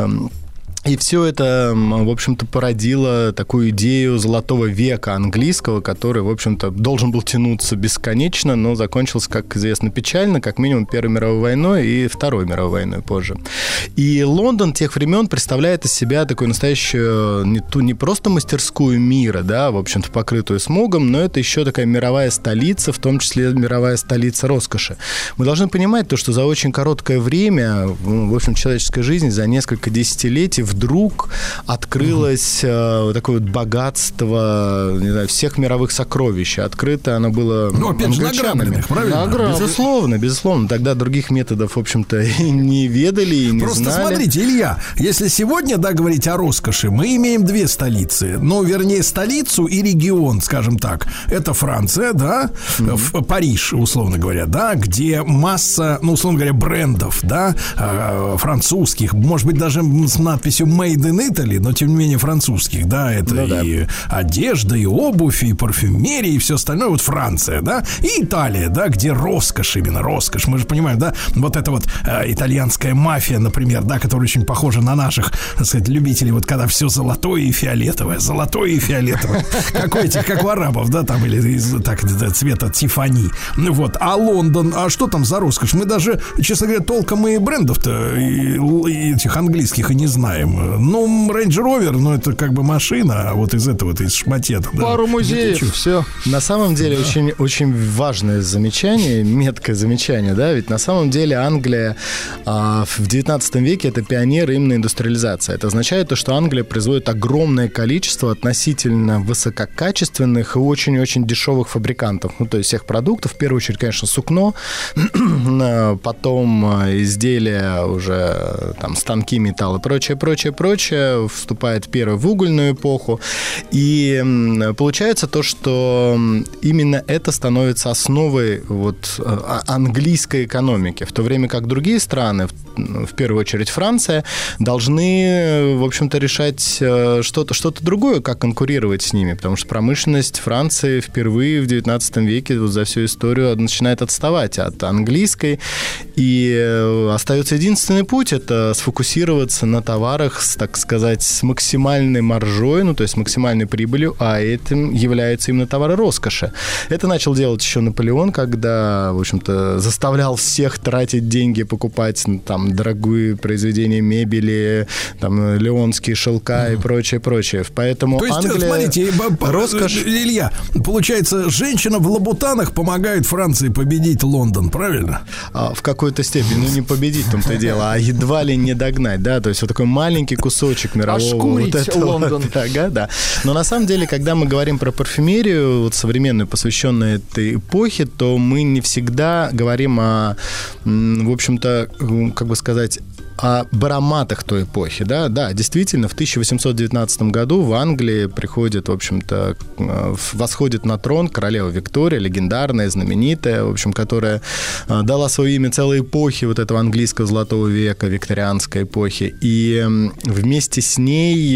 И все это, в общем-то, породило такую идею золотого века английского, который, в общем-то, должен был тянуться бесконечно, но закончился, как известно, печально, как минимум Первой мировой войной и Второй мировой войной позже. И Лондон тех времен представляет из себя такую настоящую, не, ту, не просто мастерскую мира, да, в общем-то, покрытую смогом, но это еще такая мировая столица, в том числе мировая столица роскоши. Мы должны понимать то, что за очень короткое время, в общем, человеческой жизни, за несколько десятилетий, вдруг открылось mm-hmm. э, такое вот богатство, не знаю, всех мировых сокровищ. Открыто оно было ну, опять же, награбленных, правильно? Награб... Безусловно, безусловно. Тогда других методов, в общем-то, не ведали и не Просто знали. Просто смотрите, Илья, если сегодня, да, говорить о роскоши, мы имеем две столицы. Ну, вернее, столицу и регион, скажем так. Это Франция, да, mm-hmm. Париж, условно говоря, да, где масса, ну, условно говоря, брендов, да, французских, может быть, даже с надписью Made in Italy, но тем не менее французских, да, это ну, да. и одежда, и обувь, и парфюмерия, и все остальное, вот Франция, да, и Италия, да, где роскошь, именно роскошь, мы же понимаем, да, вот эта вот э, итальянская мафия, например, да, которая очень похожа на наших, так сказать, любителей, вот когда все золотое и фиолетовое, золотое и фиолетовое, как у этих, как у арабов, да, там, или из, так, цвета Тиффани, вот, а Лондон, а что там за роскошь, мы даже, честно говоря, толком и брендов-то, и, и этих английских и не знаем. Ну, Range Rover, ну, это как бы машина, а вот из этого, из шматета. Пару да. музеев, все. На самом деле, да. очень, очень важное замечание, меткое замечание, да, ведь на самом деле Англия а, в девятнадцатом девятнадцатом веке это пионеры именно индустриализации. Это означает то, что Англия производит огромное количество относительно высококачественных и очень-очень дешевых фабрикантов. Ну, то есть всех продуктов. В первую очередь, конечно, сукно, потом изделия уже, там, станки, металл и прочее, прочее, прочее. Вступает первый в угольную эпоху. И получается то, что именно это становится основой вот английской экономики. В то время как другие страны, в первую очередь Франция, должны, в общем-то, решать что-то, что-то другое, как конкурировать с ними. Потому что промышленность Франции впервые в девятнадцатом веке вот за всю историю начинает отставать от английской. И остается единственный путь – это сфокусироваться на товарах, с, так сказать, с максимальной маржой, ну, то есть с максимальной прибылью, а этим являются именно товары роскоши. Это начал делать еще Наполеон, когда, в общем-то, заставлял всех тратить деньги, покупать там дорогие произведения мебели, там, леонские шелка mm. и прочее, прочее. Поэтому то есть, Англия... смотрите, роскошь... Илья, получается, женщина в лабутанах помогает Франции победить Лондон, правильно? А, в какой-то степени, ну, не победить в том-то дело, а едва ли не догнать, да, то есть вот такой маленький кусочек мирового вот этого, Лондон. Да, да. Но на самом деле, когда мы говорим про парфюмерию, вот современную, посвященную этой эпохе, то мы не всегда говорим о, в общем-то, как бы сказать, об ароматах той эпохи, да, да, действительно, в тысяча восемьсот девятнадцатом году в Англии приходит, в общем-то, восходит на трон королева Виктория, легендарная, знаменитая, в общем, которая дала свое имя целой эпохе вот этого английского золотого века, викторианской эпохи, и вместе с ней,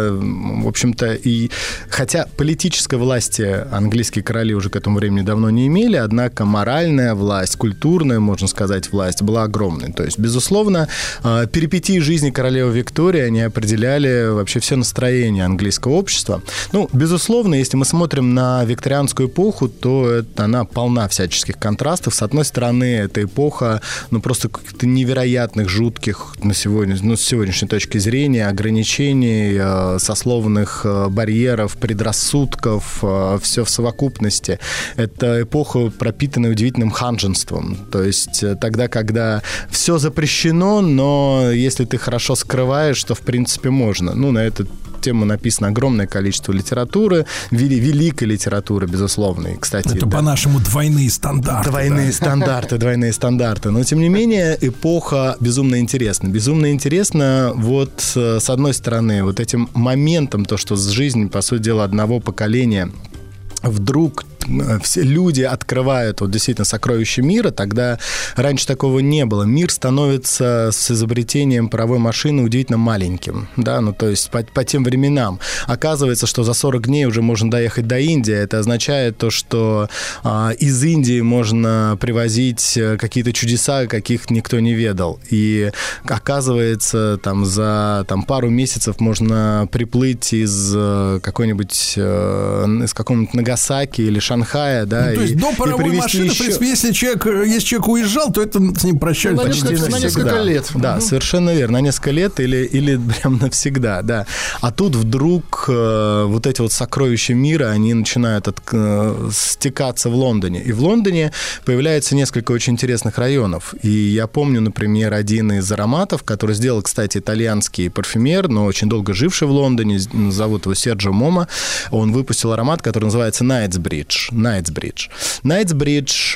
в общем-то, и хотя политической власти английские короли уже к этому времени давно не имели, однако моральная власть, культурная, можно сказать, власть была огромной, то есть, безусловно, перипетии жизни королевы Виктории, они определяли вообще все настроение английского общества. Ну, безусловно, если мы смотрим на викторианскую эпоху, то это, она полна всяческих контрастов. С одной стороны, эта эпоха, ну, просто каких-то невероятных, жутких на сегодня, ну, с сегодняшней точки зрения ограничений, э, сословных э, барьеров, предрассудков, э, все в совокупности. Это эпоха, пропитанная удивительным ханженством. То есть э, тогда, когда все запрещено, но если ты хорошо скрываешь, то, в принципе, можно. Ну, на эту тему написано огромное количество литературы, вели, великой литературы, безусловно. И, кстати, это, да, по-нашему, двойные стандарты. Двойные да. стандарты, двойные стандарты. Но, тем не менее, эпоха безумно интересна. Безумно интересна вот, с одной стороны, вот этим моментом, то, что с жизнью, по сути дела, одного поколения вдруг все люди открывают вот действительно сокровища мира, тогда раньше такого не было. Мир становится с изобретением паровой машины удивительно маленьким, да, ну то есть по, по тем временам. Оказывается, что за сорок дней уже можно доехать до Индии. Это означает то, что а, из Индии можно привозить какие-то чудеса, каких никто не ведал. И оказывается, там за там, пару месяцев можно приплыть из какой-нибудь из какого-нибудь Нагасаки или Шанхая, да, ну, то есть и, до паровой машины, еще... в принципе, если человек, если человек уезжал, то это с ним прощались на почти несколько, навсегда. на несколько лет. Да, угу. Совершенно верно, на несколько лет или, или прям навсегда, да. А тут вдруг э, вот эти вот сокровища мира, они начинают от, э, стекаться в Лондоне. И в Лондоне появляется несколько очень интересных районов. И я помню, например, один из ароматов, который сделал, кстати, итальянский парфюмер, но очень долго живший в Лондоне, зовут его Серджио Момо. Он выпустил аромат, который называется Knightsbridge. Knightsbridge. Knightsbridge,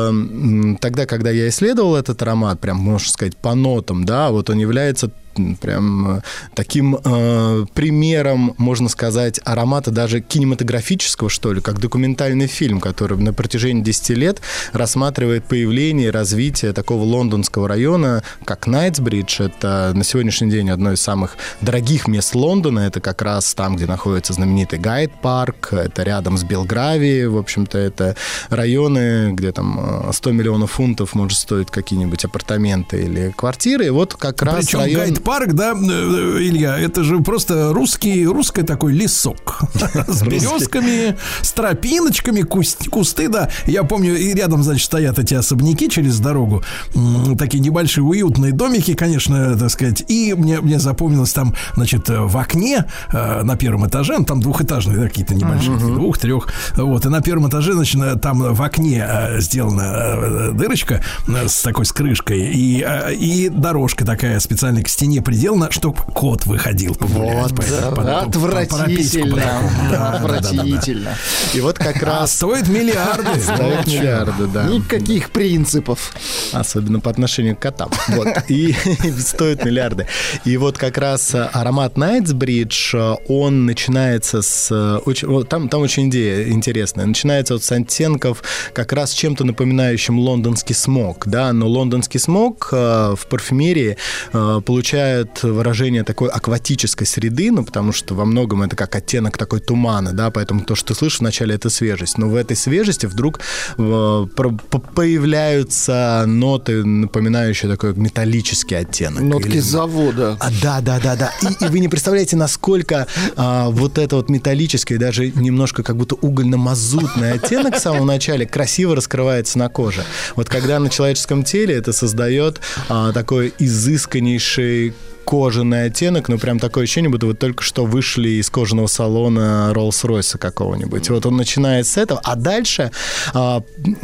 э, тогда, когда я исследовал этот аромат, прям, можно сказать, по нотам, да, вот он является прям таким э, примером, можно сказать, аромата даже кинематографического, что ли, как документальный фильм, который на протяжении десяти лет рассматривает появление и развитие такого лондонского района, как Найтсбридж. Это на сегодняшний день одно из самых дорогих мест Лондона. Это как раз там, где находится знаменитый Гайд-парк, это рядом с Белгравией, в общем-то, это районы, где там сто миллионов фунтов может стоить какие-нибудь апартаменты или квартиры. И вот как раз Причем район... Гайд парк, да, Илья, это же просто русский, русский такой лесок с березками, с тропиночками, кусты, да. Я помню, и рядом, значит, стоят эти особняки через дорогу, такие небольшие уютные домики, конечно, так сказать. И мне, мне запомнилось там, значит, в окне на первом этаже, там двухэтажные, да, какие-то небольшие, uh-huh. двух, трех, вот, и на первом этаже, значит, там в окне сделана дырочка с такой с крышкой, и, и дорожка такая специально к стене приделана, чтобы кот выходил погулять. Вот, по, да, по, отвратительно. По, по отвратительно. Да, да, да. И вот как раз... А стоит миллиарды. Стоит миллиарды, да. Никаких принципов. Особенно по отношению к котам. Вот. И стоит миллиарды. И вот как раз аромат Найтсбридж, он начинается с... Очень, там, там очень идея интересная. Начинается вот с оттенков как раз чем-то напоминающим лондонский смог, да, но лондонский смог э, в парфюмерии э, получает выражение такой акватической среды, ну, потому что во многом это как оттенок такой тумана, да, поэтому то, что ты слышишь вначале, это свежесть, но в этой свежести вдруг э, появляются ноты, напоминающие такой металлический оттенок. Нотки или... завода. А, да, да, да, да. И, и вы не представляете, насколько э, вот это вот металлическое, даже немножко как будто угольно-мазутный оттенок в самом начале красиво раскрывается на коже. Вот когда на человеческом теле это создает а, такой изысканнейший кожаный оттенок, ну, прям такое ощущение, будто вы только что вышли из кожаного салона Роллс-Ройса какого-нибудь. Вот он начинает с этого, а дальше а,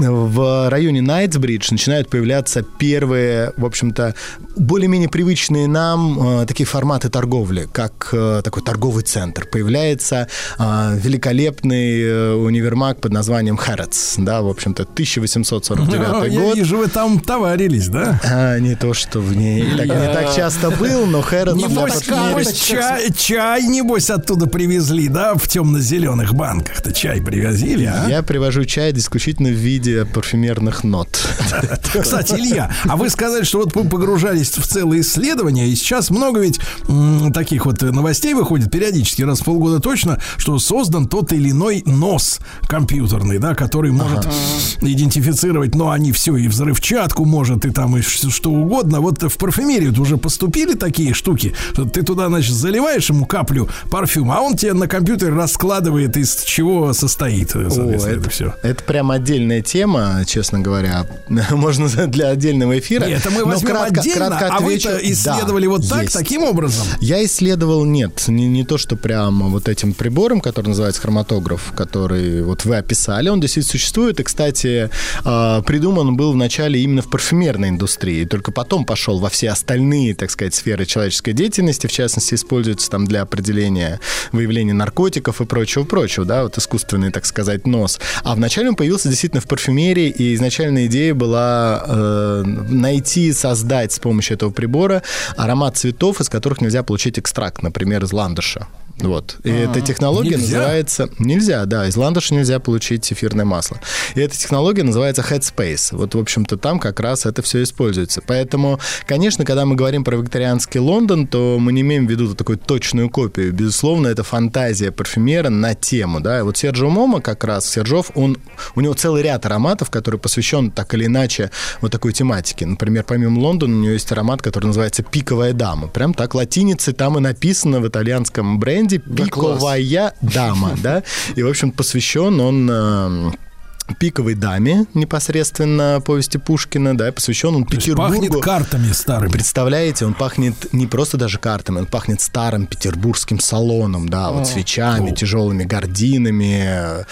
в районе Найтсбридж начинают появляться первые, в общем-то, более-менее привычные нам а, такие форматы торговли, как а, такой торговый центр. Появляется а, великолепный а, универмаг под названием Harrods, да, в общем-то, тысяча восемьсот сорок девятый я год. Я вижу, вы там товарились, да? А, не то, что в ней так, не так часто был, но Хэрротс... Небось, небось чай, чай, небось, оттуда привезли, да, в темно-зеленых банках-то чай привозили, а? Я привожу чай исключительно в виде парфюмерных нот. Кстати, Илья, а вы сказали, что вот вы погружались в целые исследования, и сейчас много ведь м, таких вот новостей выходит периодически, раз в полгода точно, что создан тот или иной нос компьютерный, да, который может ага. идентифицировать, ну, они все, и взрывчатку может, и там, и что угодно. Вот в парфюмерии уже поступили такие штуки, что ты туда, значит, заливаешь ему каплю парфюма, а он тебе на компьютере раскладывает, из чего состоит, соответственно, О, это, это все. Это прям отдельная тема, честно говоря. Можно для отдельного эфира. Нет, это мы возьмем кратко, отдельно, кратко а вы-то исследовали да, вот так, есть. Таким образом? Я исследовал, нет, не, не то, что прямо вот этим прибором, который называется хроматограф, который вот вы описали, он действительно существует, и, кстати, придуман был вначале именно в парфюмерной индустрии, только потом пошел во все остальные, так сказать, сферы человеческой деятельности, в частности, используется там для определения выявления наркотиков и прочего-прочего, да, вот искусственный, так сказать, нос. А вначале он появился действительно в парфюмерии, и изначальная идея была э, найти, создать с помощью этого прибора аромат цветов, из которых нельзя получить экстракт, например, из ландыша. Вот. И А-а-а. эта технология нельзя? называется... Нельзя, да. Из ландыша нельзя получить эфирное масло. И эта технология называется Headspace. Вот, в общем-то, там как раз это все используется. Поэтому, конечно, когда мы говорим про викторианский Лондон, то мы не имеем в виду такую точную копию. Безусловно, это фантазия парфюмера на тему, да. И вот Серджио Момо как раз, Сержов, он... У него целый ряд ароматов, который посвящен так или иначе вот такой тематике. Например, помимо Лондона, у него есть аромат, который называется «Пиковая дама». Прям так латиницей там и написано в итальянском бренде «Пиковая да, дама», да, и, в общем, посвящен он э, пиковой даме, непосредственно повести Пушкина, да, посвящен он Петербургу. Пахнет картами старыми. Представляете, он пахнет не просто даже картами, он пахнет старым петербургским салоном, да, О, вот свечами, о. тяжелыми гардинами,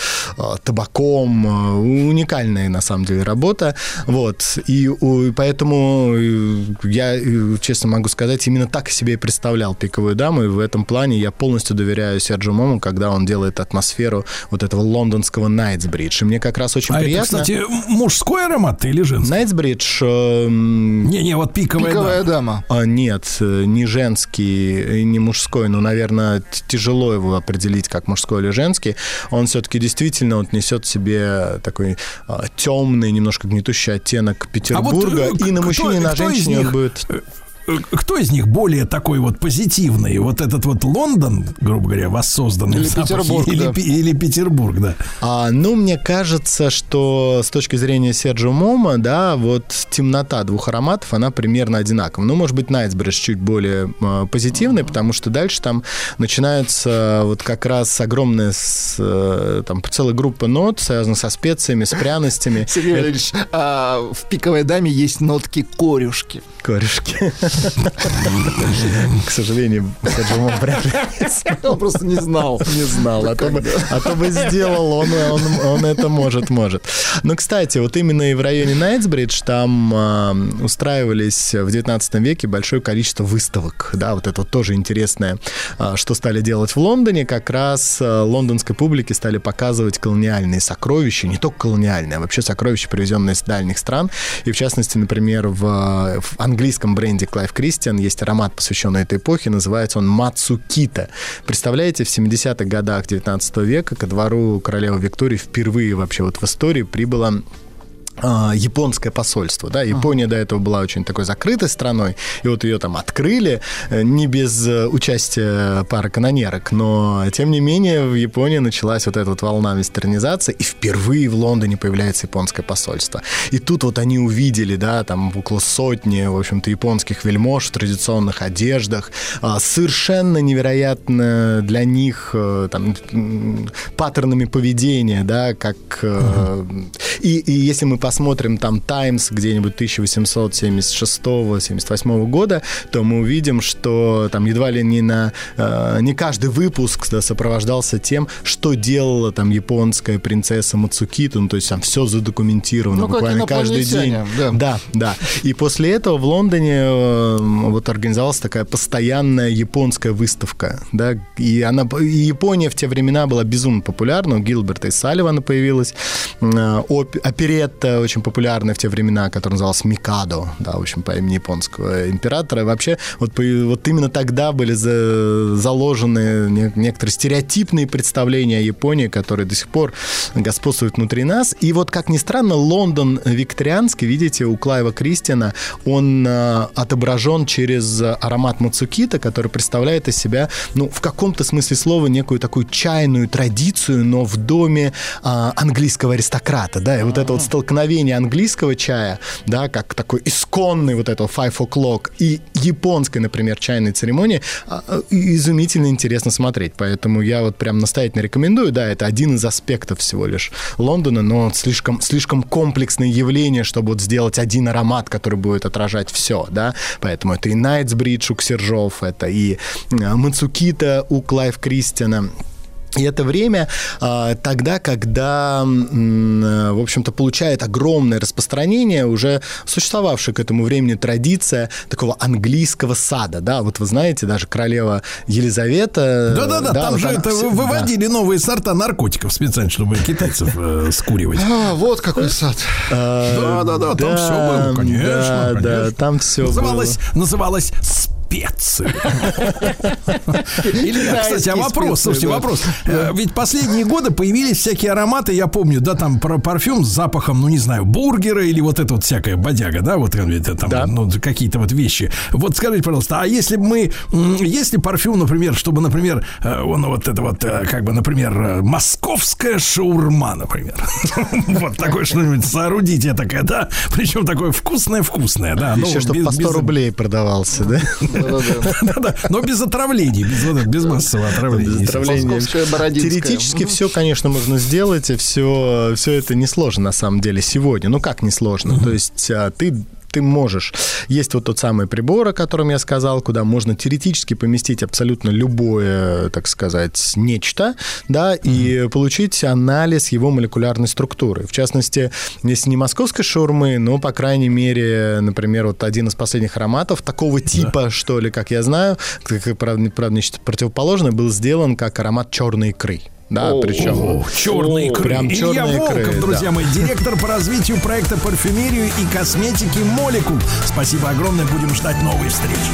табаком. Уникальная, на самом деле, работа. Вот. И поэтому я, честно могу сказать, именно так себе и представлял пиковую даму, и в этом плане я полностью доверяю Серджио Момо, когда он делает атмосферу вот этого лондонского Найтсбридж. И мне как раз очень а приятно. Это, кстати, мужской аромат или женский? Найтсбридж... Э, Не-не, вот пиковая, пиковая дама. дама. А, нет, не женский, не мужской, но, наверное, тяжело его определить как мужской или женский. Он все-таки действительно вот, несет в себе такой а, темный, немножко гнетущий оттенок Петербурга. А вот, и на мужчине, и на женщине он будет... кто из них более такой вот позитивный? Вот этот вот Лондон, грубо говоря, воссозданный или Петербург, или, да. или Петербург, да. А, ну, мне кажется, что с точки зрения Серджио Момо, да, вот темнота двух ароматов, она примерно одинакова. Ну, может быть, Найтсбридж чуть более э, позитивный, потому что дальше там начинается вот как раз огромная с, э, там целая группа нот, связанных со специями, с пряностями. Сергей Валерьевич, а в «Пиковой даме» есть нотки корюшки. Корюшки. К сожалению, Серджио Момо вряд ли. Он просто не знал. Не знал, а то бы, а то бы сделал, он, он, он это может, может. Но, кстати, вот именно и в районе Найтсбридж там э, устраивались в девятнадцатом веке большое количество выставок, да, вот это вот тоже интересное, э, что стали делать в Лондоне, как раз э, лондонской публике стали показывать колониальные сокровища, не только колониальные, а вообще сокровища, привезенные с дальних стран, и в частности, например, в, в английском бренде Clive Christian есть аромат, посвященный этой эпохе, называется он Мацукита. Представляете, в семидесятых годах девятнадцатого века ко двору королевы Виктории впервые вообще вот в истории прибыло японское посольство, да, Япония ага. до этого была очень такой закрытой страной, и вот ее там открыли, не без участия пары канонерок, но, тем не менее, в Японии началась вот эта вот волна вестернизации, и впервые в Лондоне появляется японское посольство. И тут вот они увидели, да, там около сотни, в общем-то, японских вельмож в традиционных одеждах, совершенно невероятно для них там паттернами поведения, да, как... Ага. И, и если мы посмотрим там «Таймс» где-нибудь тысяча восемьсот семьдесят шестого — семьдесят восьмого года, то мы увидим, что там едва ли не на э, не каждый выпуск, да, сопровождался тем, что делала там японская принцесса Мацукита, ну, то есть там все задокументировано, ну, буквально каждый день. Да. да, да. И после этого в Лондоне э, вот организовалась такая постоянная японская выставка, да, и она, и Япония в те времена была безумно популярна, у Гилберта и Салливана появилась э, оп, оперетта очень популярная в те времена, которая называлась «Микадо», да, в общем, по имени японского императора. И вообще, вот, вот именно тогда были за, заложены не, некоторые стереотипные представления о Японии, которые до сих пор господствуют внутри нас. И вот, как ни странно, Лондон викторианский, видите, у Клайва Кристиана, он а, отображен через аромат Мацукита, который представляет из себя, ну, в каком-то смысле слова, некую такую чайную традицию, но в доме а, английского аристократа, да, и вот это вот столкновение английского чая, да, как такой исконный вот этого five o'clock и японской, например, чайной церемонии, изумительно интересно смотреть. Поэтому я вот прям настоятельно рекомендую. Да, это один из аспектов всего лишь Лондона, но слишком, слишком комплексное явление, чтобы вот сделать один аромат, который будет отражать все, да. Поэтому это и Найтсбридж у Ксержов, это и Мацукита у Клайв Кристиана. И это время а, тогда, когда, м, в общем-то, получает огромное распространение уже существовавшая к этому времени традиция такого английского сада, да, вот вы знаете, даже королева Елизавета... Да-да-да, да, там вот же это все, выводили да. новые сорта наркотиков специально, чтобы китайцев э, скуривать. А, вот какой сад. Да-да-да, там все было, конечно, да, конечно. Да, там все называлось, было. Называлось специи. Или, кстати, а вопрос, слушайте, вопрос. Ведь последние годы появились всякие ароматы, я помню, да, там парфюм с запахом, ну, не знаю, бургера или вот это вот всякая бодяга, да, вот это там, да. ну, какие-то вот вещи. Вот скажите, пожалуйста, а если мы, если парфюм, например, чтобы, например, он вот это вот, как бы, например, московская шаурма, например, вот такое что-нибудь соорудите такое, да, причем такое вкусное-вкусное, да. Еще, чтобы по сто рублей продавался, да? Да-да, но без отравлений, без, без массового отравления. Без отравления. Теоретически все, конечно, можно сделать, и все, все это несложно на самом деле сегодня. Ну как несложно? То есть ты... Ты можешь. Есть вот тот самый прибор, о котором я сказал, куда можно теоретически поместить абсолютно любое, так сказать, нечто, да, mm-hmm. и получить анализ его молекулярной структуры. В частности, если не московской шаурмы, но, по крайней мере, например, вот один из последних ароматов такого типа, да. что ли, как я знаю, правда, правда, нечто противоположное, был сделан как аромат черной икры. Да, о, причем о, черные икры. Прям Илья Волков, икры, друзья да. мои, директор по развитию проекта парфюмерию и косметики «Молекул». Спасибо огромное, будем ждать новой встречи.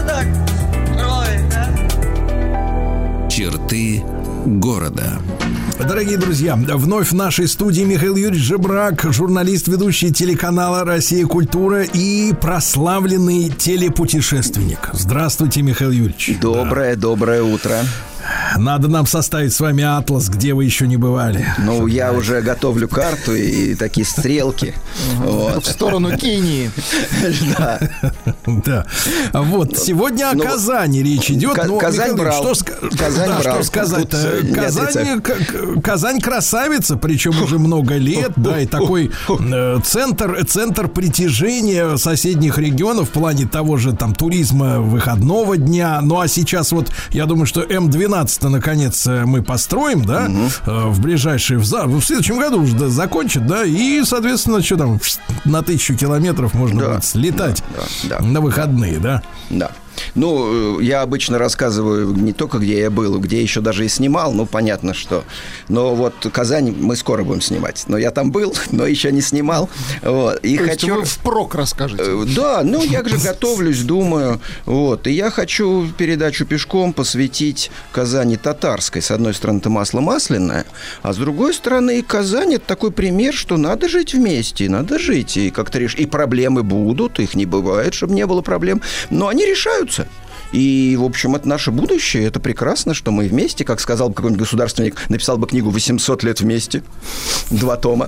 Черты города. Дорогие друзья, вновь в нашей студии Михаил Юрьевич Жебрак, журналист, ведущий телеканала «Россия. Культура» и прославленный телепутешественник. Здравствуйте, Михаил Юрьевич. Доброе, да. доброе утро. Надо нам составить с вами атлас, где вы еще не бывали. Ну, я уже готовлю карту и такие стрелки. В сторону Кении. Да. Да. Вот, сегодня о Казани речь идет. Казань брал. Что сказать-то? Казань красавица, причем уже много лет, да, и такой центр, центр притяжения соседних регионов в плане того же там туризма выходного дня. Ну, а сейчас вот, я думаю, что эм двенадцать наконец мы построим, да, угу. в ближайшие, в, в следующем году уже да, закончат, да, и, соответственно, что там, на тысячу километров можно да, будет слетать да, да, на выходные, да? Да. Ну, я обычно рассказываю не только, где я был, где еще даже и снимал, ну, понятно, что... Но вот Казань мы скоро будем снимать. Но я там был, но еще не снимал. Вот. И То хочу... есть вы впрок расскажете? Да, ну, я же готовлюсь, думаю. Вот. И я хочу передачу «Пешком» посвятить Казани татарской. С одной стороны, это масло масляное, а с другой стороны, и Казань – это такой пример, что надо жить вместе, надо жить. И как-то реш... И проблемы будут, их не бывает, чтобы не было проблем. Но они решаются. И, в общем, это наше будущее. Это прекрасно, что мы вместе, как сказал бы какой-нибудь государственник, написал бы книгу «восемьсот лет вместе». Два тома.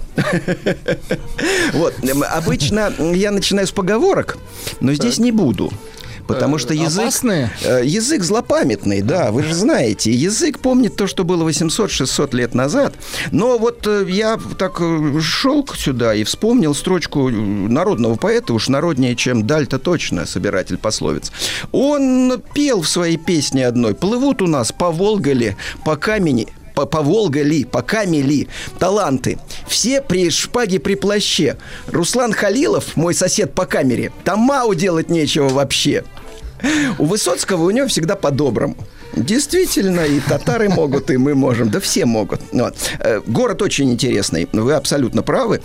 Вот. Обычно я начинаю с поговорок, но здесь не буду. Потому что язык, язык злопамятный, да, вы же знаете. Язык помнит то, что было восемьсот-шестьсот лет назад. Но вот я так шел сюда и вспомнил строчку народного поэта, уж народнее, чем Даль-то точно, собиратель пословиц. Он пел в своей песне одной: «Плывут у нас по Волге ли, по камени, по, по Волге ли, по каме ли таланты. Все при шпаге, при плаще. Руслан Халилов, мой сосед по камере, там мау делать нечего вообще». У Высоцкого у него всегда по-доброму. Действительно, и татары могут, и мы можем, да все могут. Вот. Город очень интересный, вы абсолютно правы.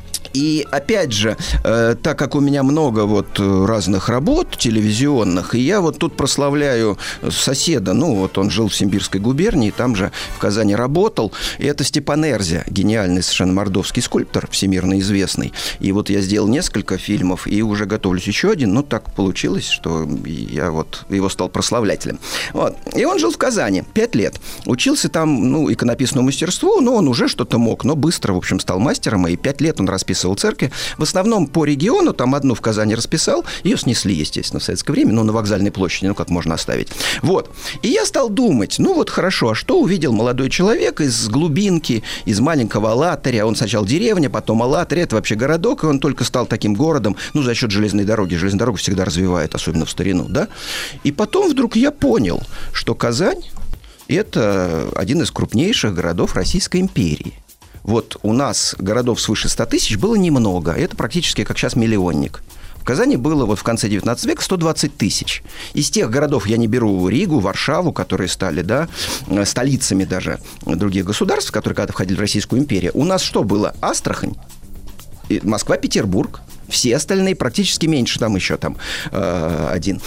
И опять же, э, так как у меня много вот разных работ телевизионных, и я вот тут прославляю соседа, ну вот он жил в Симбирской губернии, там же в Казани работал, и это Степан Эрзя, гениальный совершенно мордовский скульптор, всемирно известный. И вот я сделал несколько фильмов, и уже готовлюсь еще один, но так получилось, что я вот его стал прославлятелем. Вот. И он жил в Казани пять лет, учился там, ну, иконописному мастерству, но он уже что-то мог, но быстро, в общем, стал мастером, и пять лет он расписывал церкви. В основном по региону, там одну в Казани расписал, ее снесли, естественно, в советское время, ну, на Вокзальной площади, ну, как можно оставить. Вот. И я стал думать, ну, вот хорошо, а что увидел молодой человек из глубинки, из маленького Алатыря? Он сначала деревня, потом Алатырь, это вообще городок, и он только стал таким городом, ну, за счет железной дороги. Железная дорога всегда развивает, особенно в старину, да? И потом вдруг я понял, что Казань – это один из крупнейших городов Российской империи. Вот у нас городов свыше ста тысяч было немного. Это практически как сейчас миллионник. В Казани было вот в конце девятнадцатого века сто двадцать тысяч. Из тех городов я не беру Ригу, Варшаву, которые стали, да, столицами даже других государств, которые когда-то входили в Российскую империю. У нас что было? Астрахань, Москва, Петербург. Все остальные практически меньше. Там еще там э, один.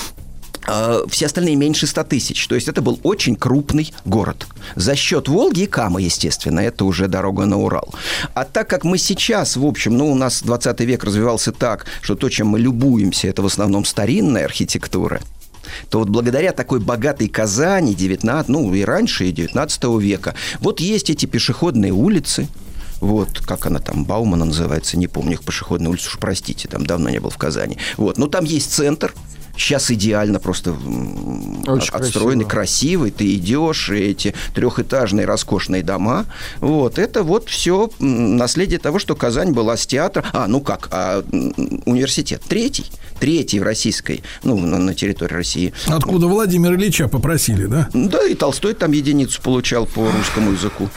Все остальные меньше ста тысяч. То есть это был очень крупный город. За счет Волги и Камы, естественно. Это уже дорога на Урал. А так как мы сейчас, в общем, ну, у нас двадцатый век развивался так, что то, чем мы любуемся, это в основном старинная архитектура, то вот благодаря такой богатой Казани девятнадцатого, ну, и раньше, и девятнадцатого века, вот есть эти пешеходные улицы. Вот, как она там, Баумана называется, не помню, их пешеходная улица, уж простите, там давно не был в Казани. Вот, но там есть центр. Сейчас идеально просто очень отстроенный, красивый. Ты идешь, и эти трехэтажные роскошные дома. Вот. Это вот все наследие того, что Казань была с театра. А, ну как, а, университет третий. Третий в российской, ну, на, на территории России. Откуда Владимира Ильича попросили, да? Да, и Толстой там единицу получал по русскому языку.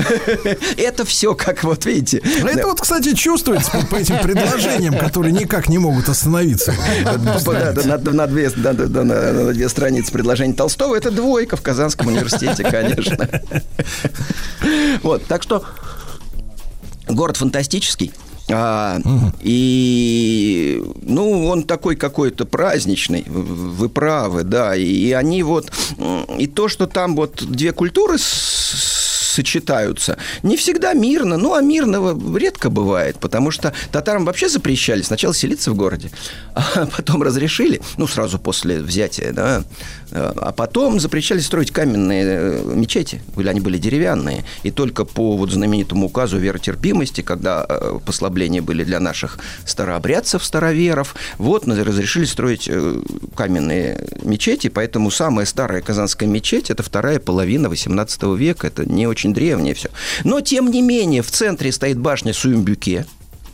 Это все, как вот видите. Это вот, кстати, чувствуется по этим предложениям, которые никак не могут остановиться. На две, на, на, на две страницы предложений Толстого. Это двойка в Казанском университете, конечно. Вот, так что город фантастический. А, угу. И, ну, он такой какой-то праздничный, вы правы, да. И они вот, и то, что там вот две культуры сочетаются. Не всегда мирно, ну, а мирного редко бывает, потому что татарам вообще запрещали сначала селиться в городе, а потом разрешили, ну, сразу после взятия, да, а потом запрещали строить каменные мечети, они были деревянные, и только по вот знаменитому указу веротерпимости, когда послабления были для наших старообрядцев, староверов, вот разрешили строить каменные мечети, поэтому самая старая Казанская мечеть – это вторая половина восемнадцатого века, это не очень древнее все. Но, тем не менее, в центре стоит башня Суюмбюке,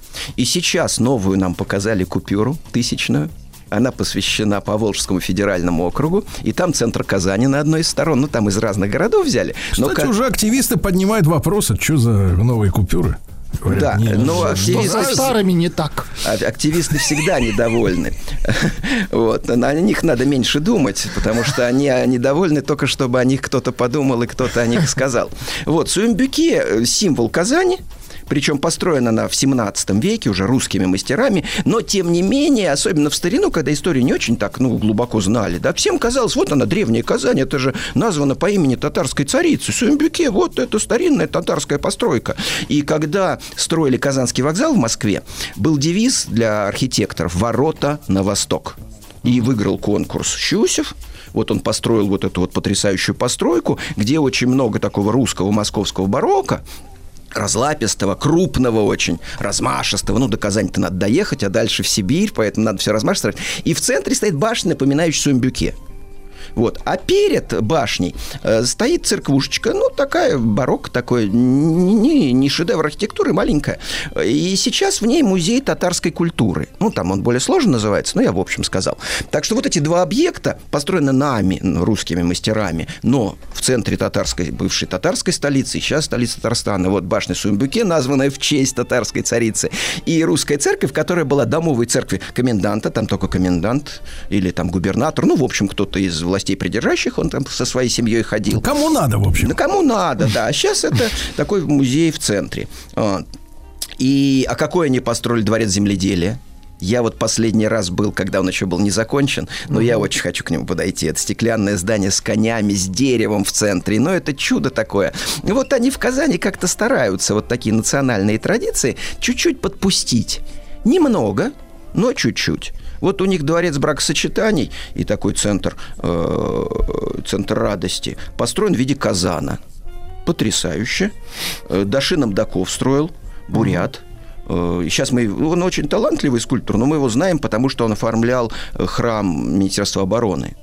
и сейчас новую нам показали купюру, тысячную. Она посвящена Поволжскому федеральному округу, и там центр Казани на одной из сторон. Ну, там из разных городов взяли. Кстати, но... уже активисты поднимают вопрос, что за новые купюры. Говорят, да, не, но активисты... Со старыми не так. Активисты всегда недовольны. Вот. На них надо меньше думать, потому что они недовольны только, чтобы о них кто-то подумал и кто-то о них сказал. Вот, Суюмбюке – символ Казани. Причем построена она в семнадцатом веке уже русскими мастерами, но, тем не менее, особенно в старину, когда историю не очень так, ну, глубоко знали, да, всем казалось, вот она, древняя Казань, это же названа по имени татарской царицы, Суюмбюке, вот это старинная татарская постройка. И когда строили Казанский вокзал в Москве, был девиз для архитекторов «Ворота на восток». И выиграл конкурс Щусев. Вот он построил вот эту вот потрясающую постройку, где очень много такого русского московского барокко, разлапистого, крупного очень, размашистого. Ну, до Казани-то надо доехать, а дальше в Сибирь, поэтому надо все размашисто. И в центре стоит башня, напоминающая Суюмбюке. Вот. А перед башней э, стоит церквушечка, ну, такая барокко, такой, не, не шедевр архитектуры, маленькая. И сейчас в ней музей татарской культуры. Ну, там он более сложно называется, но я в общем сказал. Так что вот эти два объекта построены нами, русскими мастерами, но в центре татарской, бывшей татарской столицы, сейчас столица Татарстана, вот башня Суюмбюке, названная в честь татарской царицы, и русская церковь, которая была домовой церковью коменданта, там только комендант или там губернатор, ну, в общем, кто-то из властей придержащих, он там со своей семьей ходил. Ну, кому надо, в общем. Да кому надо, да. А сейчас это такой музей в центре. И, а какой они построили дворец земледелия? Я вот последний раз был, когда он еще был не закончен, но mm-hmm. я очень хочу к нему подойти. Это стеклянное здание с конями, с деревом в центре. Но это чудо такое. Вот они в Казани как-то стараются вот такие национальные традиции чуть-чуть подпустить. Немного, но чуть-чуть. Вот у них дворец бракосочетаний и такой центр, э, центр радости построен в виде казана. Потрясающе. Дашин Амдаков строил, бурят. Uh-huh. Сейчас мы... Он очень талантливый скульптор, но мы его знаем, потому что он оформлял храм Министерства обороны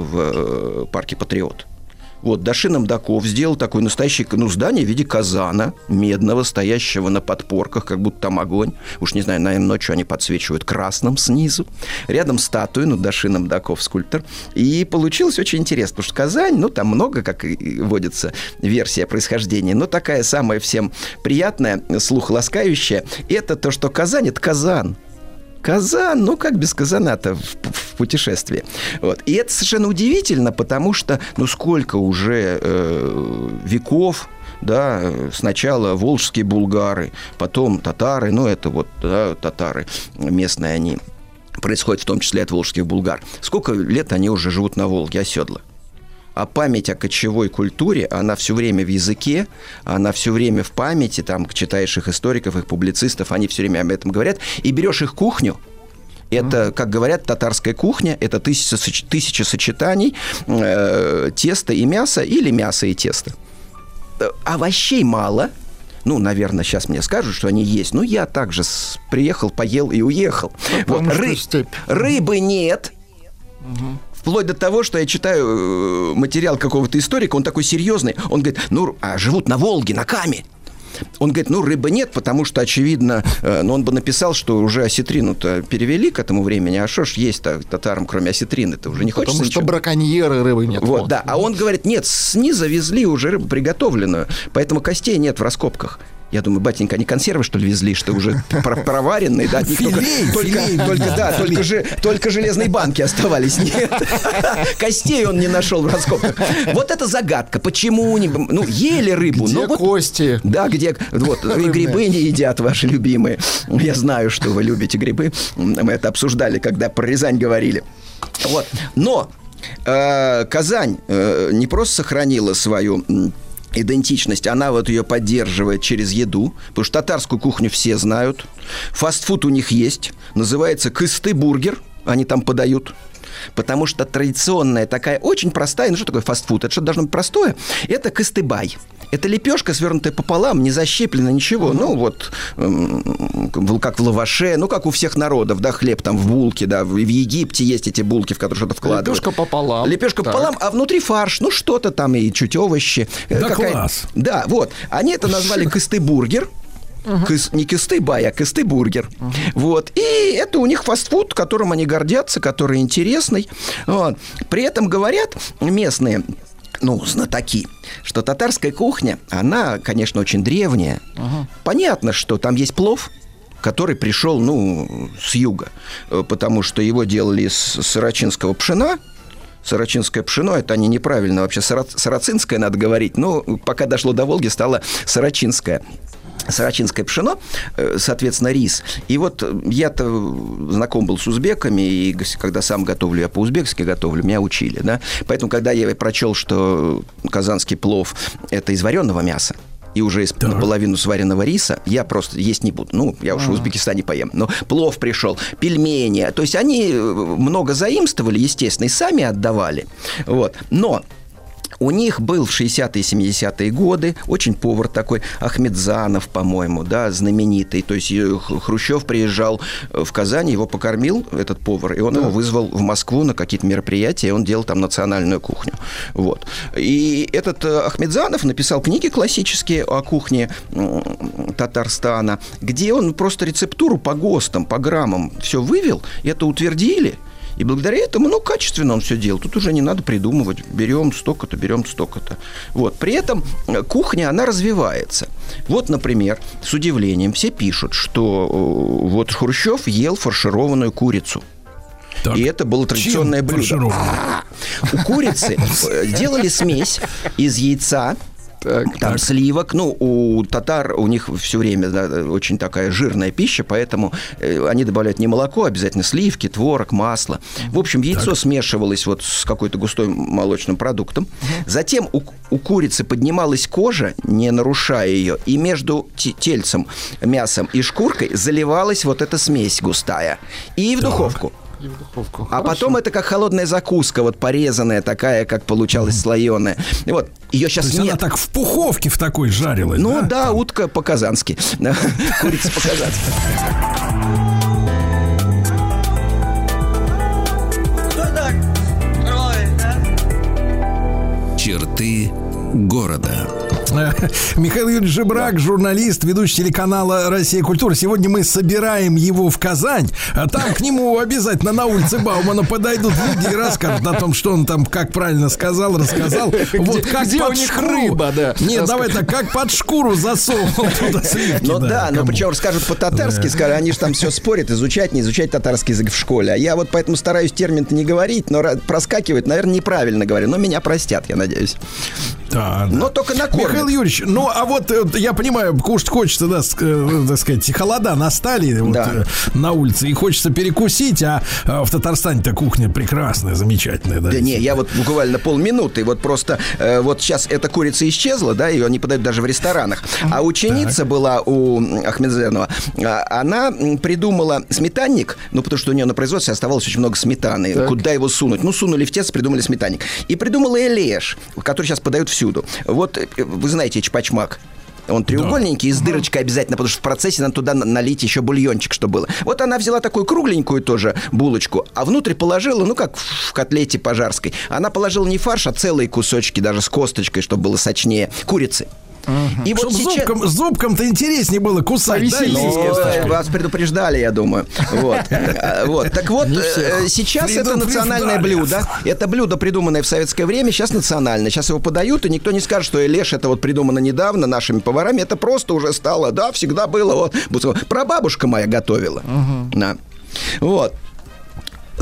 в парке «Патриот». Вот, Дашин Амдаков сделал такое настоящее, ну, здание в виде казана медного, стоящего на подпорках, как будто там огонь. Уж не знаю, наверное, ночью они подсвечивают красным снизу. Рядом статуя, ну, Дашин Амдаков, скульптор. И получилось очень интересно, потому что Казань, ну, там много, как и водится, версия происхождения, но такая самая всем приятная, слух ласкающая, это то, что Казань – это Казан. Казан, ну как без казана-то в, в путешествии. Вот. И это совершенно удивительно, потому что, ну сколько уже э, веков, да, сначала волжские булгары, потом татары, ну это вот, да, татары местные, они происходят в том числе от волжских булгар. Сколько лет они уже живут на Волге, оседло? А память о кочевой культуре, она все время в языке, она все время в памяти, там, читаешь их историков, их публицистов, они все время об этом говорят, и берешь их кухню, это, как говорят, татарская кухня, это тысяча, тысяча сочетаний э, теста и мяса или мяса и теста. Овощей мало. Ну, наверное, сейчас мне скажут, что они есть. Ну, я также с... приехал, поел и уехал. Вот. Ры... Рыбы нет. Угу. Вплоть до того, что я читаю материал какого-то историка, он такой серьезный. Он говорит, ну, а живут на Волге, на Каме. Он говорит, ну, рыбы нет, потому что, очевидно, э, ну, он бы написал, что уже осетрину-то перевели к этому времени, а что ж есть-то татарам, кроме осетрины-то уже не потому хочется Потому что ничего. Браконьеры рыбы нет. Вот, вот, да. А он говорит, нет, снизу везли уже рыбу приготовленную, поэтому костей нет в раскопках. Я думаю, батенька, они консервы, что ли, везли, что уже проваренные, да? Только, только, только, да, только, же, только железные банки оставались. Нет. Костей он не нашел в раскопках. Вот это загадка. Почему? Не, ну, ели рыбу. Где но кости? Вот, да, где... Вот, и грибы не едят ваши любимые. Я знаю, что вы любите грибы. Мы это обсуждали, когда про Рязань говорили. Вот. Но э, Казань э, не просто сохранила свою... идентичность, она вот ее поддерживает через еду, потому что татарскую кухню все знают. Фастфуд у них есть, называется кысты-бургер, они там подают. Потому что традиционная такая, очень простая, ну что такое фастфуд? Это что-то должно быть простое. Это кыстыбай. Это лепешка, свернутая пополам, не защеплена, ничего. Uh-huh. Ну, вот, э, как в лаваше, ну, как у всех народов, да, хлеб там в булке, да, в Египте есть эти булки, в которые что-то вкладывают. Лепешка пополам. Лепешка так. пополам, а внутри фарш, ну, что-то там, и чуть овощи. Да, класс. Да, вот. Они это назвали кысты-бургер. Uh-huh. Кыс, не кысты-бай, а кысты-бургер. Uh-huh. Вот. И это у них фастфуд, которым они гордятся, который интересный. Вот. При этом говорят местные, ну, знатоки, что татарская кухня, она, конечно, очень древняя. Uh-huh. Понятно, что там есть плов, который пришел, ну, с юга, потому что его делали из сарачинского пшена. Сарачинское пшено, это они неправильно, вообще сарацинское надо говорить, но пока дошло до Волги, стало сарачинское. Сарачинское пшено, соответственно, рис. И вот я-то знаком был с узбеками, и когда сам готовлю, я по-узбекски готовлю, меня учили, да. Поэтому, когда я прочел, что казанский плов – это из вареного мяса, и уже из да. наполовину сваренного риса, я просто есть не буду. Ну, я уж А-а-а. в Узбекистане поем. Но плов пришел, пельмени. То есть они много заимствовали, естественно, и сами отдавали. Вот. Но у них был в шестидесятые и семидесятые годы очень повар такой, Ахмедзанов, по-моему, да, знаменитый. То есть Хрущев приезжал в Казань, его покормил, этот повар, и он да. его вызвал в Москву на какие-то мероприятия, и он делал там национальную кухню. Вот. И этот Ахмедзанов написал книги классические о кухне Татарстана, где он просто рецептуру по ГОСТам, по граммам все вывел, и это утвердили. И благодаря этому, ну, качественно он все делал. Тут уже не надо придумывать. Берем столько-то, берем столько-то. Вот. При этом кухня, она развивается. Вот, например, с удивлением все пишут, что вот Хрущев ел фаршированную курицу. Так. И это было традиционное Чем блюдо. У курицы делали смесь из яйца, Так, там так. сливок, ну, у татар, у них все время да, очень такая жирная пища, поэтому э, они добавляют не молоко, а обязательно сливки, творог, масло. В общем, яйцо так. смешивалось вот с какой-то густой молочным продуктом. Угу. Затем у, у курицы поднималась кожа, не нарушая ее, и между т- тельцем, мясом и шкуркой заливалась вот эта смесь густая. И в так. духовку. И в духовку. А Хорошо. Потом это как холодная закуска, вот порезанная такая, как получалась mm. слоеная. И вот ее сейчас То есть нет. Она так в пуховке в такой жарилась. Ну да, да там? Утка по-казански, курица по-казански. Черты города. Михаил Юрьевич Жебрак, да. журналист, ведущий телеканала «Россия. Культура». Сегодня мы собираем его в Казань, а там к нему обязательно на улице Баумана подойдут люди и расскажут о том, что он там, как правильно сказал, рассказал. Вот где, как где под у них шкуру. Рыба, да. Нет, давай так, как под шкуру засовывал туда сливки. Ну да, но причем расскажут по-татарски, скажут, они же там все спорят, изучать, не изучать татарский язык в школе. А я вот поэтому стараюсь термин-то не говорить, но проскакивать, наверное, неправильно говорю. Но меня простят, я надеюсь. Да, но да. только накормят. Михаил Юрьевич, ну, а вот я понимаю, кушать хочется, да, так сказать, холода настали да. вот, на улице, и хочется перекусить, а в Татарстане-то кухня прекрасная, замечательная. Да, да не, я вот буквально полминуты, вот просто, вот сейчас эта курица исчезла, да, ее не подают даже в ресторанах, а ученица так. была у Ахмедзянова, она придумала сметанник, ну, потому что у нее на производстве оставалось очень много сметаны, так. куда его сунуть? Ну, сунули в тесто, придумали сметанник. И придумала элеш, который сейчас подают всюду. Вот, вы знаете, чпачмак. Он треугольненький, да. и с дырочкой обязательно, потому что в процессе надо туда налить еще бульончик, что было. Вот она взяла такую кругленькую тоже булочку, а внутрь положила, ну, как в котлете пожарской, она положила не фарш, а целые кусочки, даже с косточкой, чтобы было сочнее, курицы. Uh-huh. И вот сейчас... зубком, зубком-то интереснее было кусать, да? Ну, вас предупреждали, я думаю. Вот. Вот. Так вот, сейчас это национальное блюдо. Это блюдо, придуманное в советское время, сейчас национальное. Сейчас его подают, и никто не скажет, что элеш это вот придумано недавно нашими поварами. Это просто уже стало, да, всегда было. Вот. Прабабушка моя готовила. Uh-huh. Да. Вот.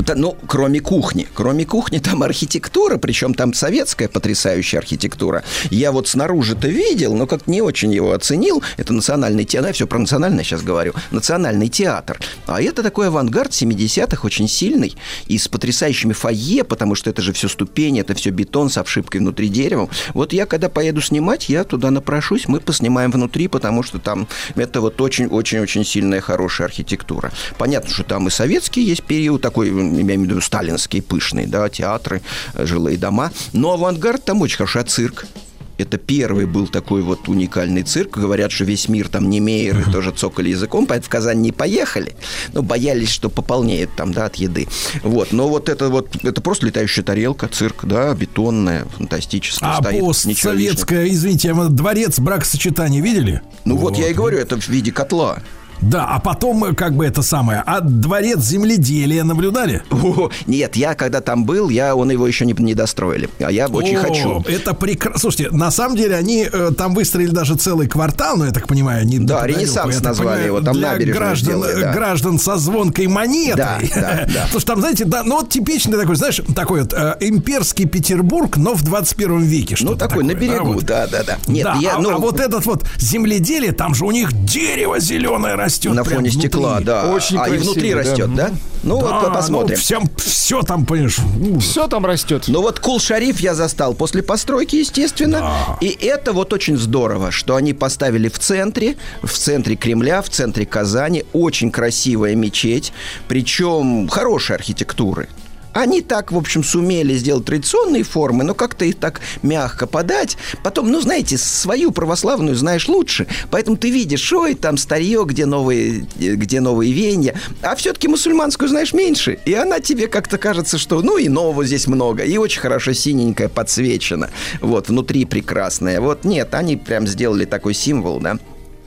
Да, ну, кроме кухни. Кроме кухни там архитектура, причем там советская потрясающая архитектура. Я вот снаружи-то видел, но как не очень его оценил. Это национальный театр. Я все про национальное сейчас говорю. Национальный театр. А это такой авангард семидесятых, очень сильный. И с потрясающими фойе, потому что это же все ступени, это все бетон с обшивкой внутри деревом. Вот я, когда поеду снимать, я туда напрошусь, мы поснимаем внутри, потому что там это вот очень-очень-очень сильная, хорошая архитектура. Понятно, что там и советский есть период, такой, я имею в виду, сталинский, пышный, да, театры, жилые дома. Но авангард там очень хороший, а цирк? Это первый был такой вот уникальный цирк. Говорят, что весь мир там немееры uh-huh. тоже цокали языком, поэтому в Казань не поехали. Но боялись, что пополнеет там, да, от еды. Вот. Но вот это вот, это просто летающая тарелка, цирк, да, бетонная, фантастическая. А постсоветская, извините, дворец бракосочетания видели? Ну вот, вот я и говорю, это в виде котла. Да, а потом, как бы это самое, а дворец земледелия наблюдали? О, нет, я когда там был, я, он его еще не, не достроили, а я очень О, хочу. Это прекрасно. Слушайте, на самом деле они э, там выстроили даже целый квартал, ну, я так понимаю, не да, Ренессанс назвали понимаю, его, там набережную граждан, сделали, да. граждан со звонкой монетой. Да, да, да. Потому что там, знаете, да, ну вот типичный такой, знаешь, такой вот э, имперский Петербург, но в двадцать первом веке. Ну, такой, такое, на берегу, да, да, да. да. Нет, да я, а, ну... а вот этот вот земледелие, там же у них дерево зеленое растет. На фоне внутри. Стекла, да. Очень а красиво, и внутри да. растет, да? Ну, да, вот посмотрим. Ну, все, все там, понимаешь, все там растет. Ну, вот Кул-Шариф я застал после постройки, естественно. Да. И это вот очень здорово, что они поставили в центре, в центре Кремля, в центре Казани. Очень красивая мечеть, причем хорошей архитектуры. Они так, в общем, сумели сделать традиционные формы, но как-то их так мягко подать. Потом, ну, знаете, свою православную знаешь лучше. Поэтому ты видишь, ой, там старье, где новые, где новые веяния. А все-таки мусульманскую знаешь меньше. И она тебе как-то кажется, что, ну, и нового здесь много. И очень хорошо синенькая подсвечена. Вот, внутри прекрасная. Вот, нет, они прям сделали такой символ, да.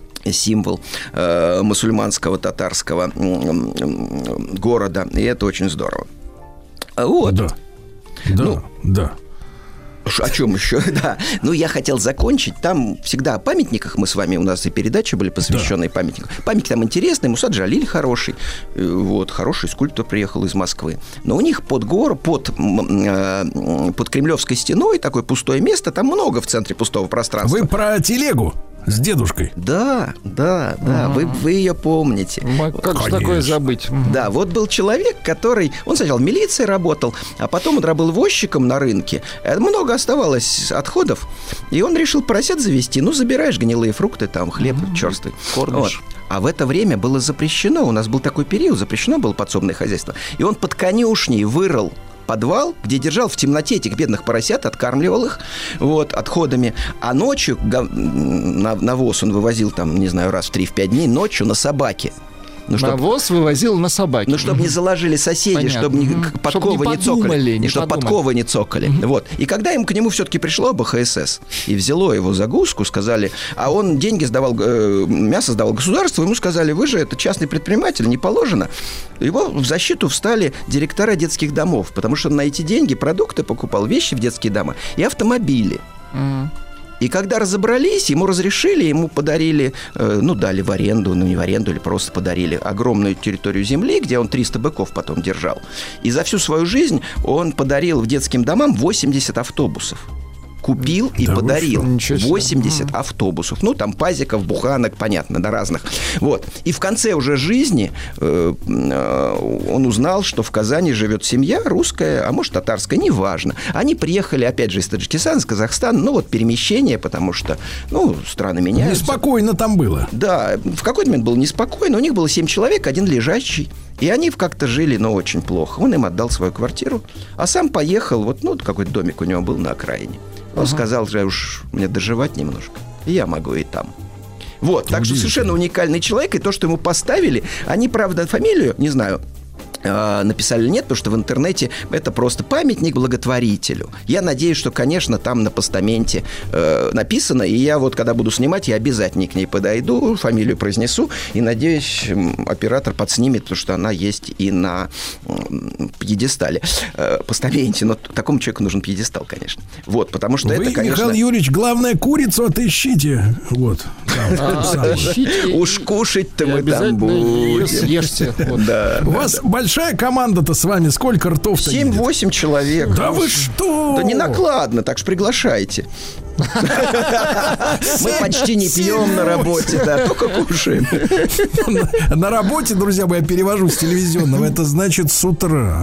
Символ э, мусульманского татарского э, города. И это очень здорово. Вот. Да, да, ну, да. О чем еще? Да. Ну, я хотел закончить. Там всегда о памятниках мы с вами, у нас и передачи были посвященные да. памятникам. Памятник там интересный, Мусад Джалиль хороший. Вот, хороший скульптор приехал из Москвы. Но у них под гор, под, под Кремлевской стеной такое пустое место. Там много в центре пустого пространства. Вы про телегу? С дедушкой. Да, да, да, а-а-а. вы, вы ее помните. Как же такое забыть? Да, вот был человек, который... Он сначала в милиции работал, а потом он работал возчиком на рынке. Много оставалось отходов, и он решил поросят завести. Ну, забираешь гнилые фрукты, там, хлеб mm-hmm. черствый. Вот. А в это время было запрещено, у нас был такой период, запрещено было подсобное хозяйство. И он под конюшней вырыл подвал, где держал в темноте этих бедных поросят, откармливал их вот, отходами. А ночью навоз он вывозил, там, не знаю, раз в три-пять дней, ночью на собаке. Ну, чтоб... Навоз вывозил на собаке. Ну, чтобы не заложили соседи, Понятно. чтобы не, подковы чтоб не, не цокали. Не чтобы подковы не цокали. Mm-hmm. Вот. И когда им к нему все-таки пришло бэ ха эс эс и взяло его за гуску, сказали, а он деньги сдавал, э, мясо сдавал государству, ему сказали, вы же это частный предприниматель, не положено. Его в защиту встали директора детских домов, потому что он на эти деньги продукты покупал, вещи в детские дома и автомобили. Mm-hmm. И когда разобрались, ему разрешили, ему подарили, э, ну, дали в аренду, ну, не в аренду, или просто подарили огромную территорию земли, где он триста быков потом держал. И за всю свою жизнь он подарил в детским домам восемьдесят автобусов. Купил и да подарил восемьдесят mm-hmm. автобусов. Ну, там пазиков, буханок, понятно, да, разных. Вот. И в конце уже жизни э, э, он узнал, что в Казани живет семья русская, а может, татарская, неважно. Они приехали, опять же, из Таджикистана, из Казахстана. Ну, вот перемещение, потому что, ну, страны меняются. Неспокойно там было. Да, в какой-то момент было неспокойно. У них было семь человек, один лежачий. И они как-то жили, но очень плохо. Он им отдал свою квартиру, а сам поехал, вот, ну, какой-то домик у него был на окраине. Он ага. сказал, что уж мне доживать немножко, и я могу и там. Вот, так что совершенно уникальный человек, и то, что ему поставили, они, правда, фамилию, не знаю, написали или нет, потому что в интернете это просто памятник благотворителю. Я надеюсь, что, конечно, там на постаменте э, написано, и я вот, когда буду снимать, я обязательно к ней подойду, фамилию произнесу, и, надеюсь, оператор подснимет, потому что она есть и на пьедестале, э, постаменте, но такому человеку нужен пьедестал, конечно. Вот, потому что Вы, это, конечно... Михаил Юрьевич, главное, курицу отыщите. Вот. Уж кушать-то мы там будем. Съешьте. Да. У вас большая команда-то с вами, сколько ртов-то? семь-восемь человек. Да вы что? Да не накладно, так что приглашайте. Мы почти не пьем на работе, да, только кушаем. На работе, друзья мои, я перевожу с телевизионного, это значит с утра.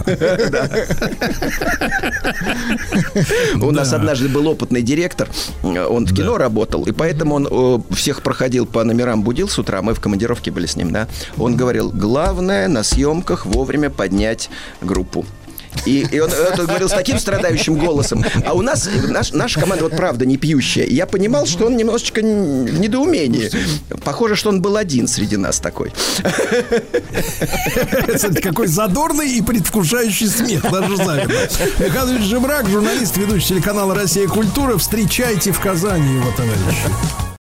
У нас однажды был опытный директор, он в кино работал, и поэтому он всех проходил по номерам, будил с утра, мы в командировке были с ним, да. Он говорил, главное на съемках вовремя поднять группу. И, и он это говорил с таким страдающим голосом. А у нас наш, наша команда вот правда не пьющая. И я понимал, что он немножечко в недоумении. Похоже, что он был один среди нас такой. Какой задорный и предвкушающий смех. Даже завидно. Михаил Жебрак, журналист, ведущий телеканала «Россия. Культура». Встречайте в Казани его, товарищи.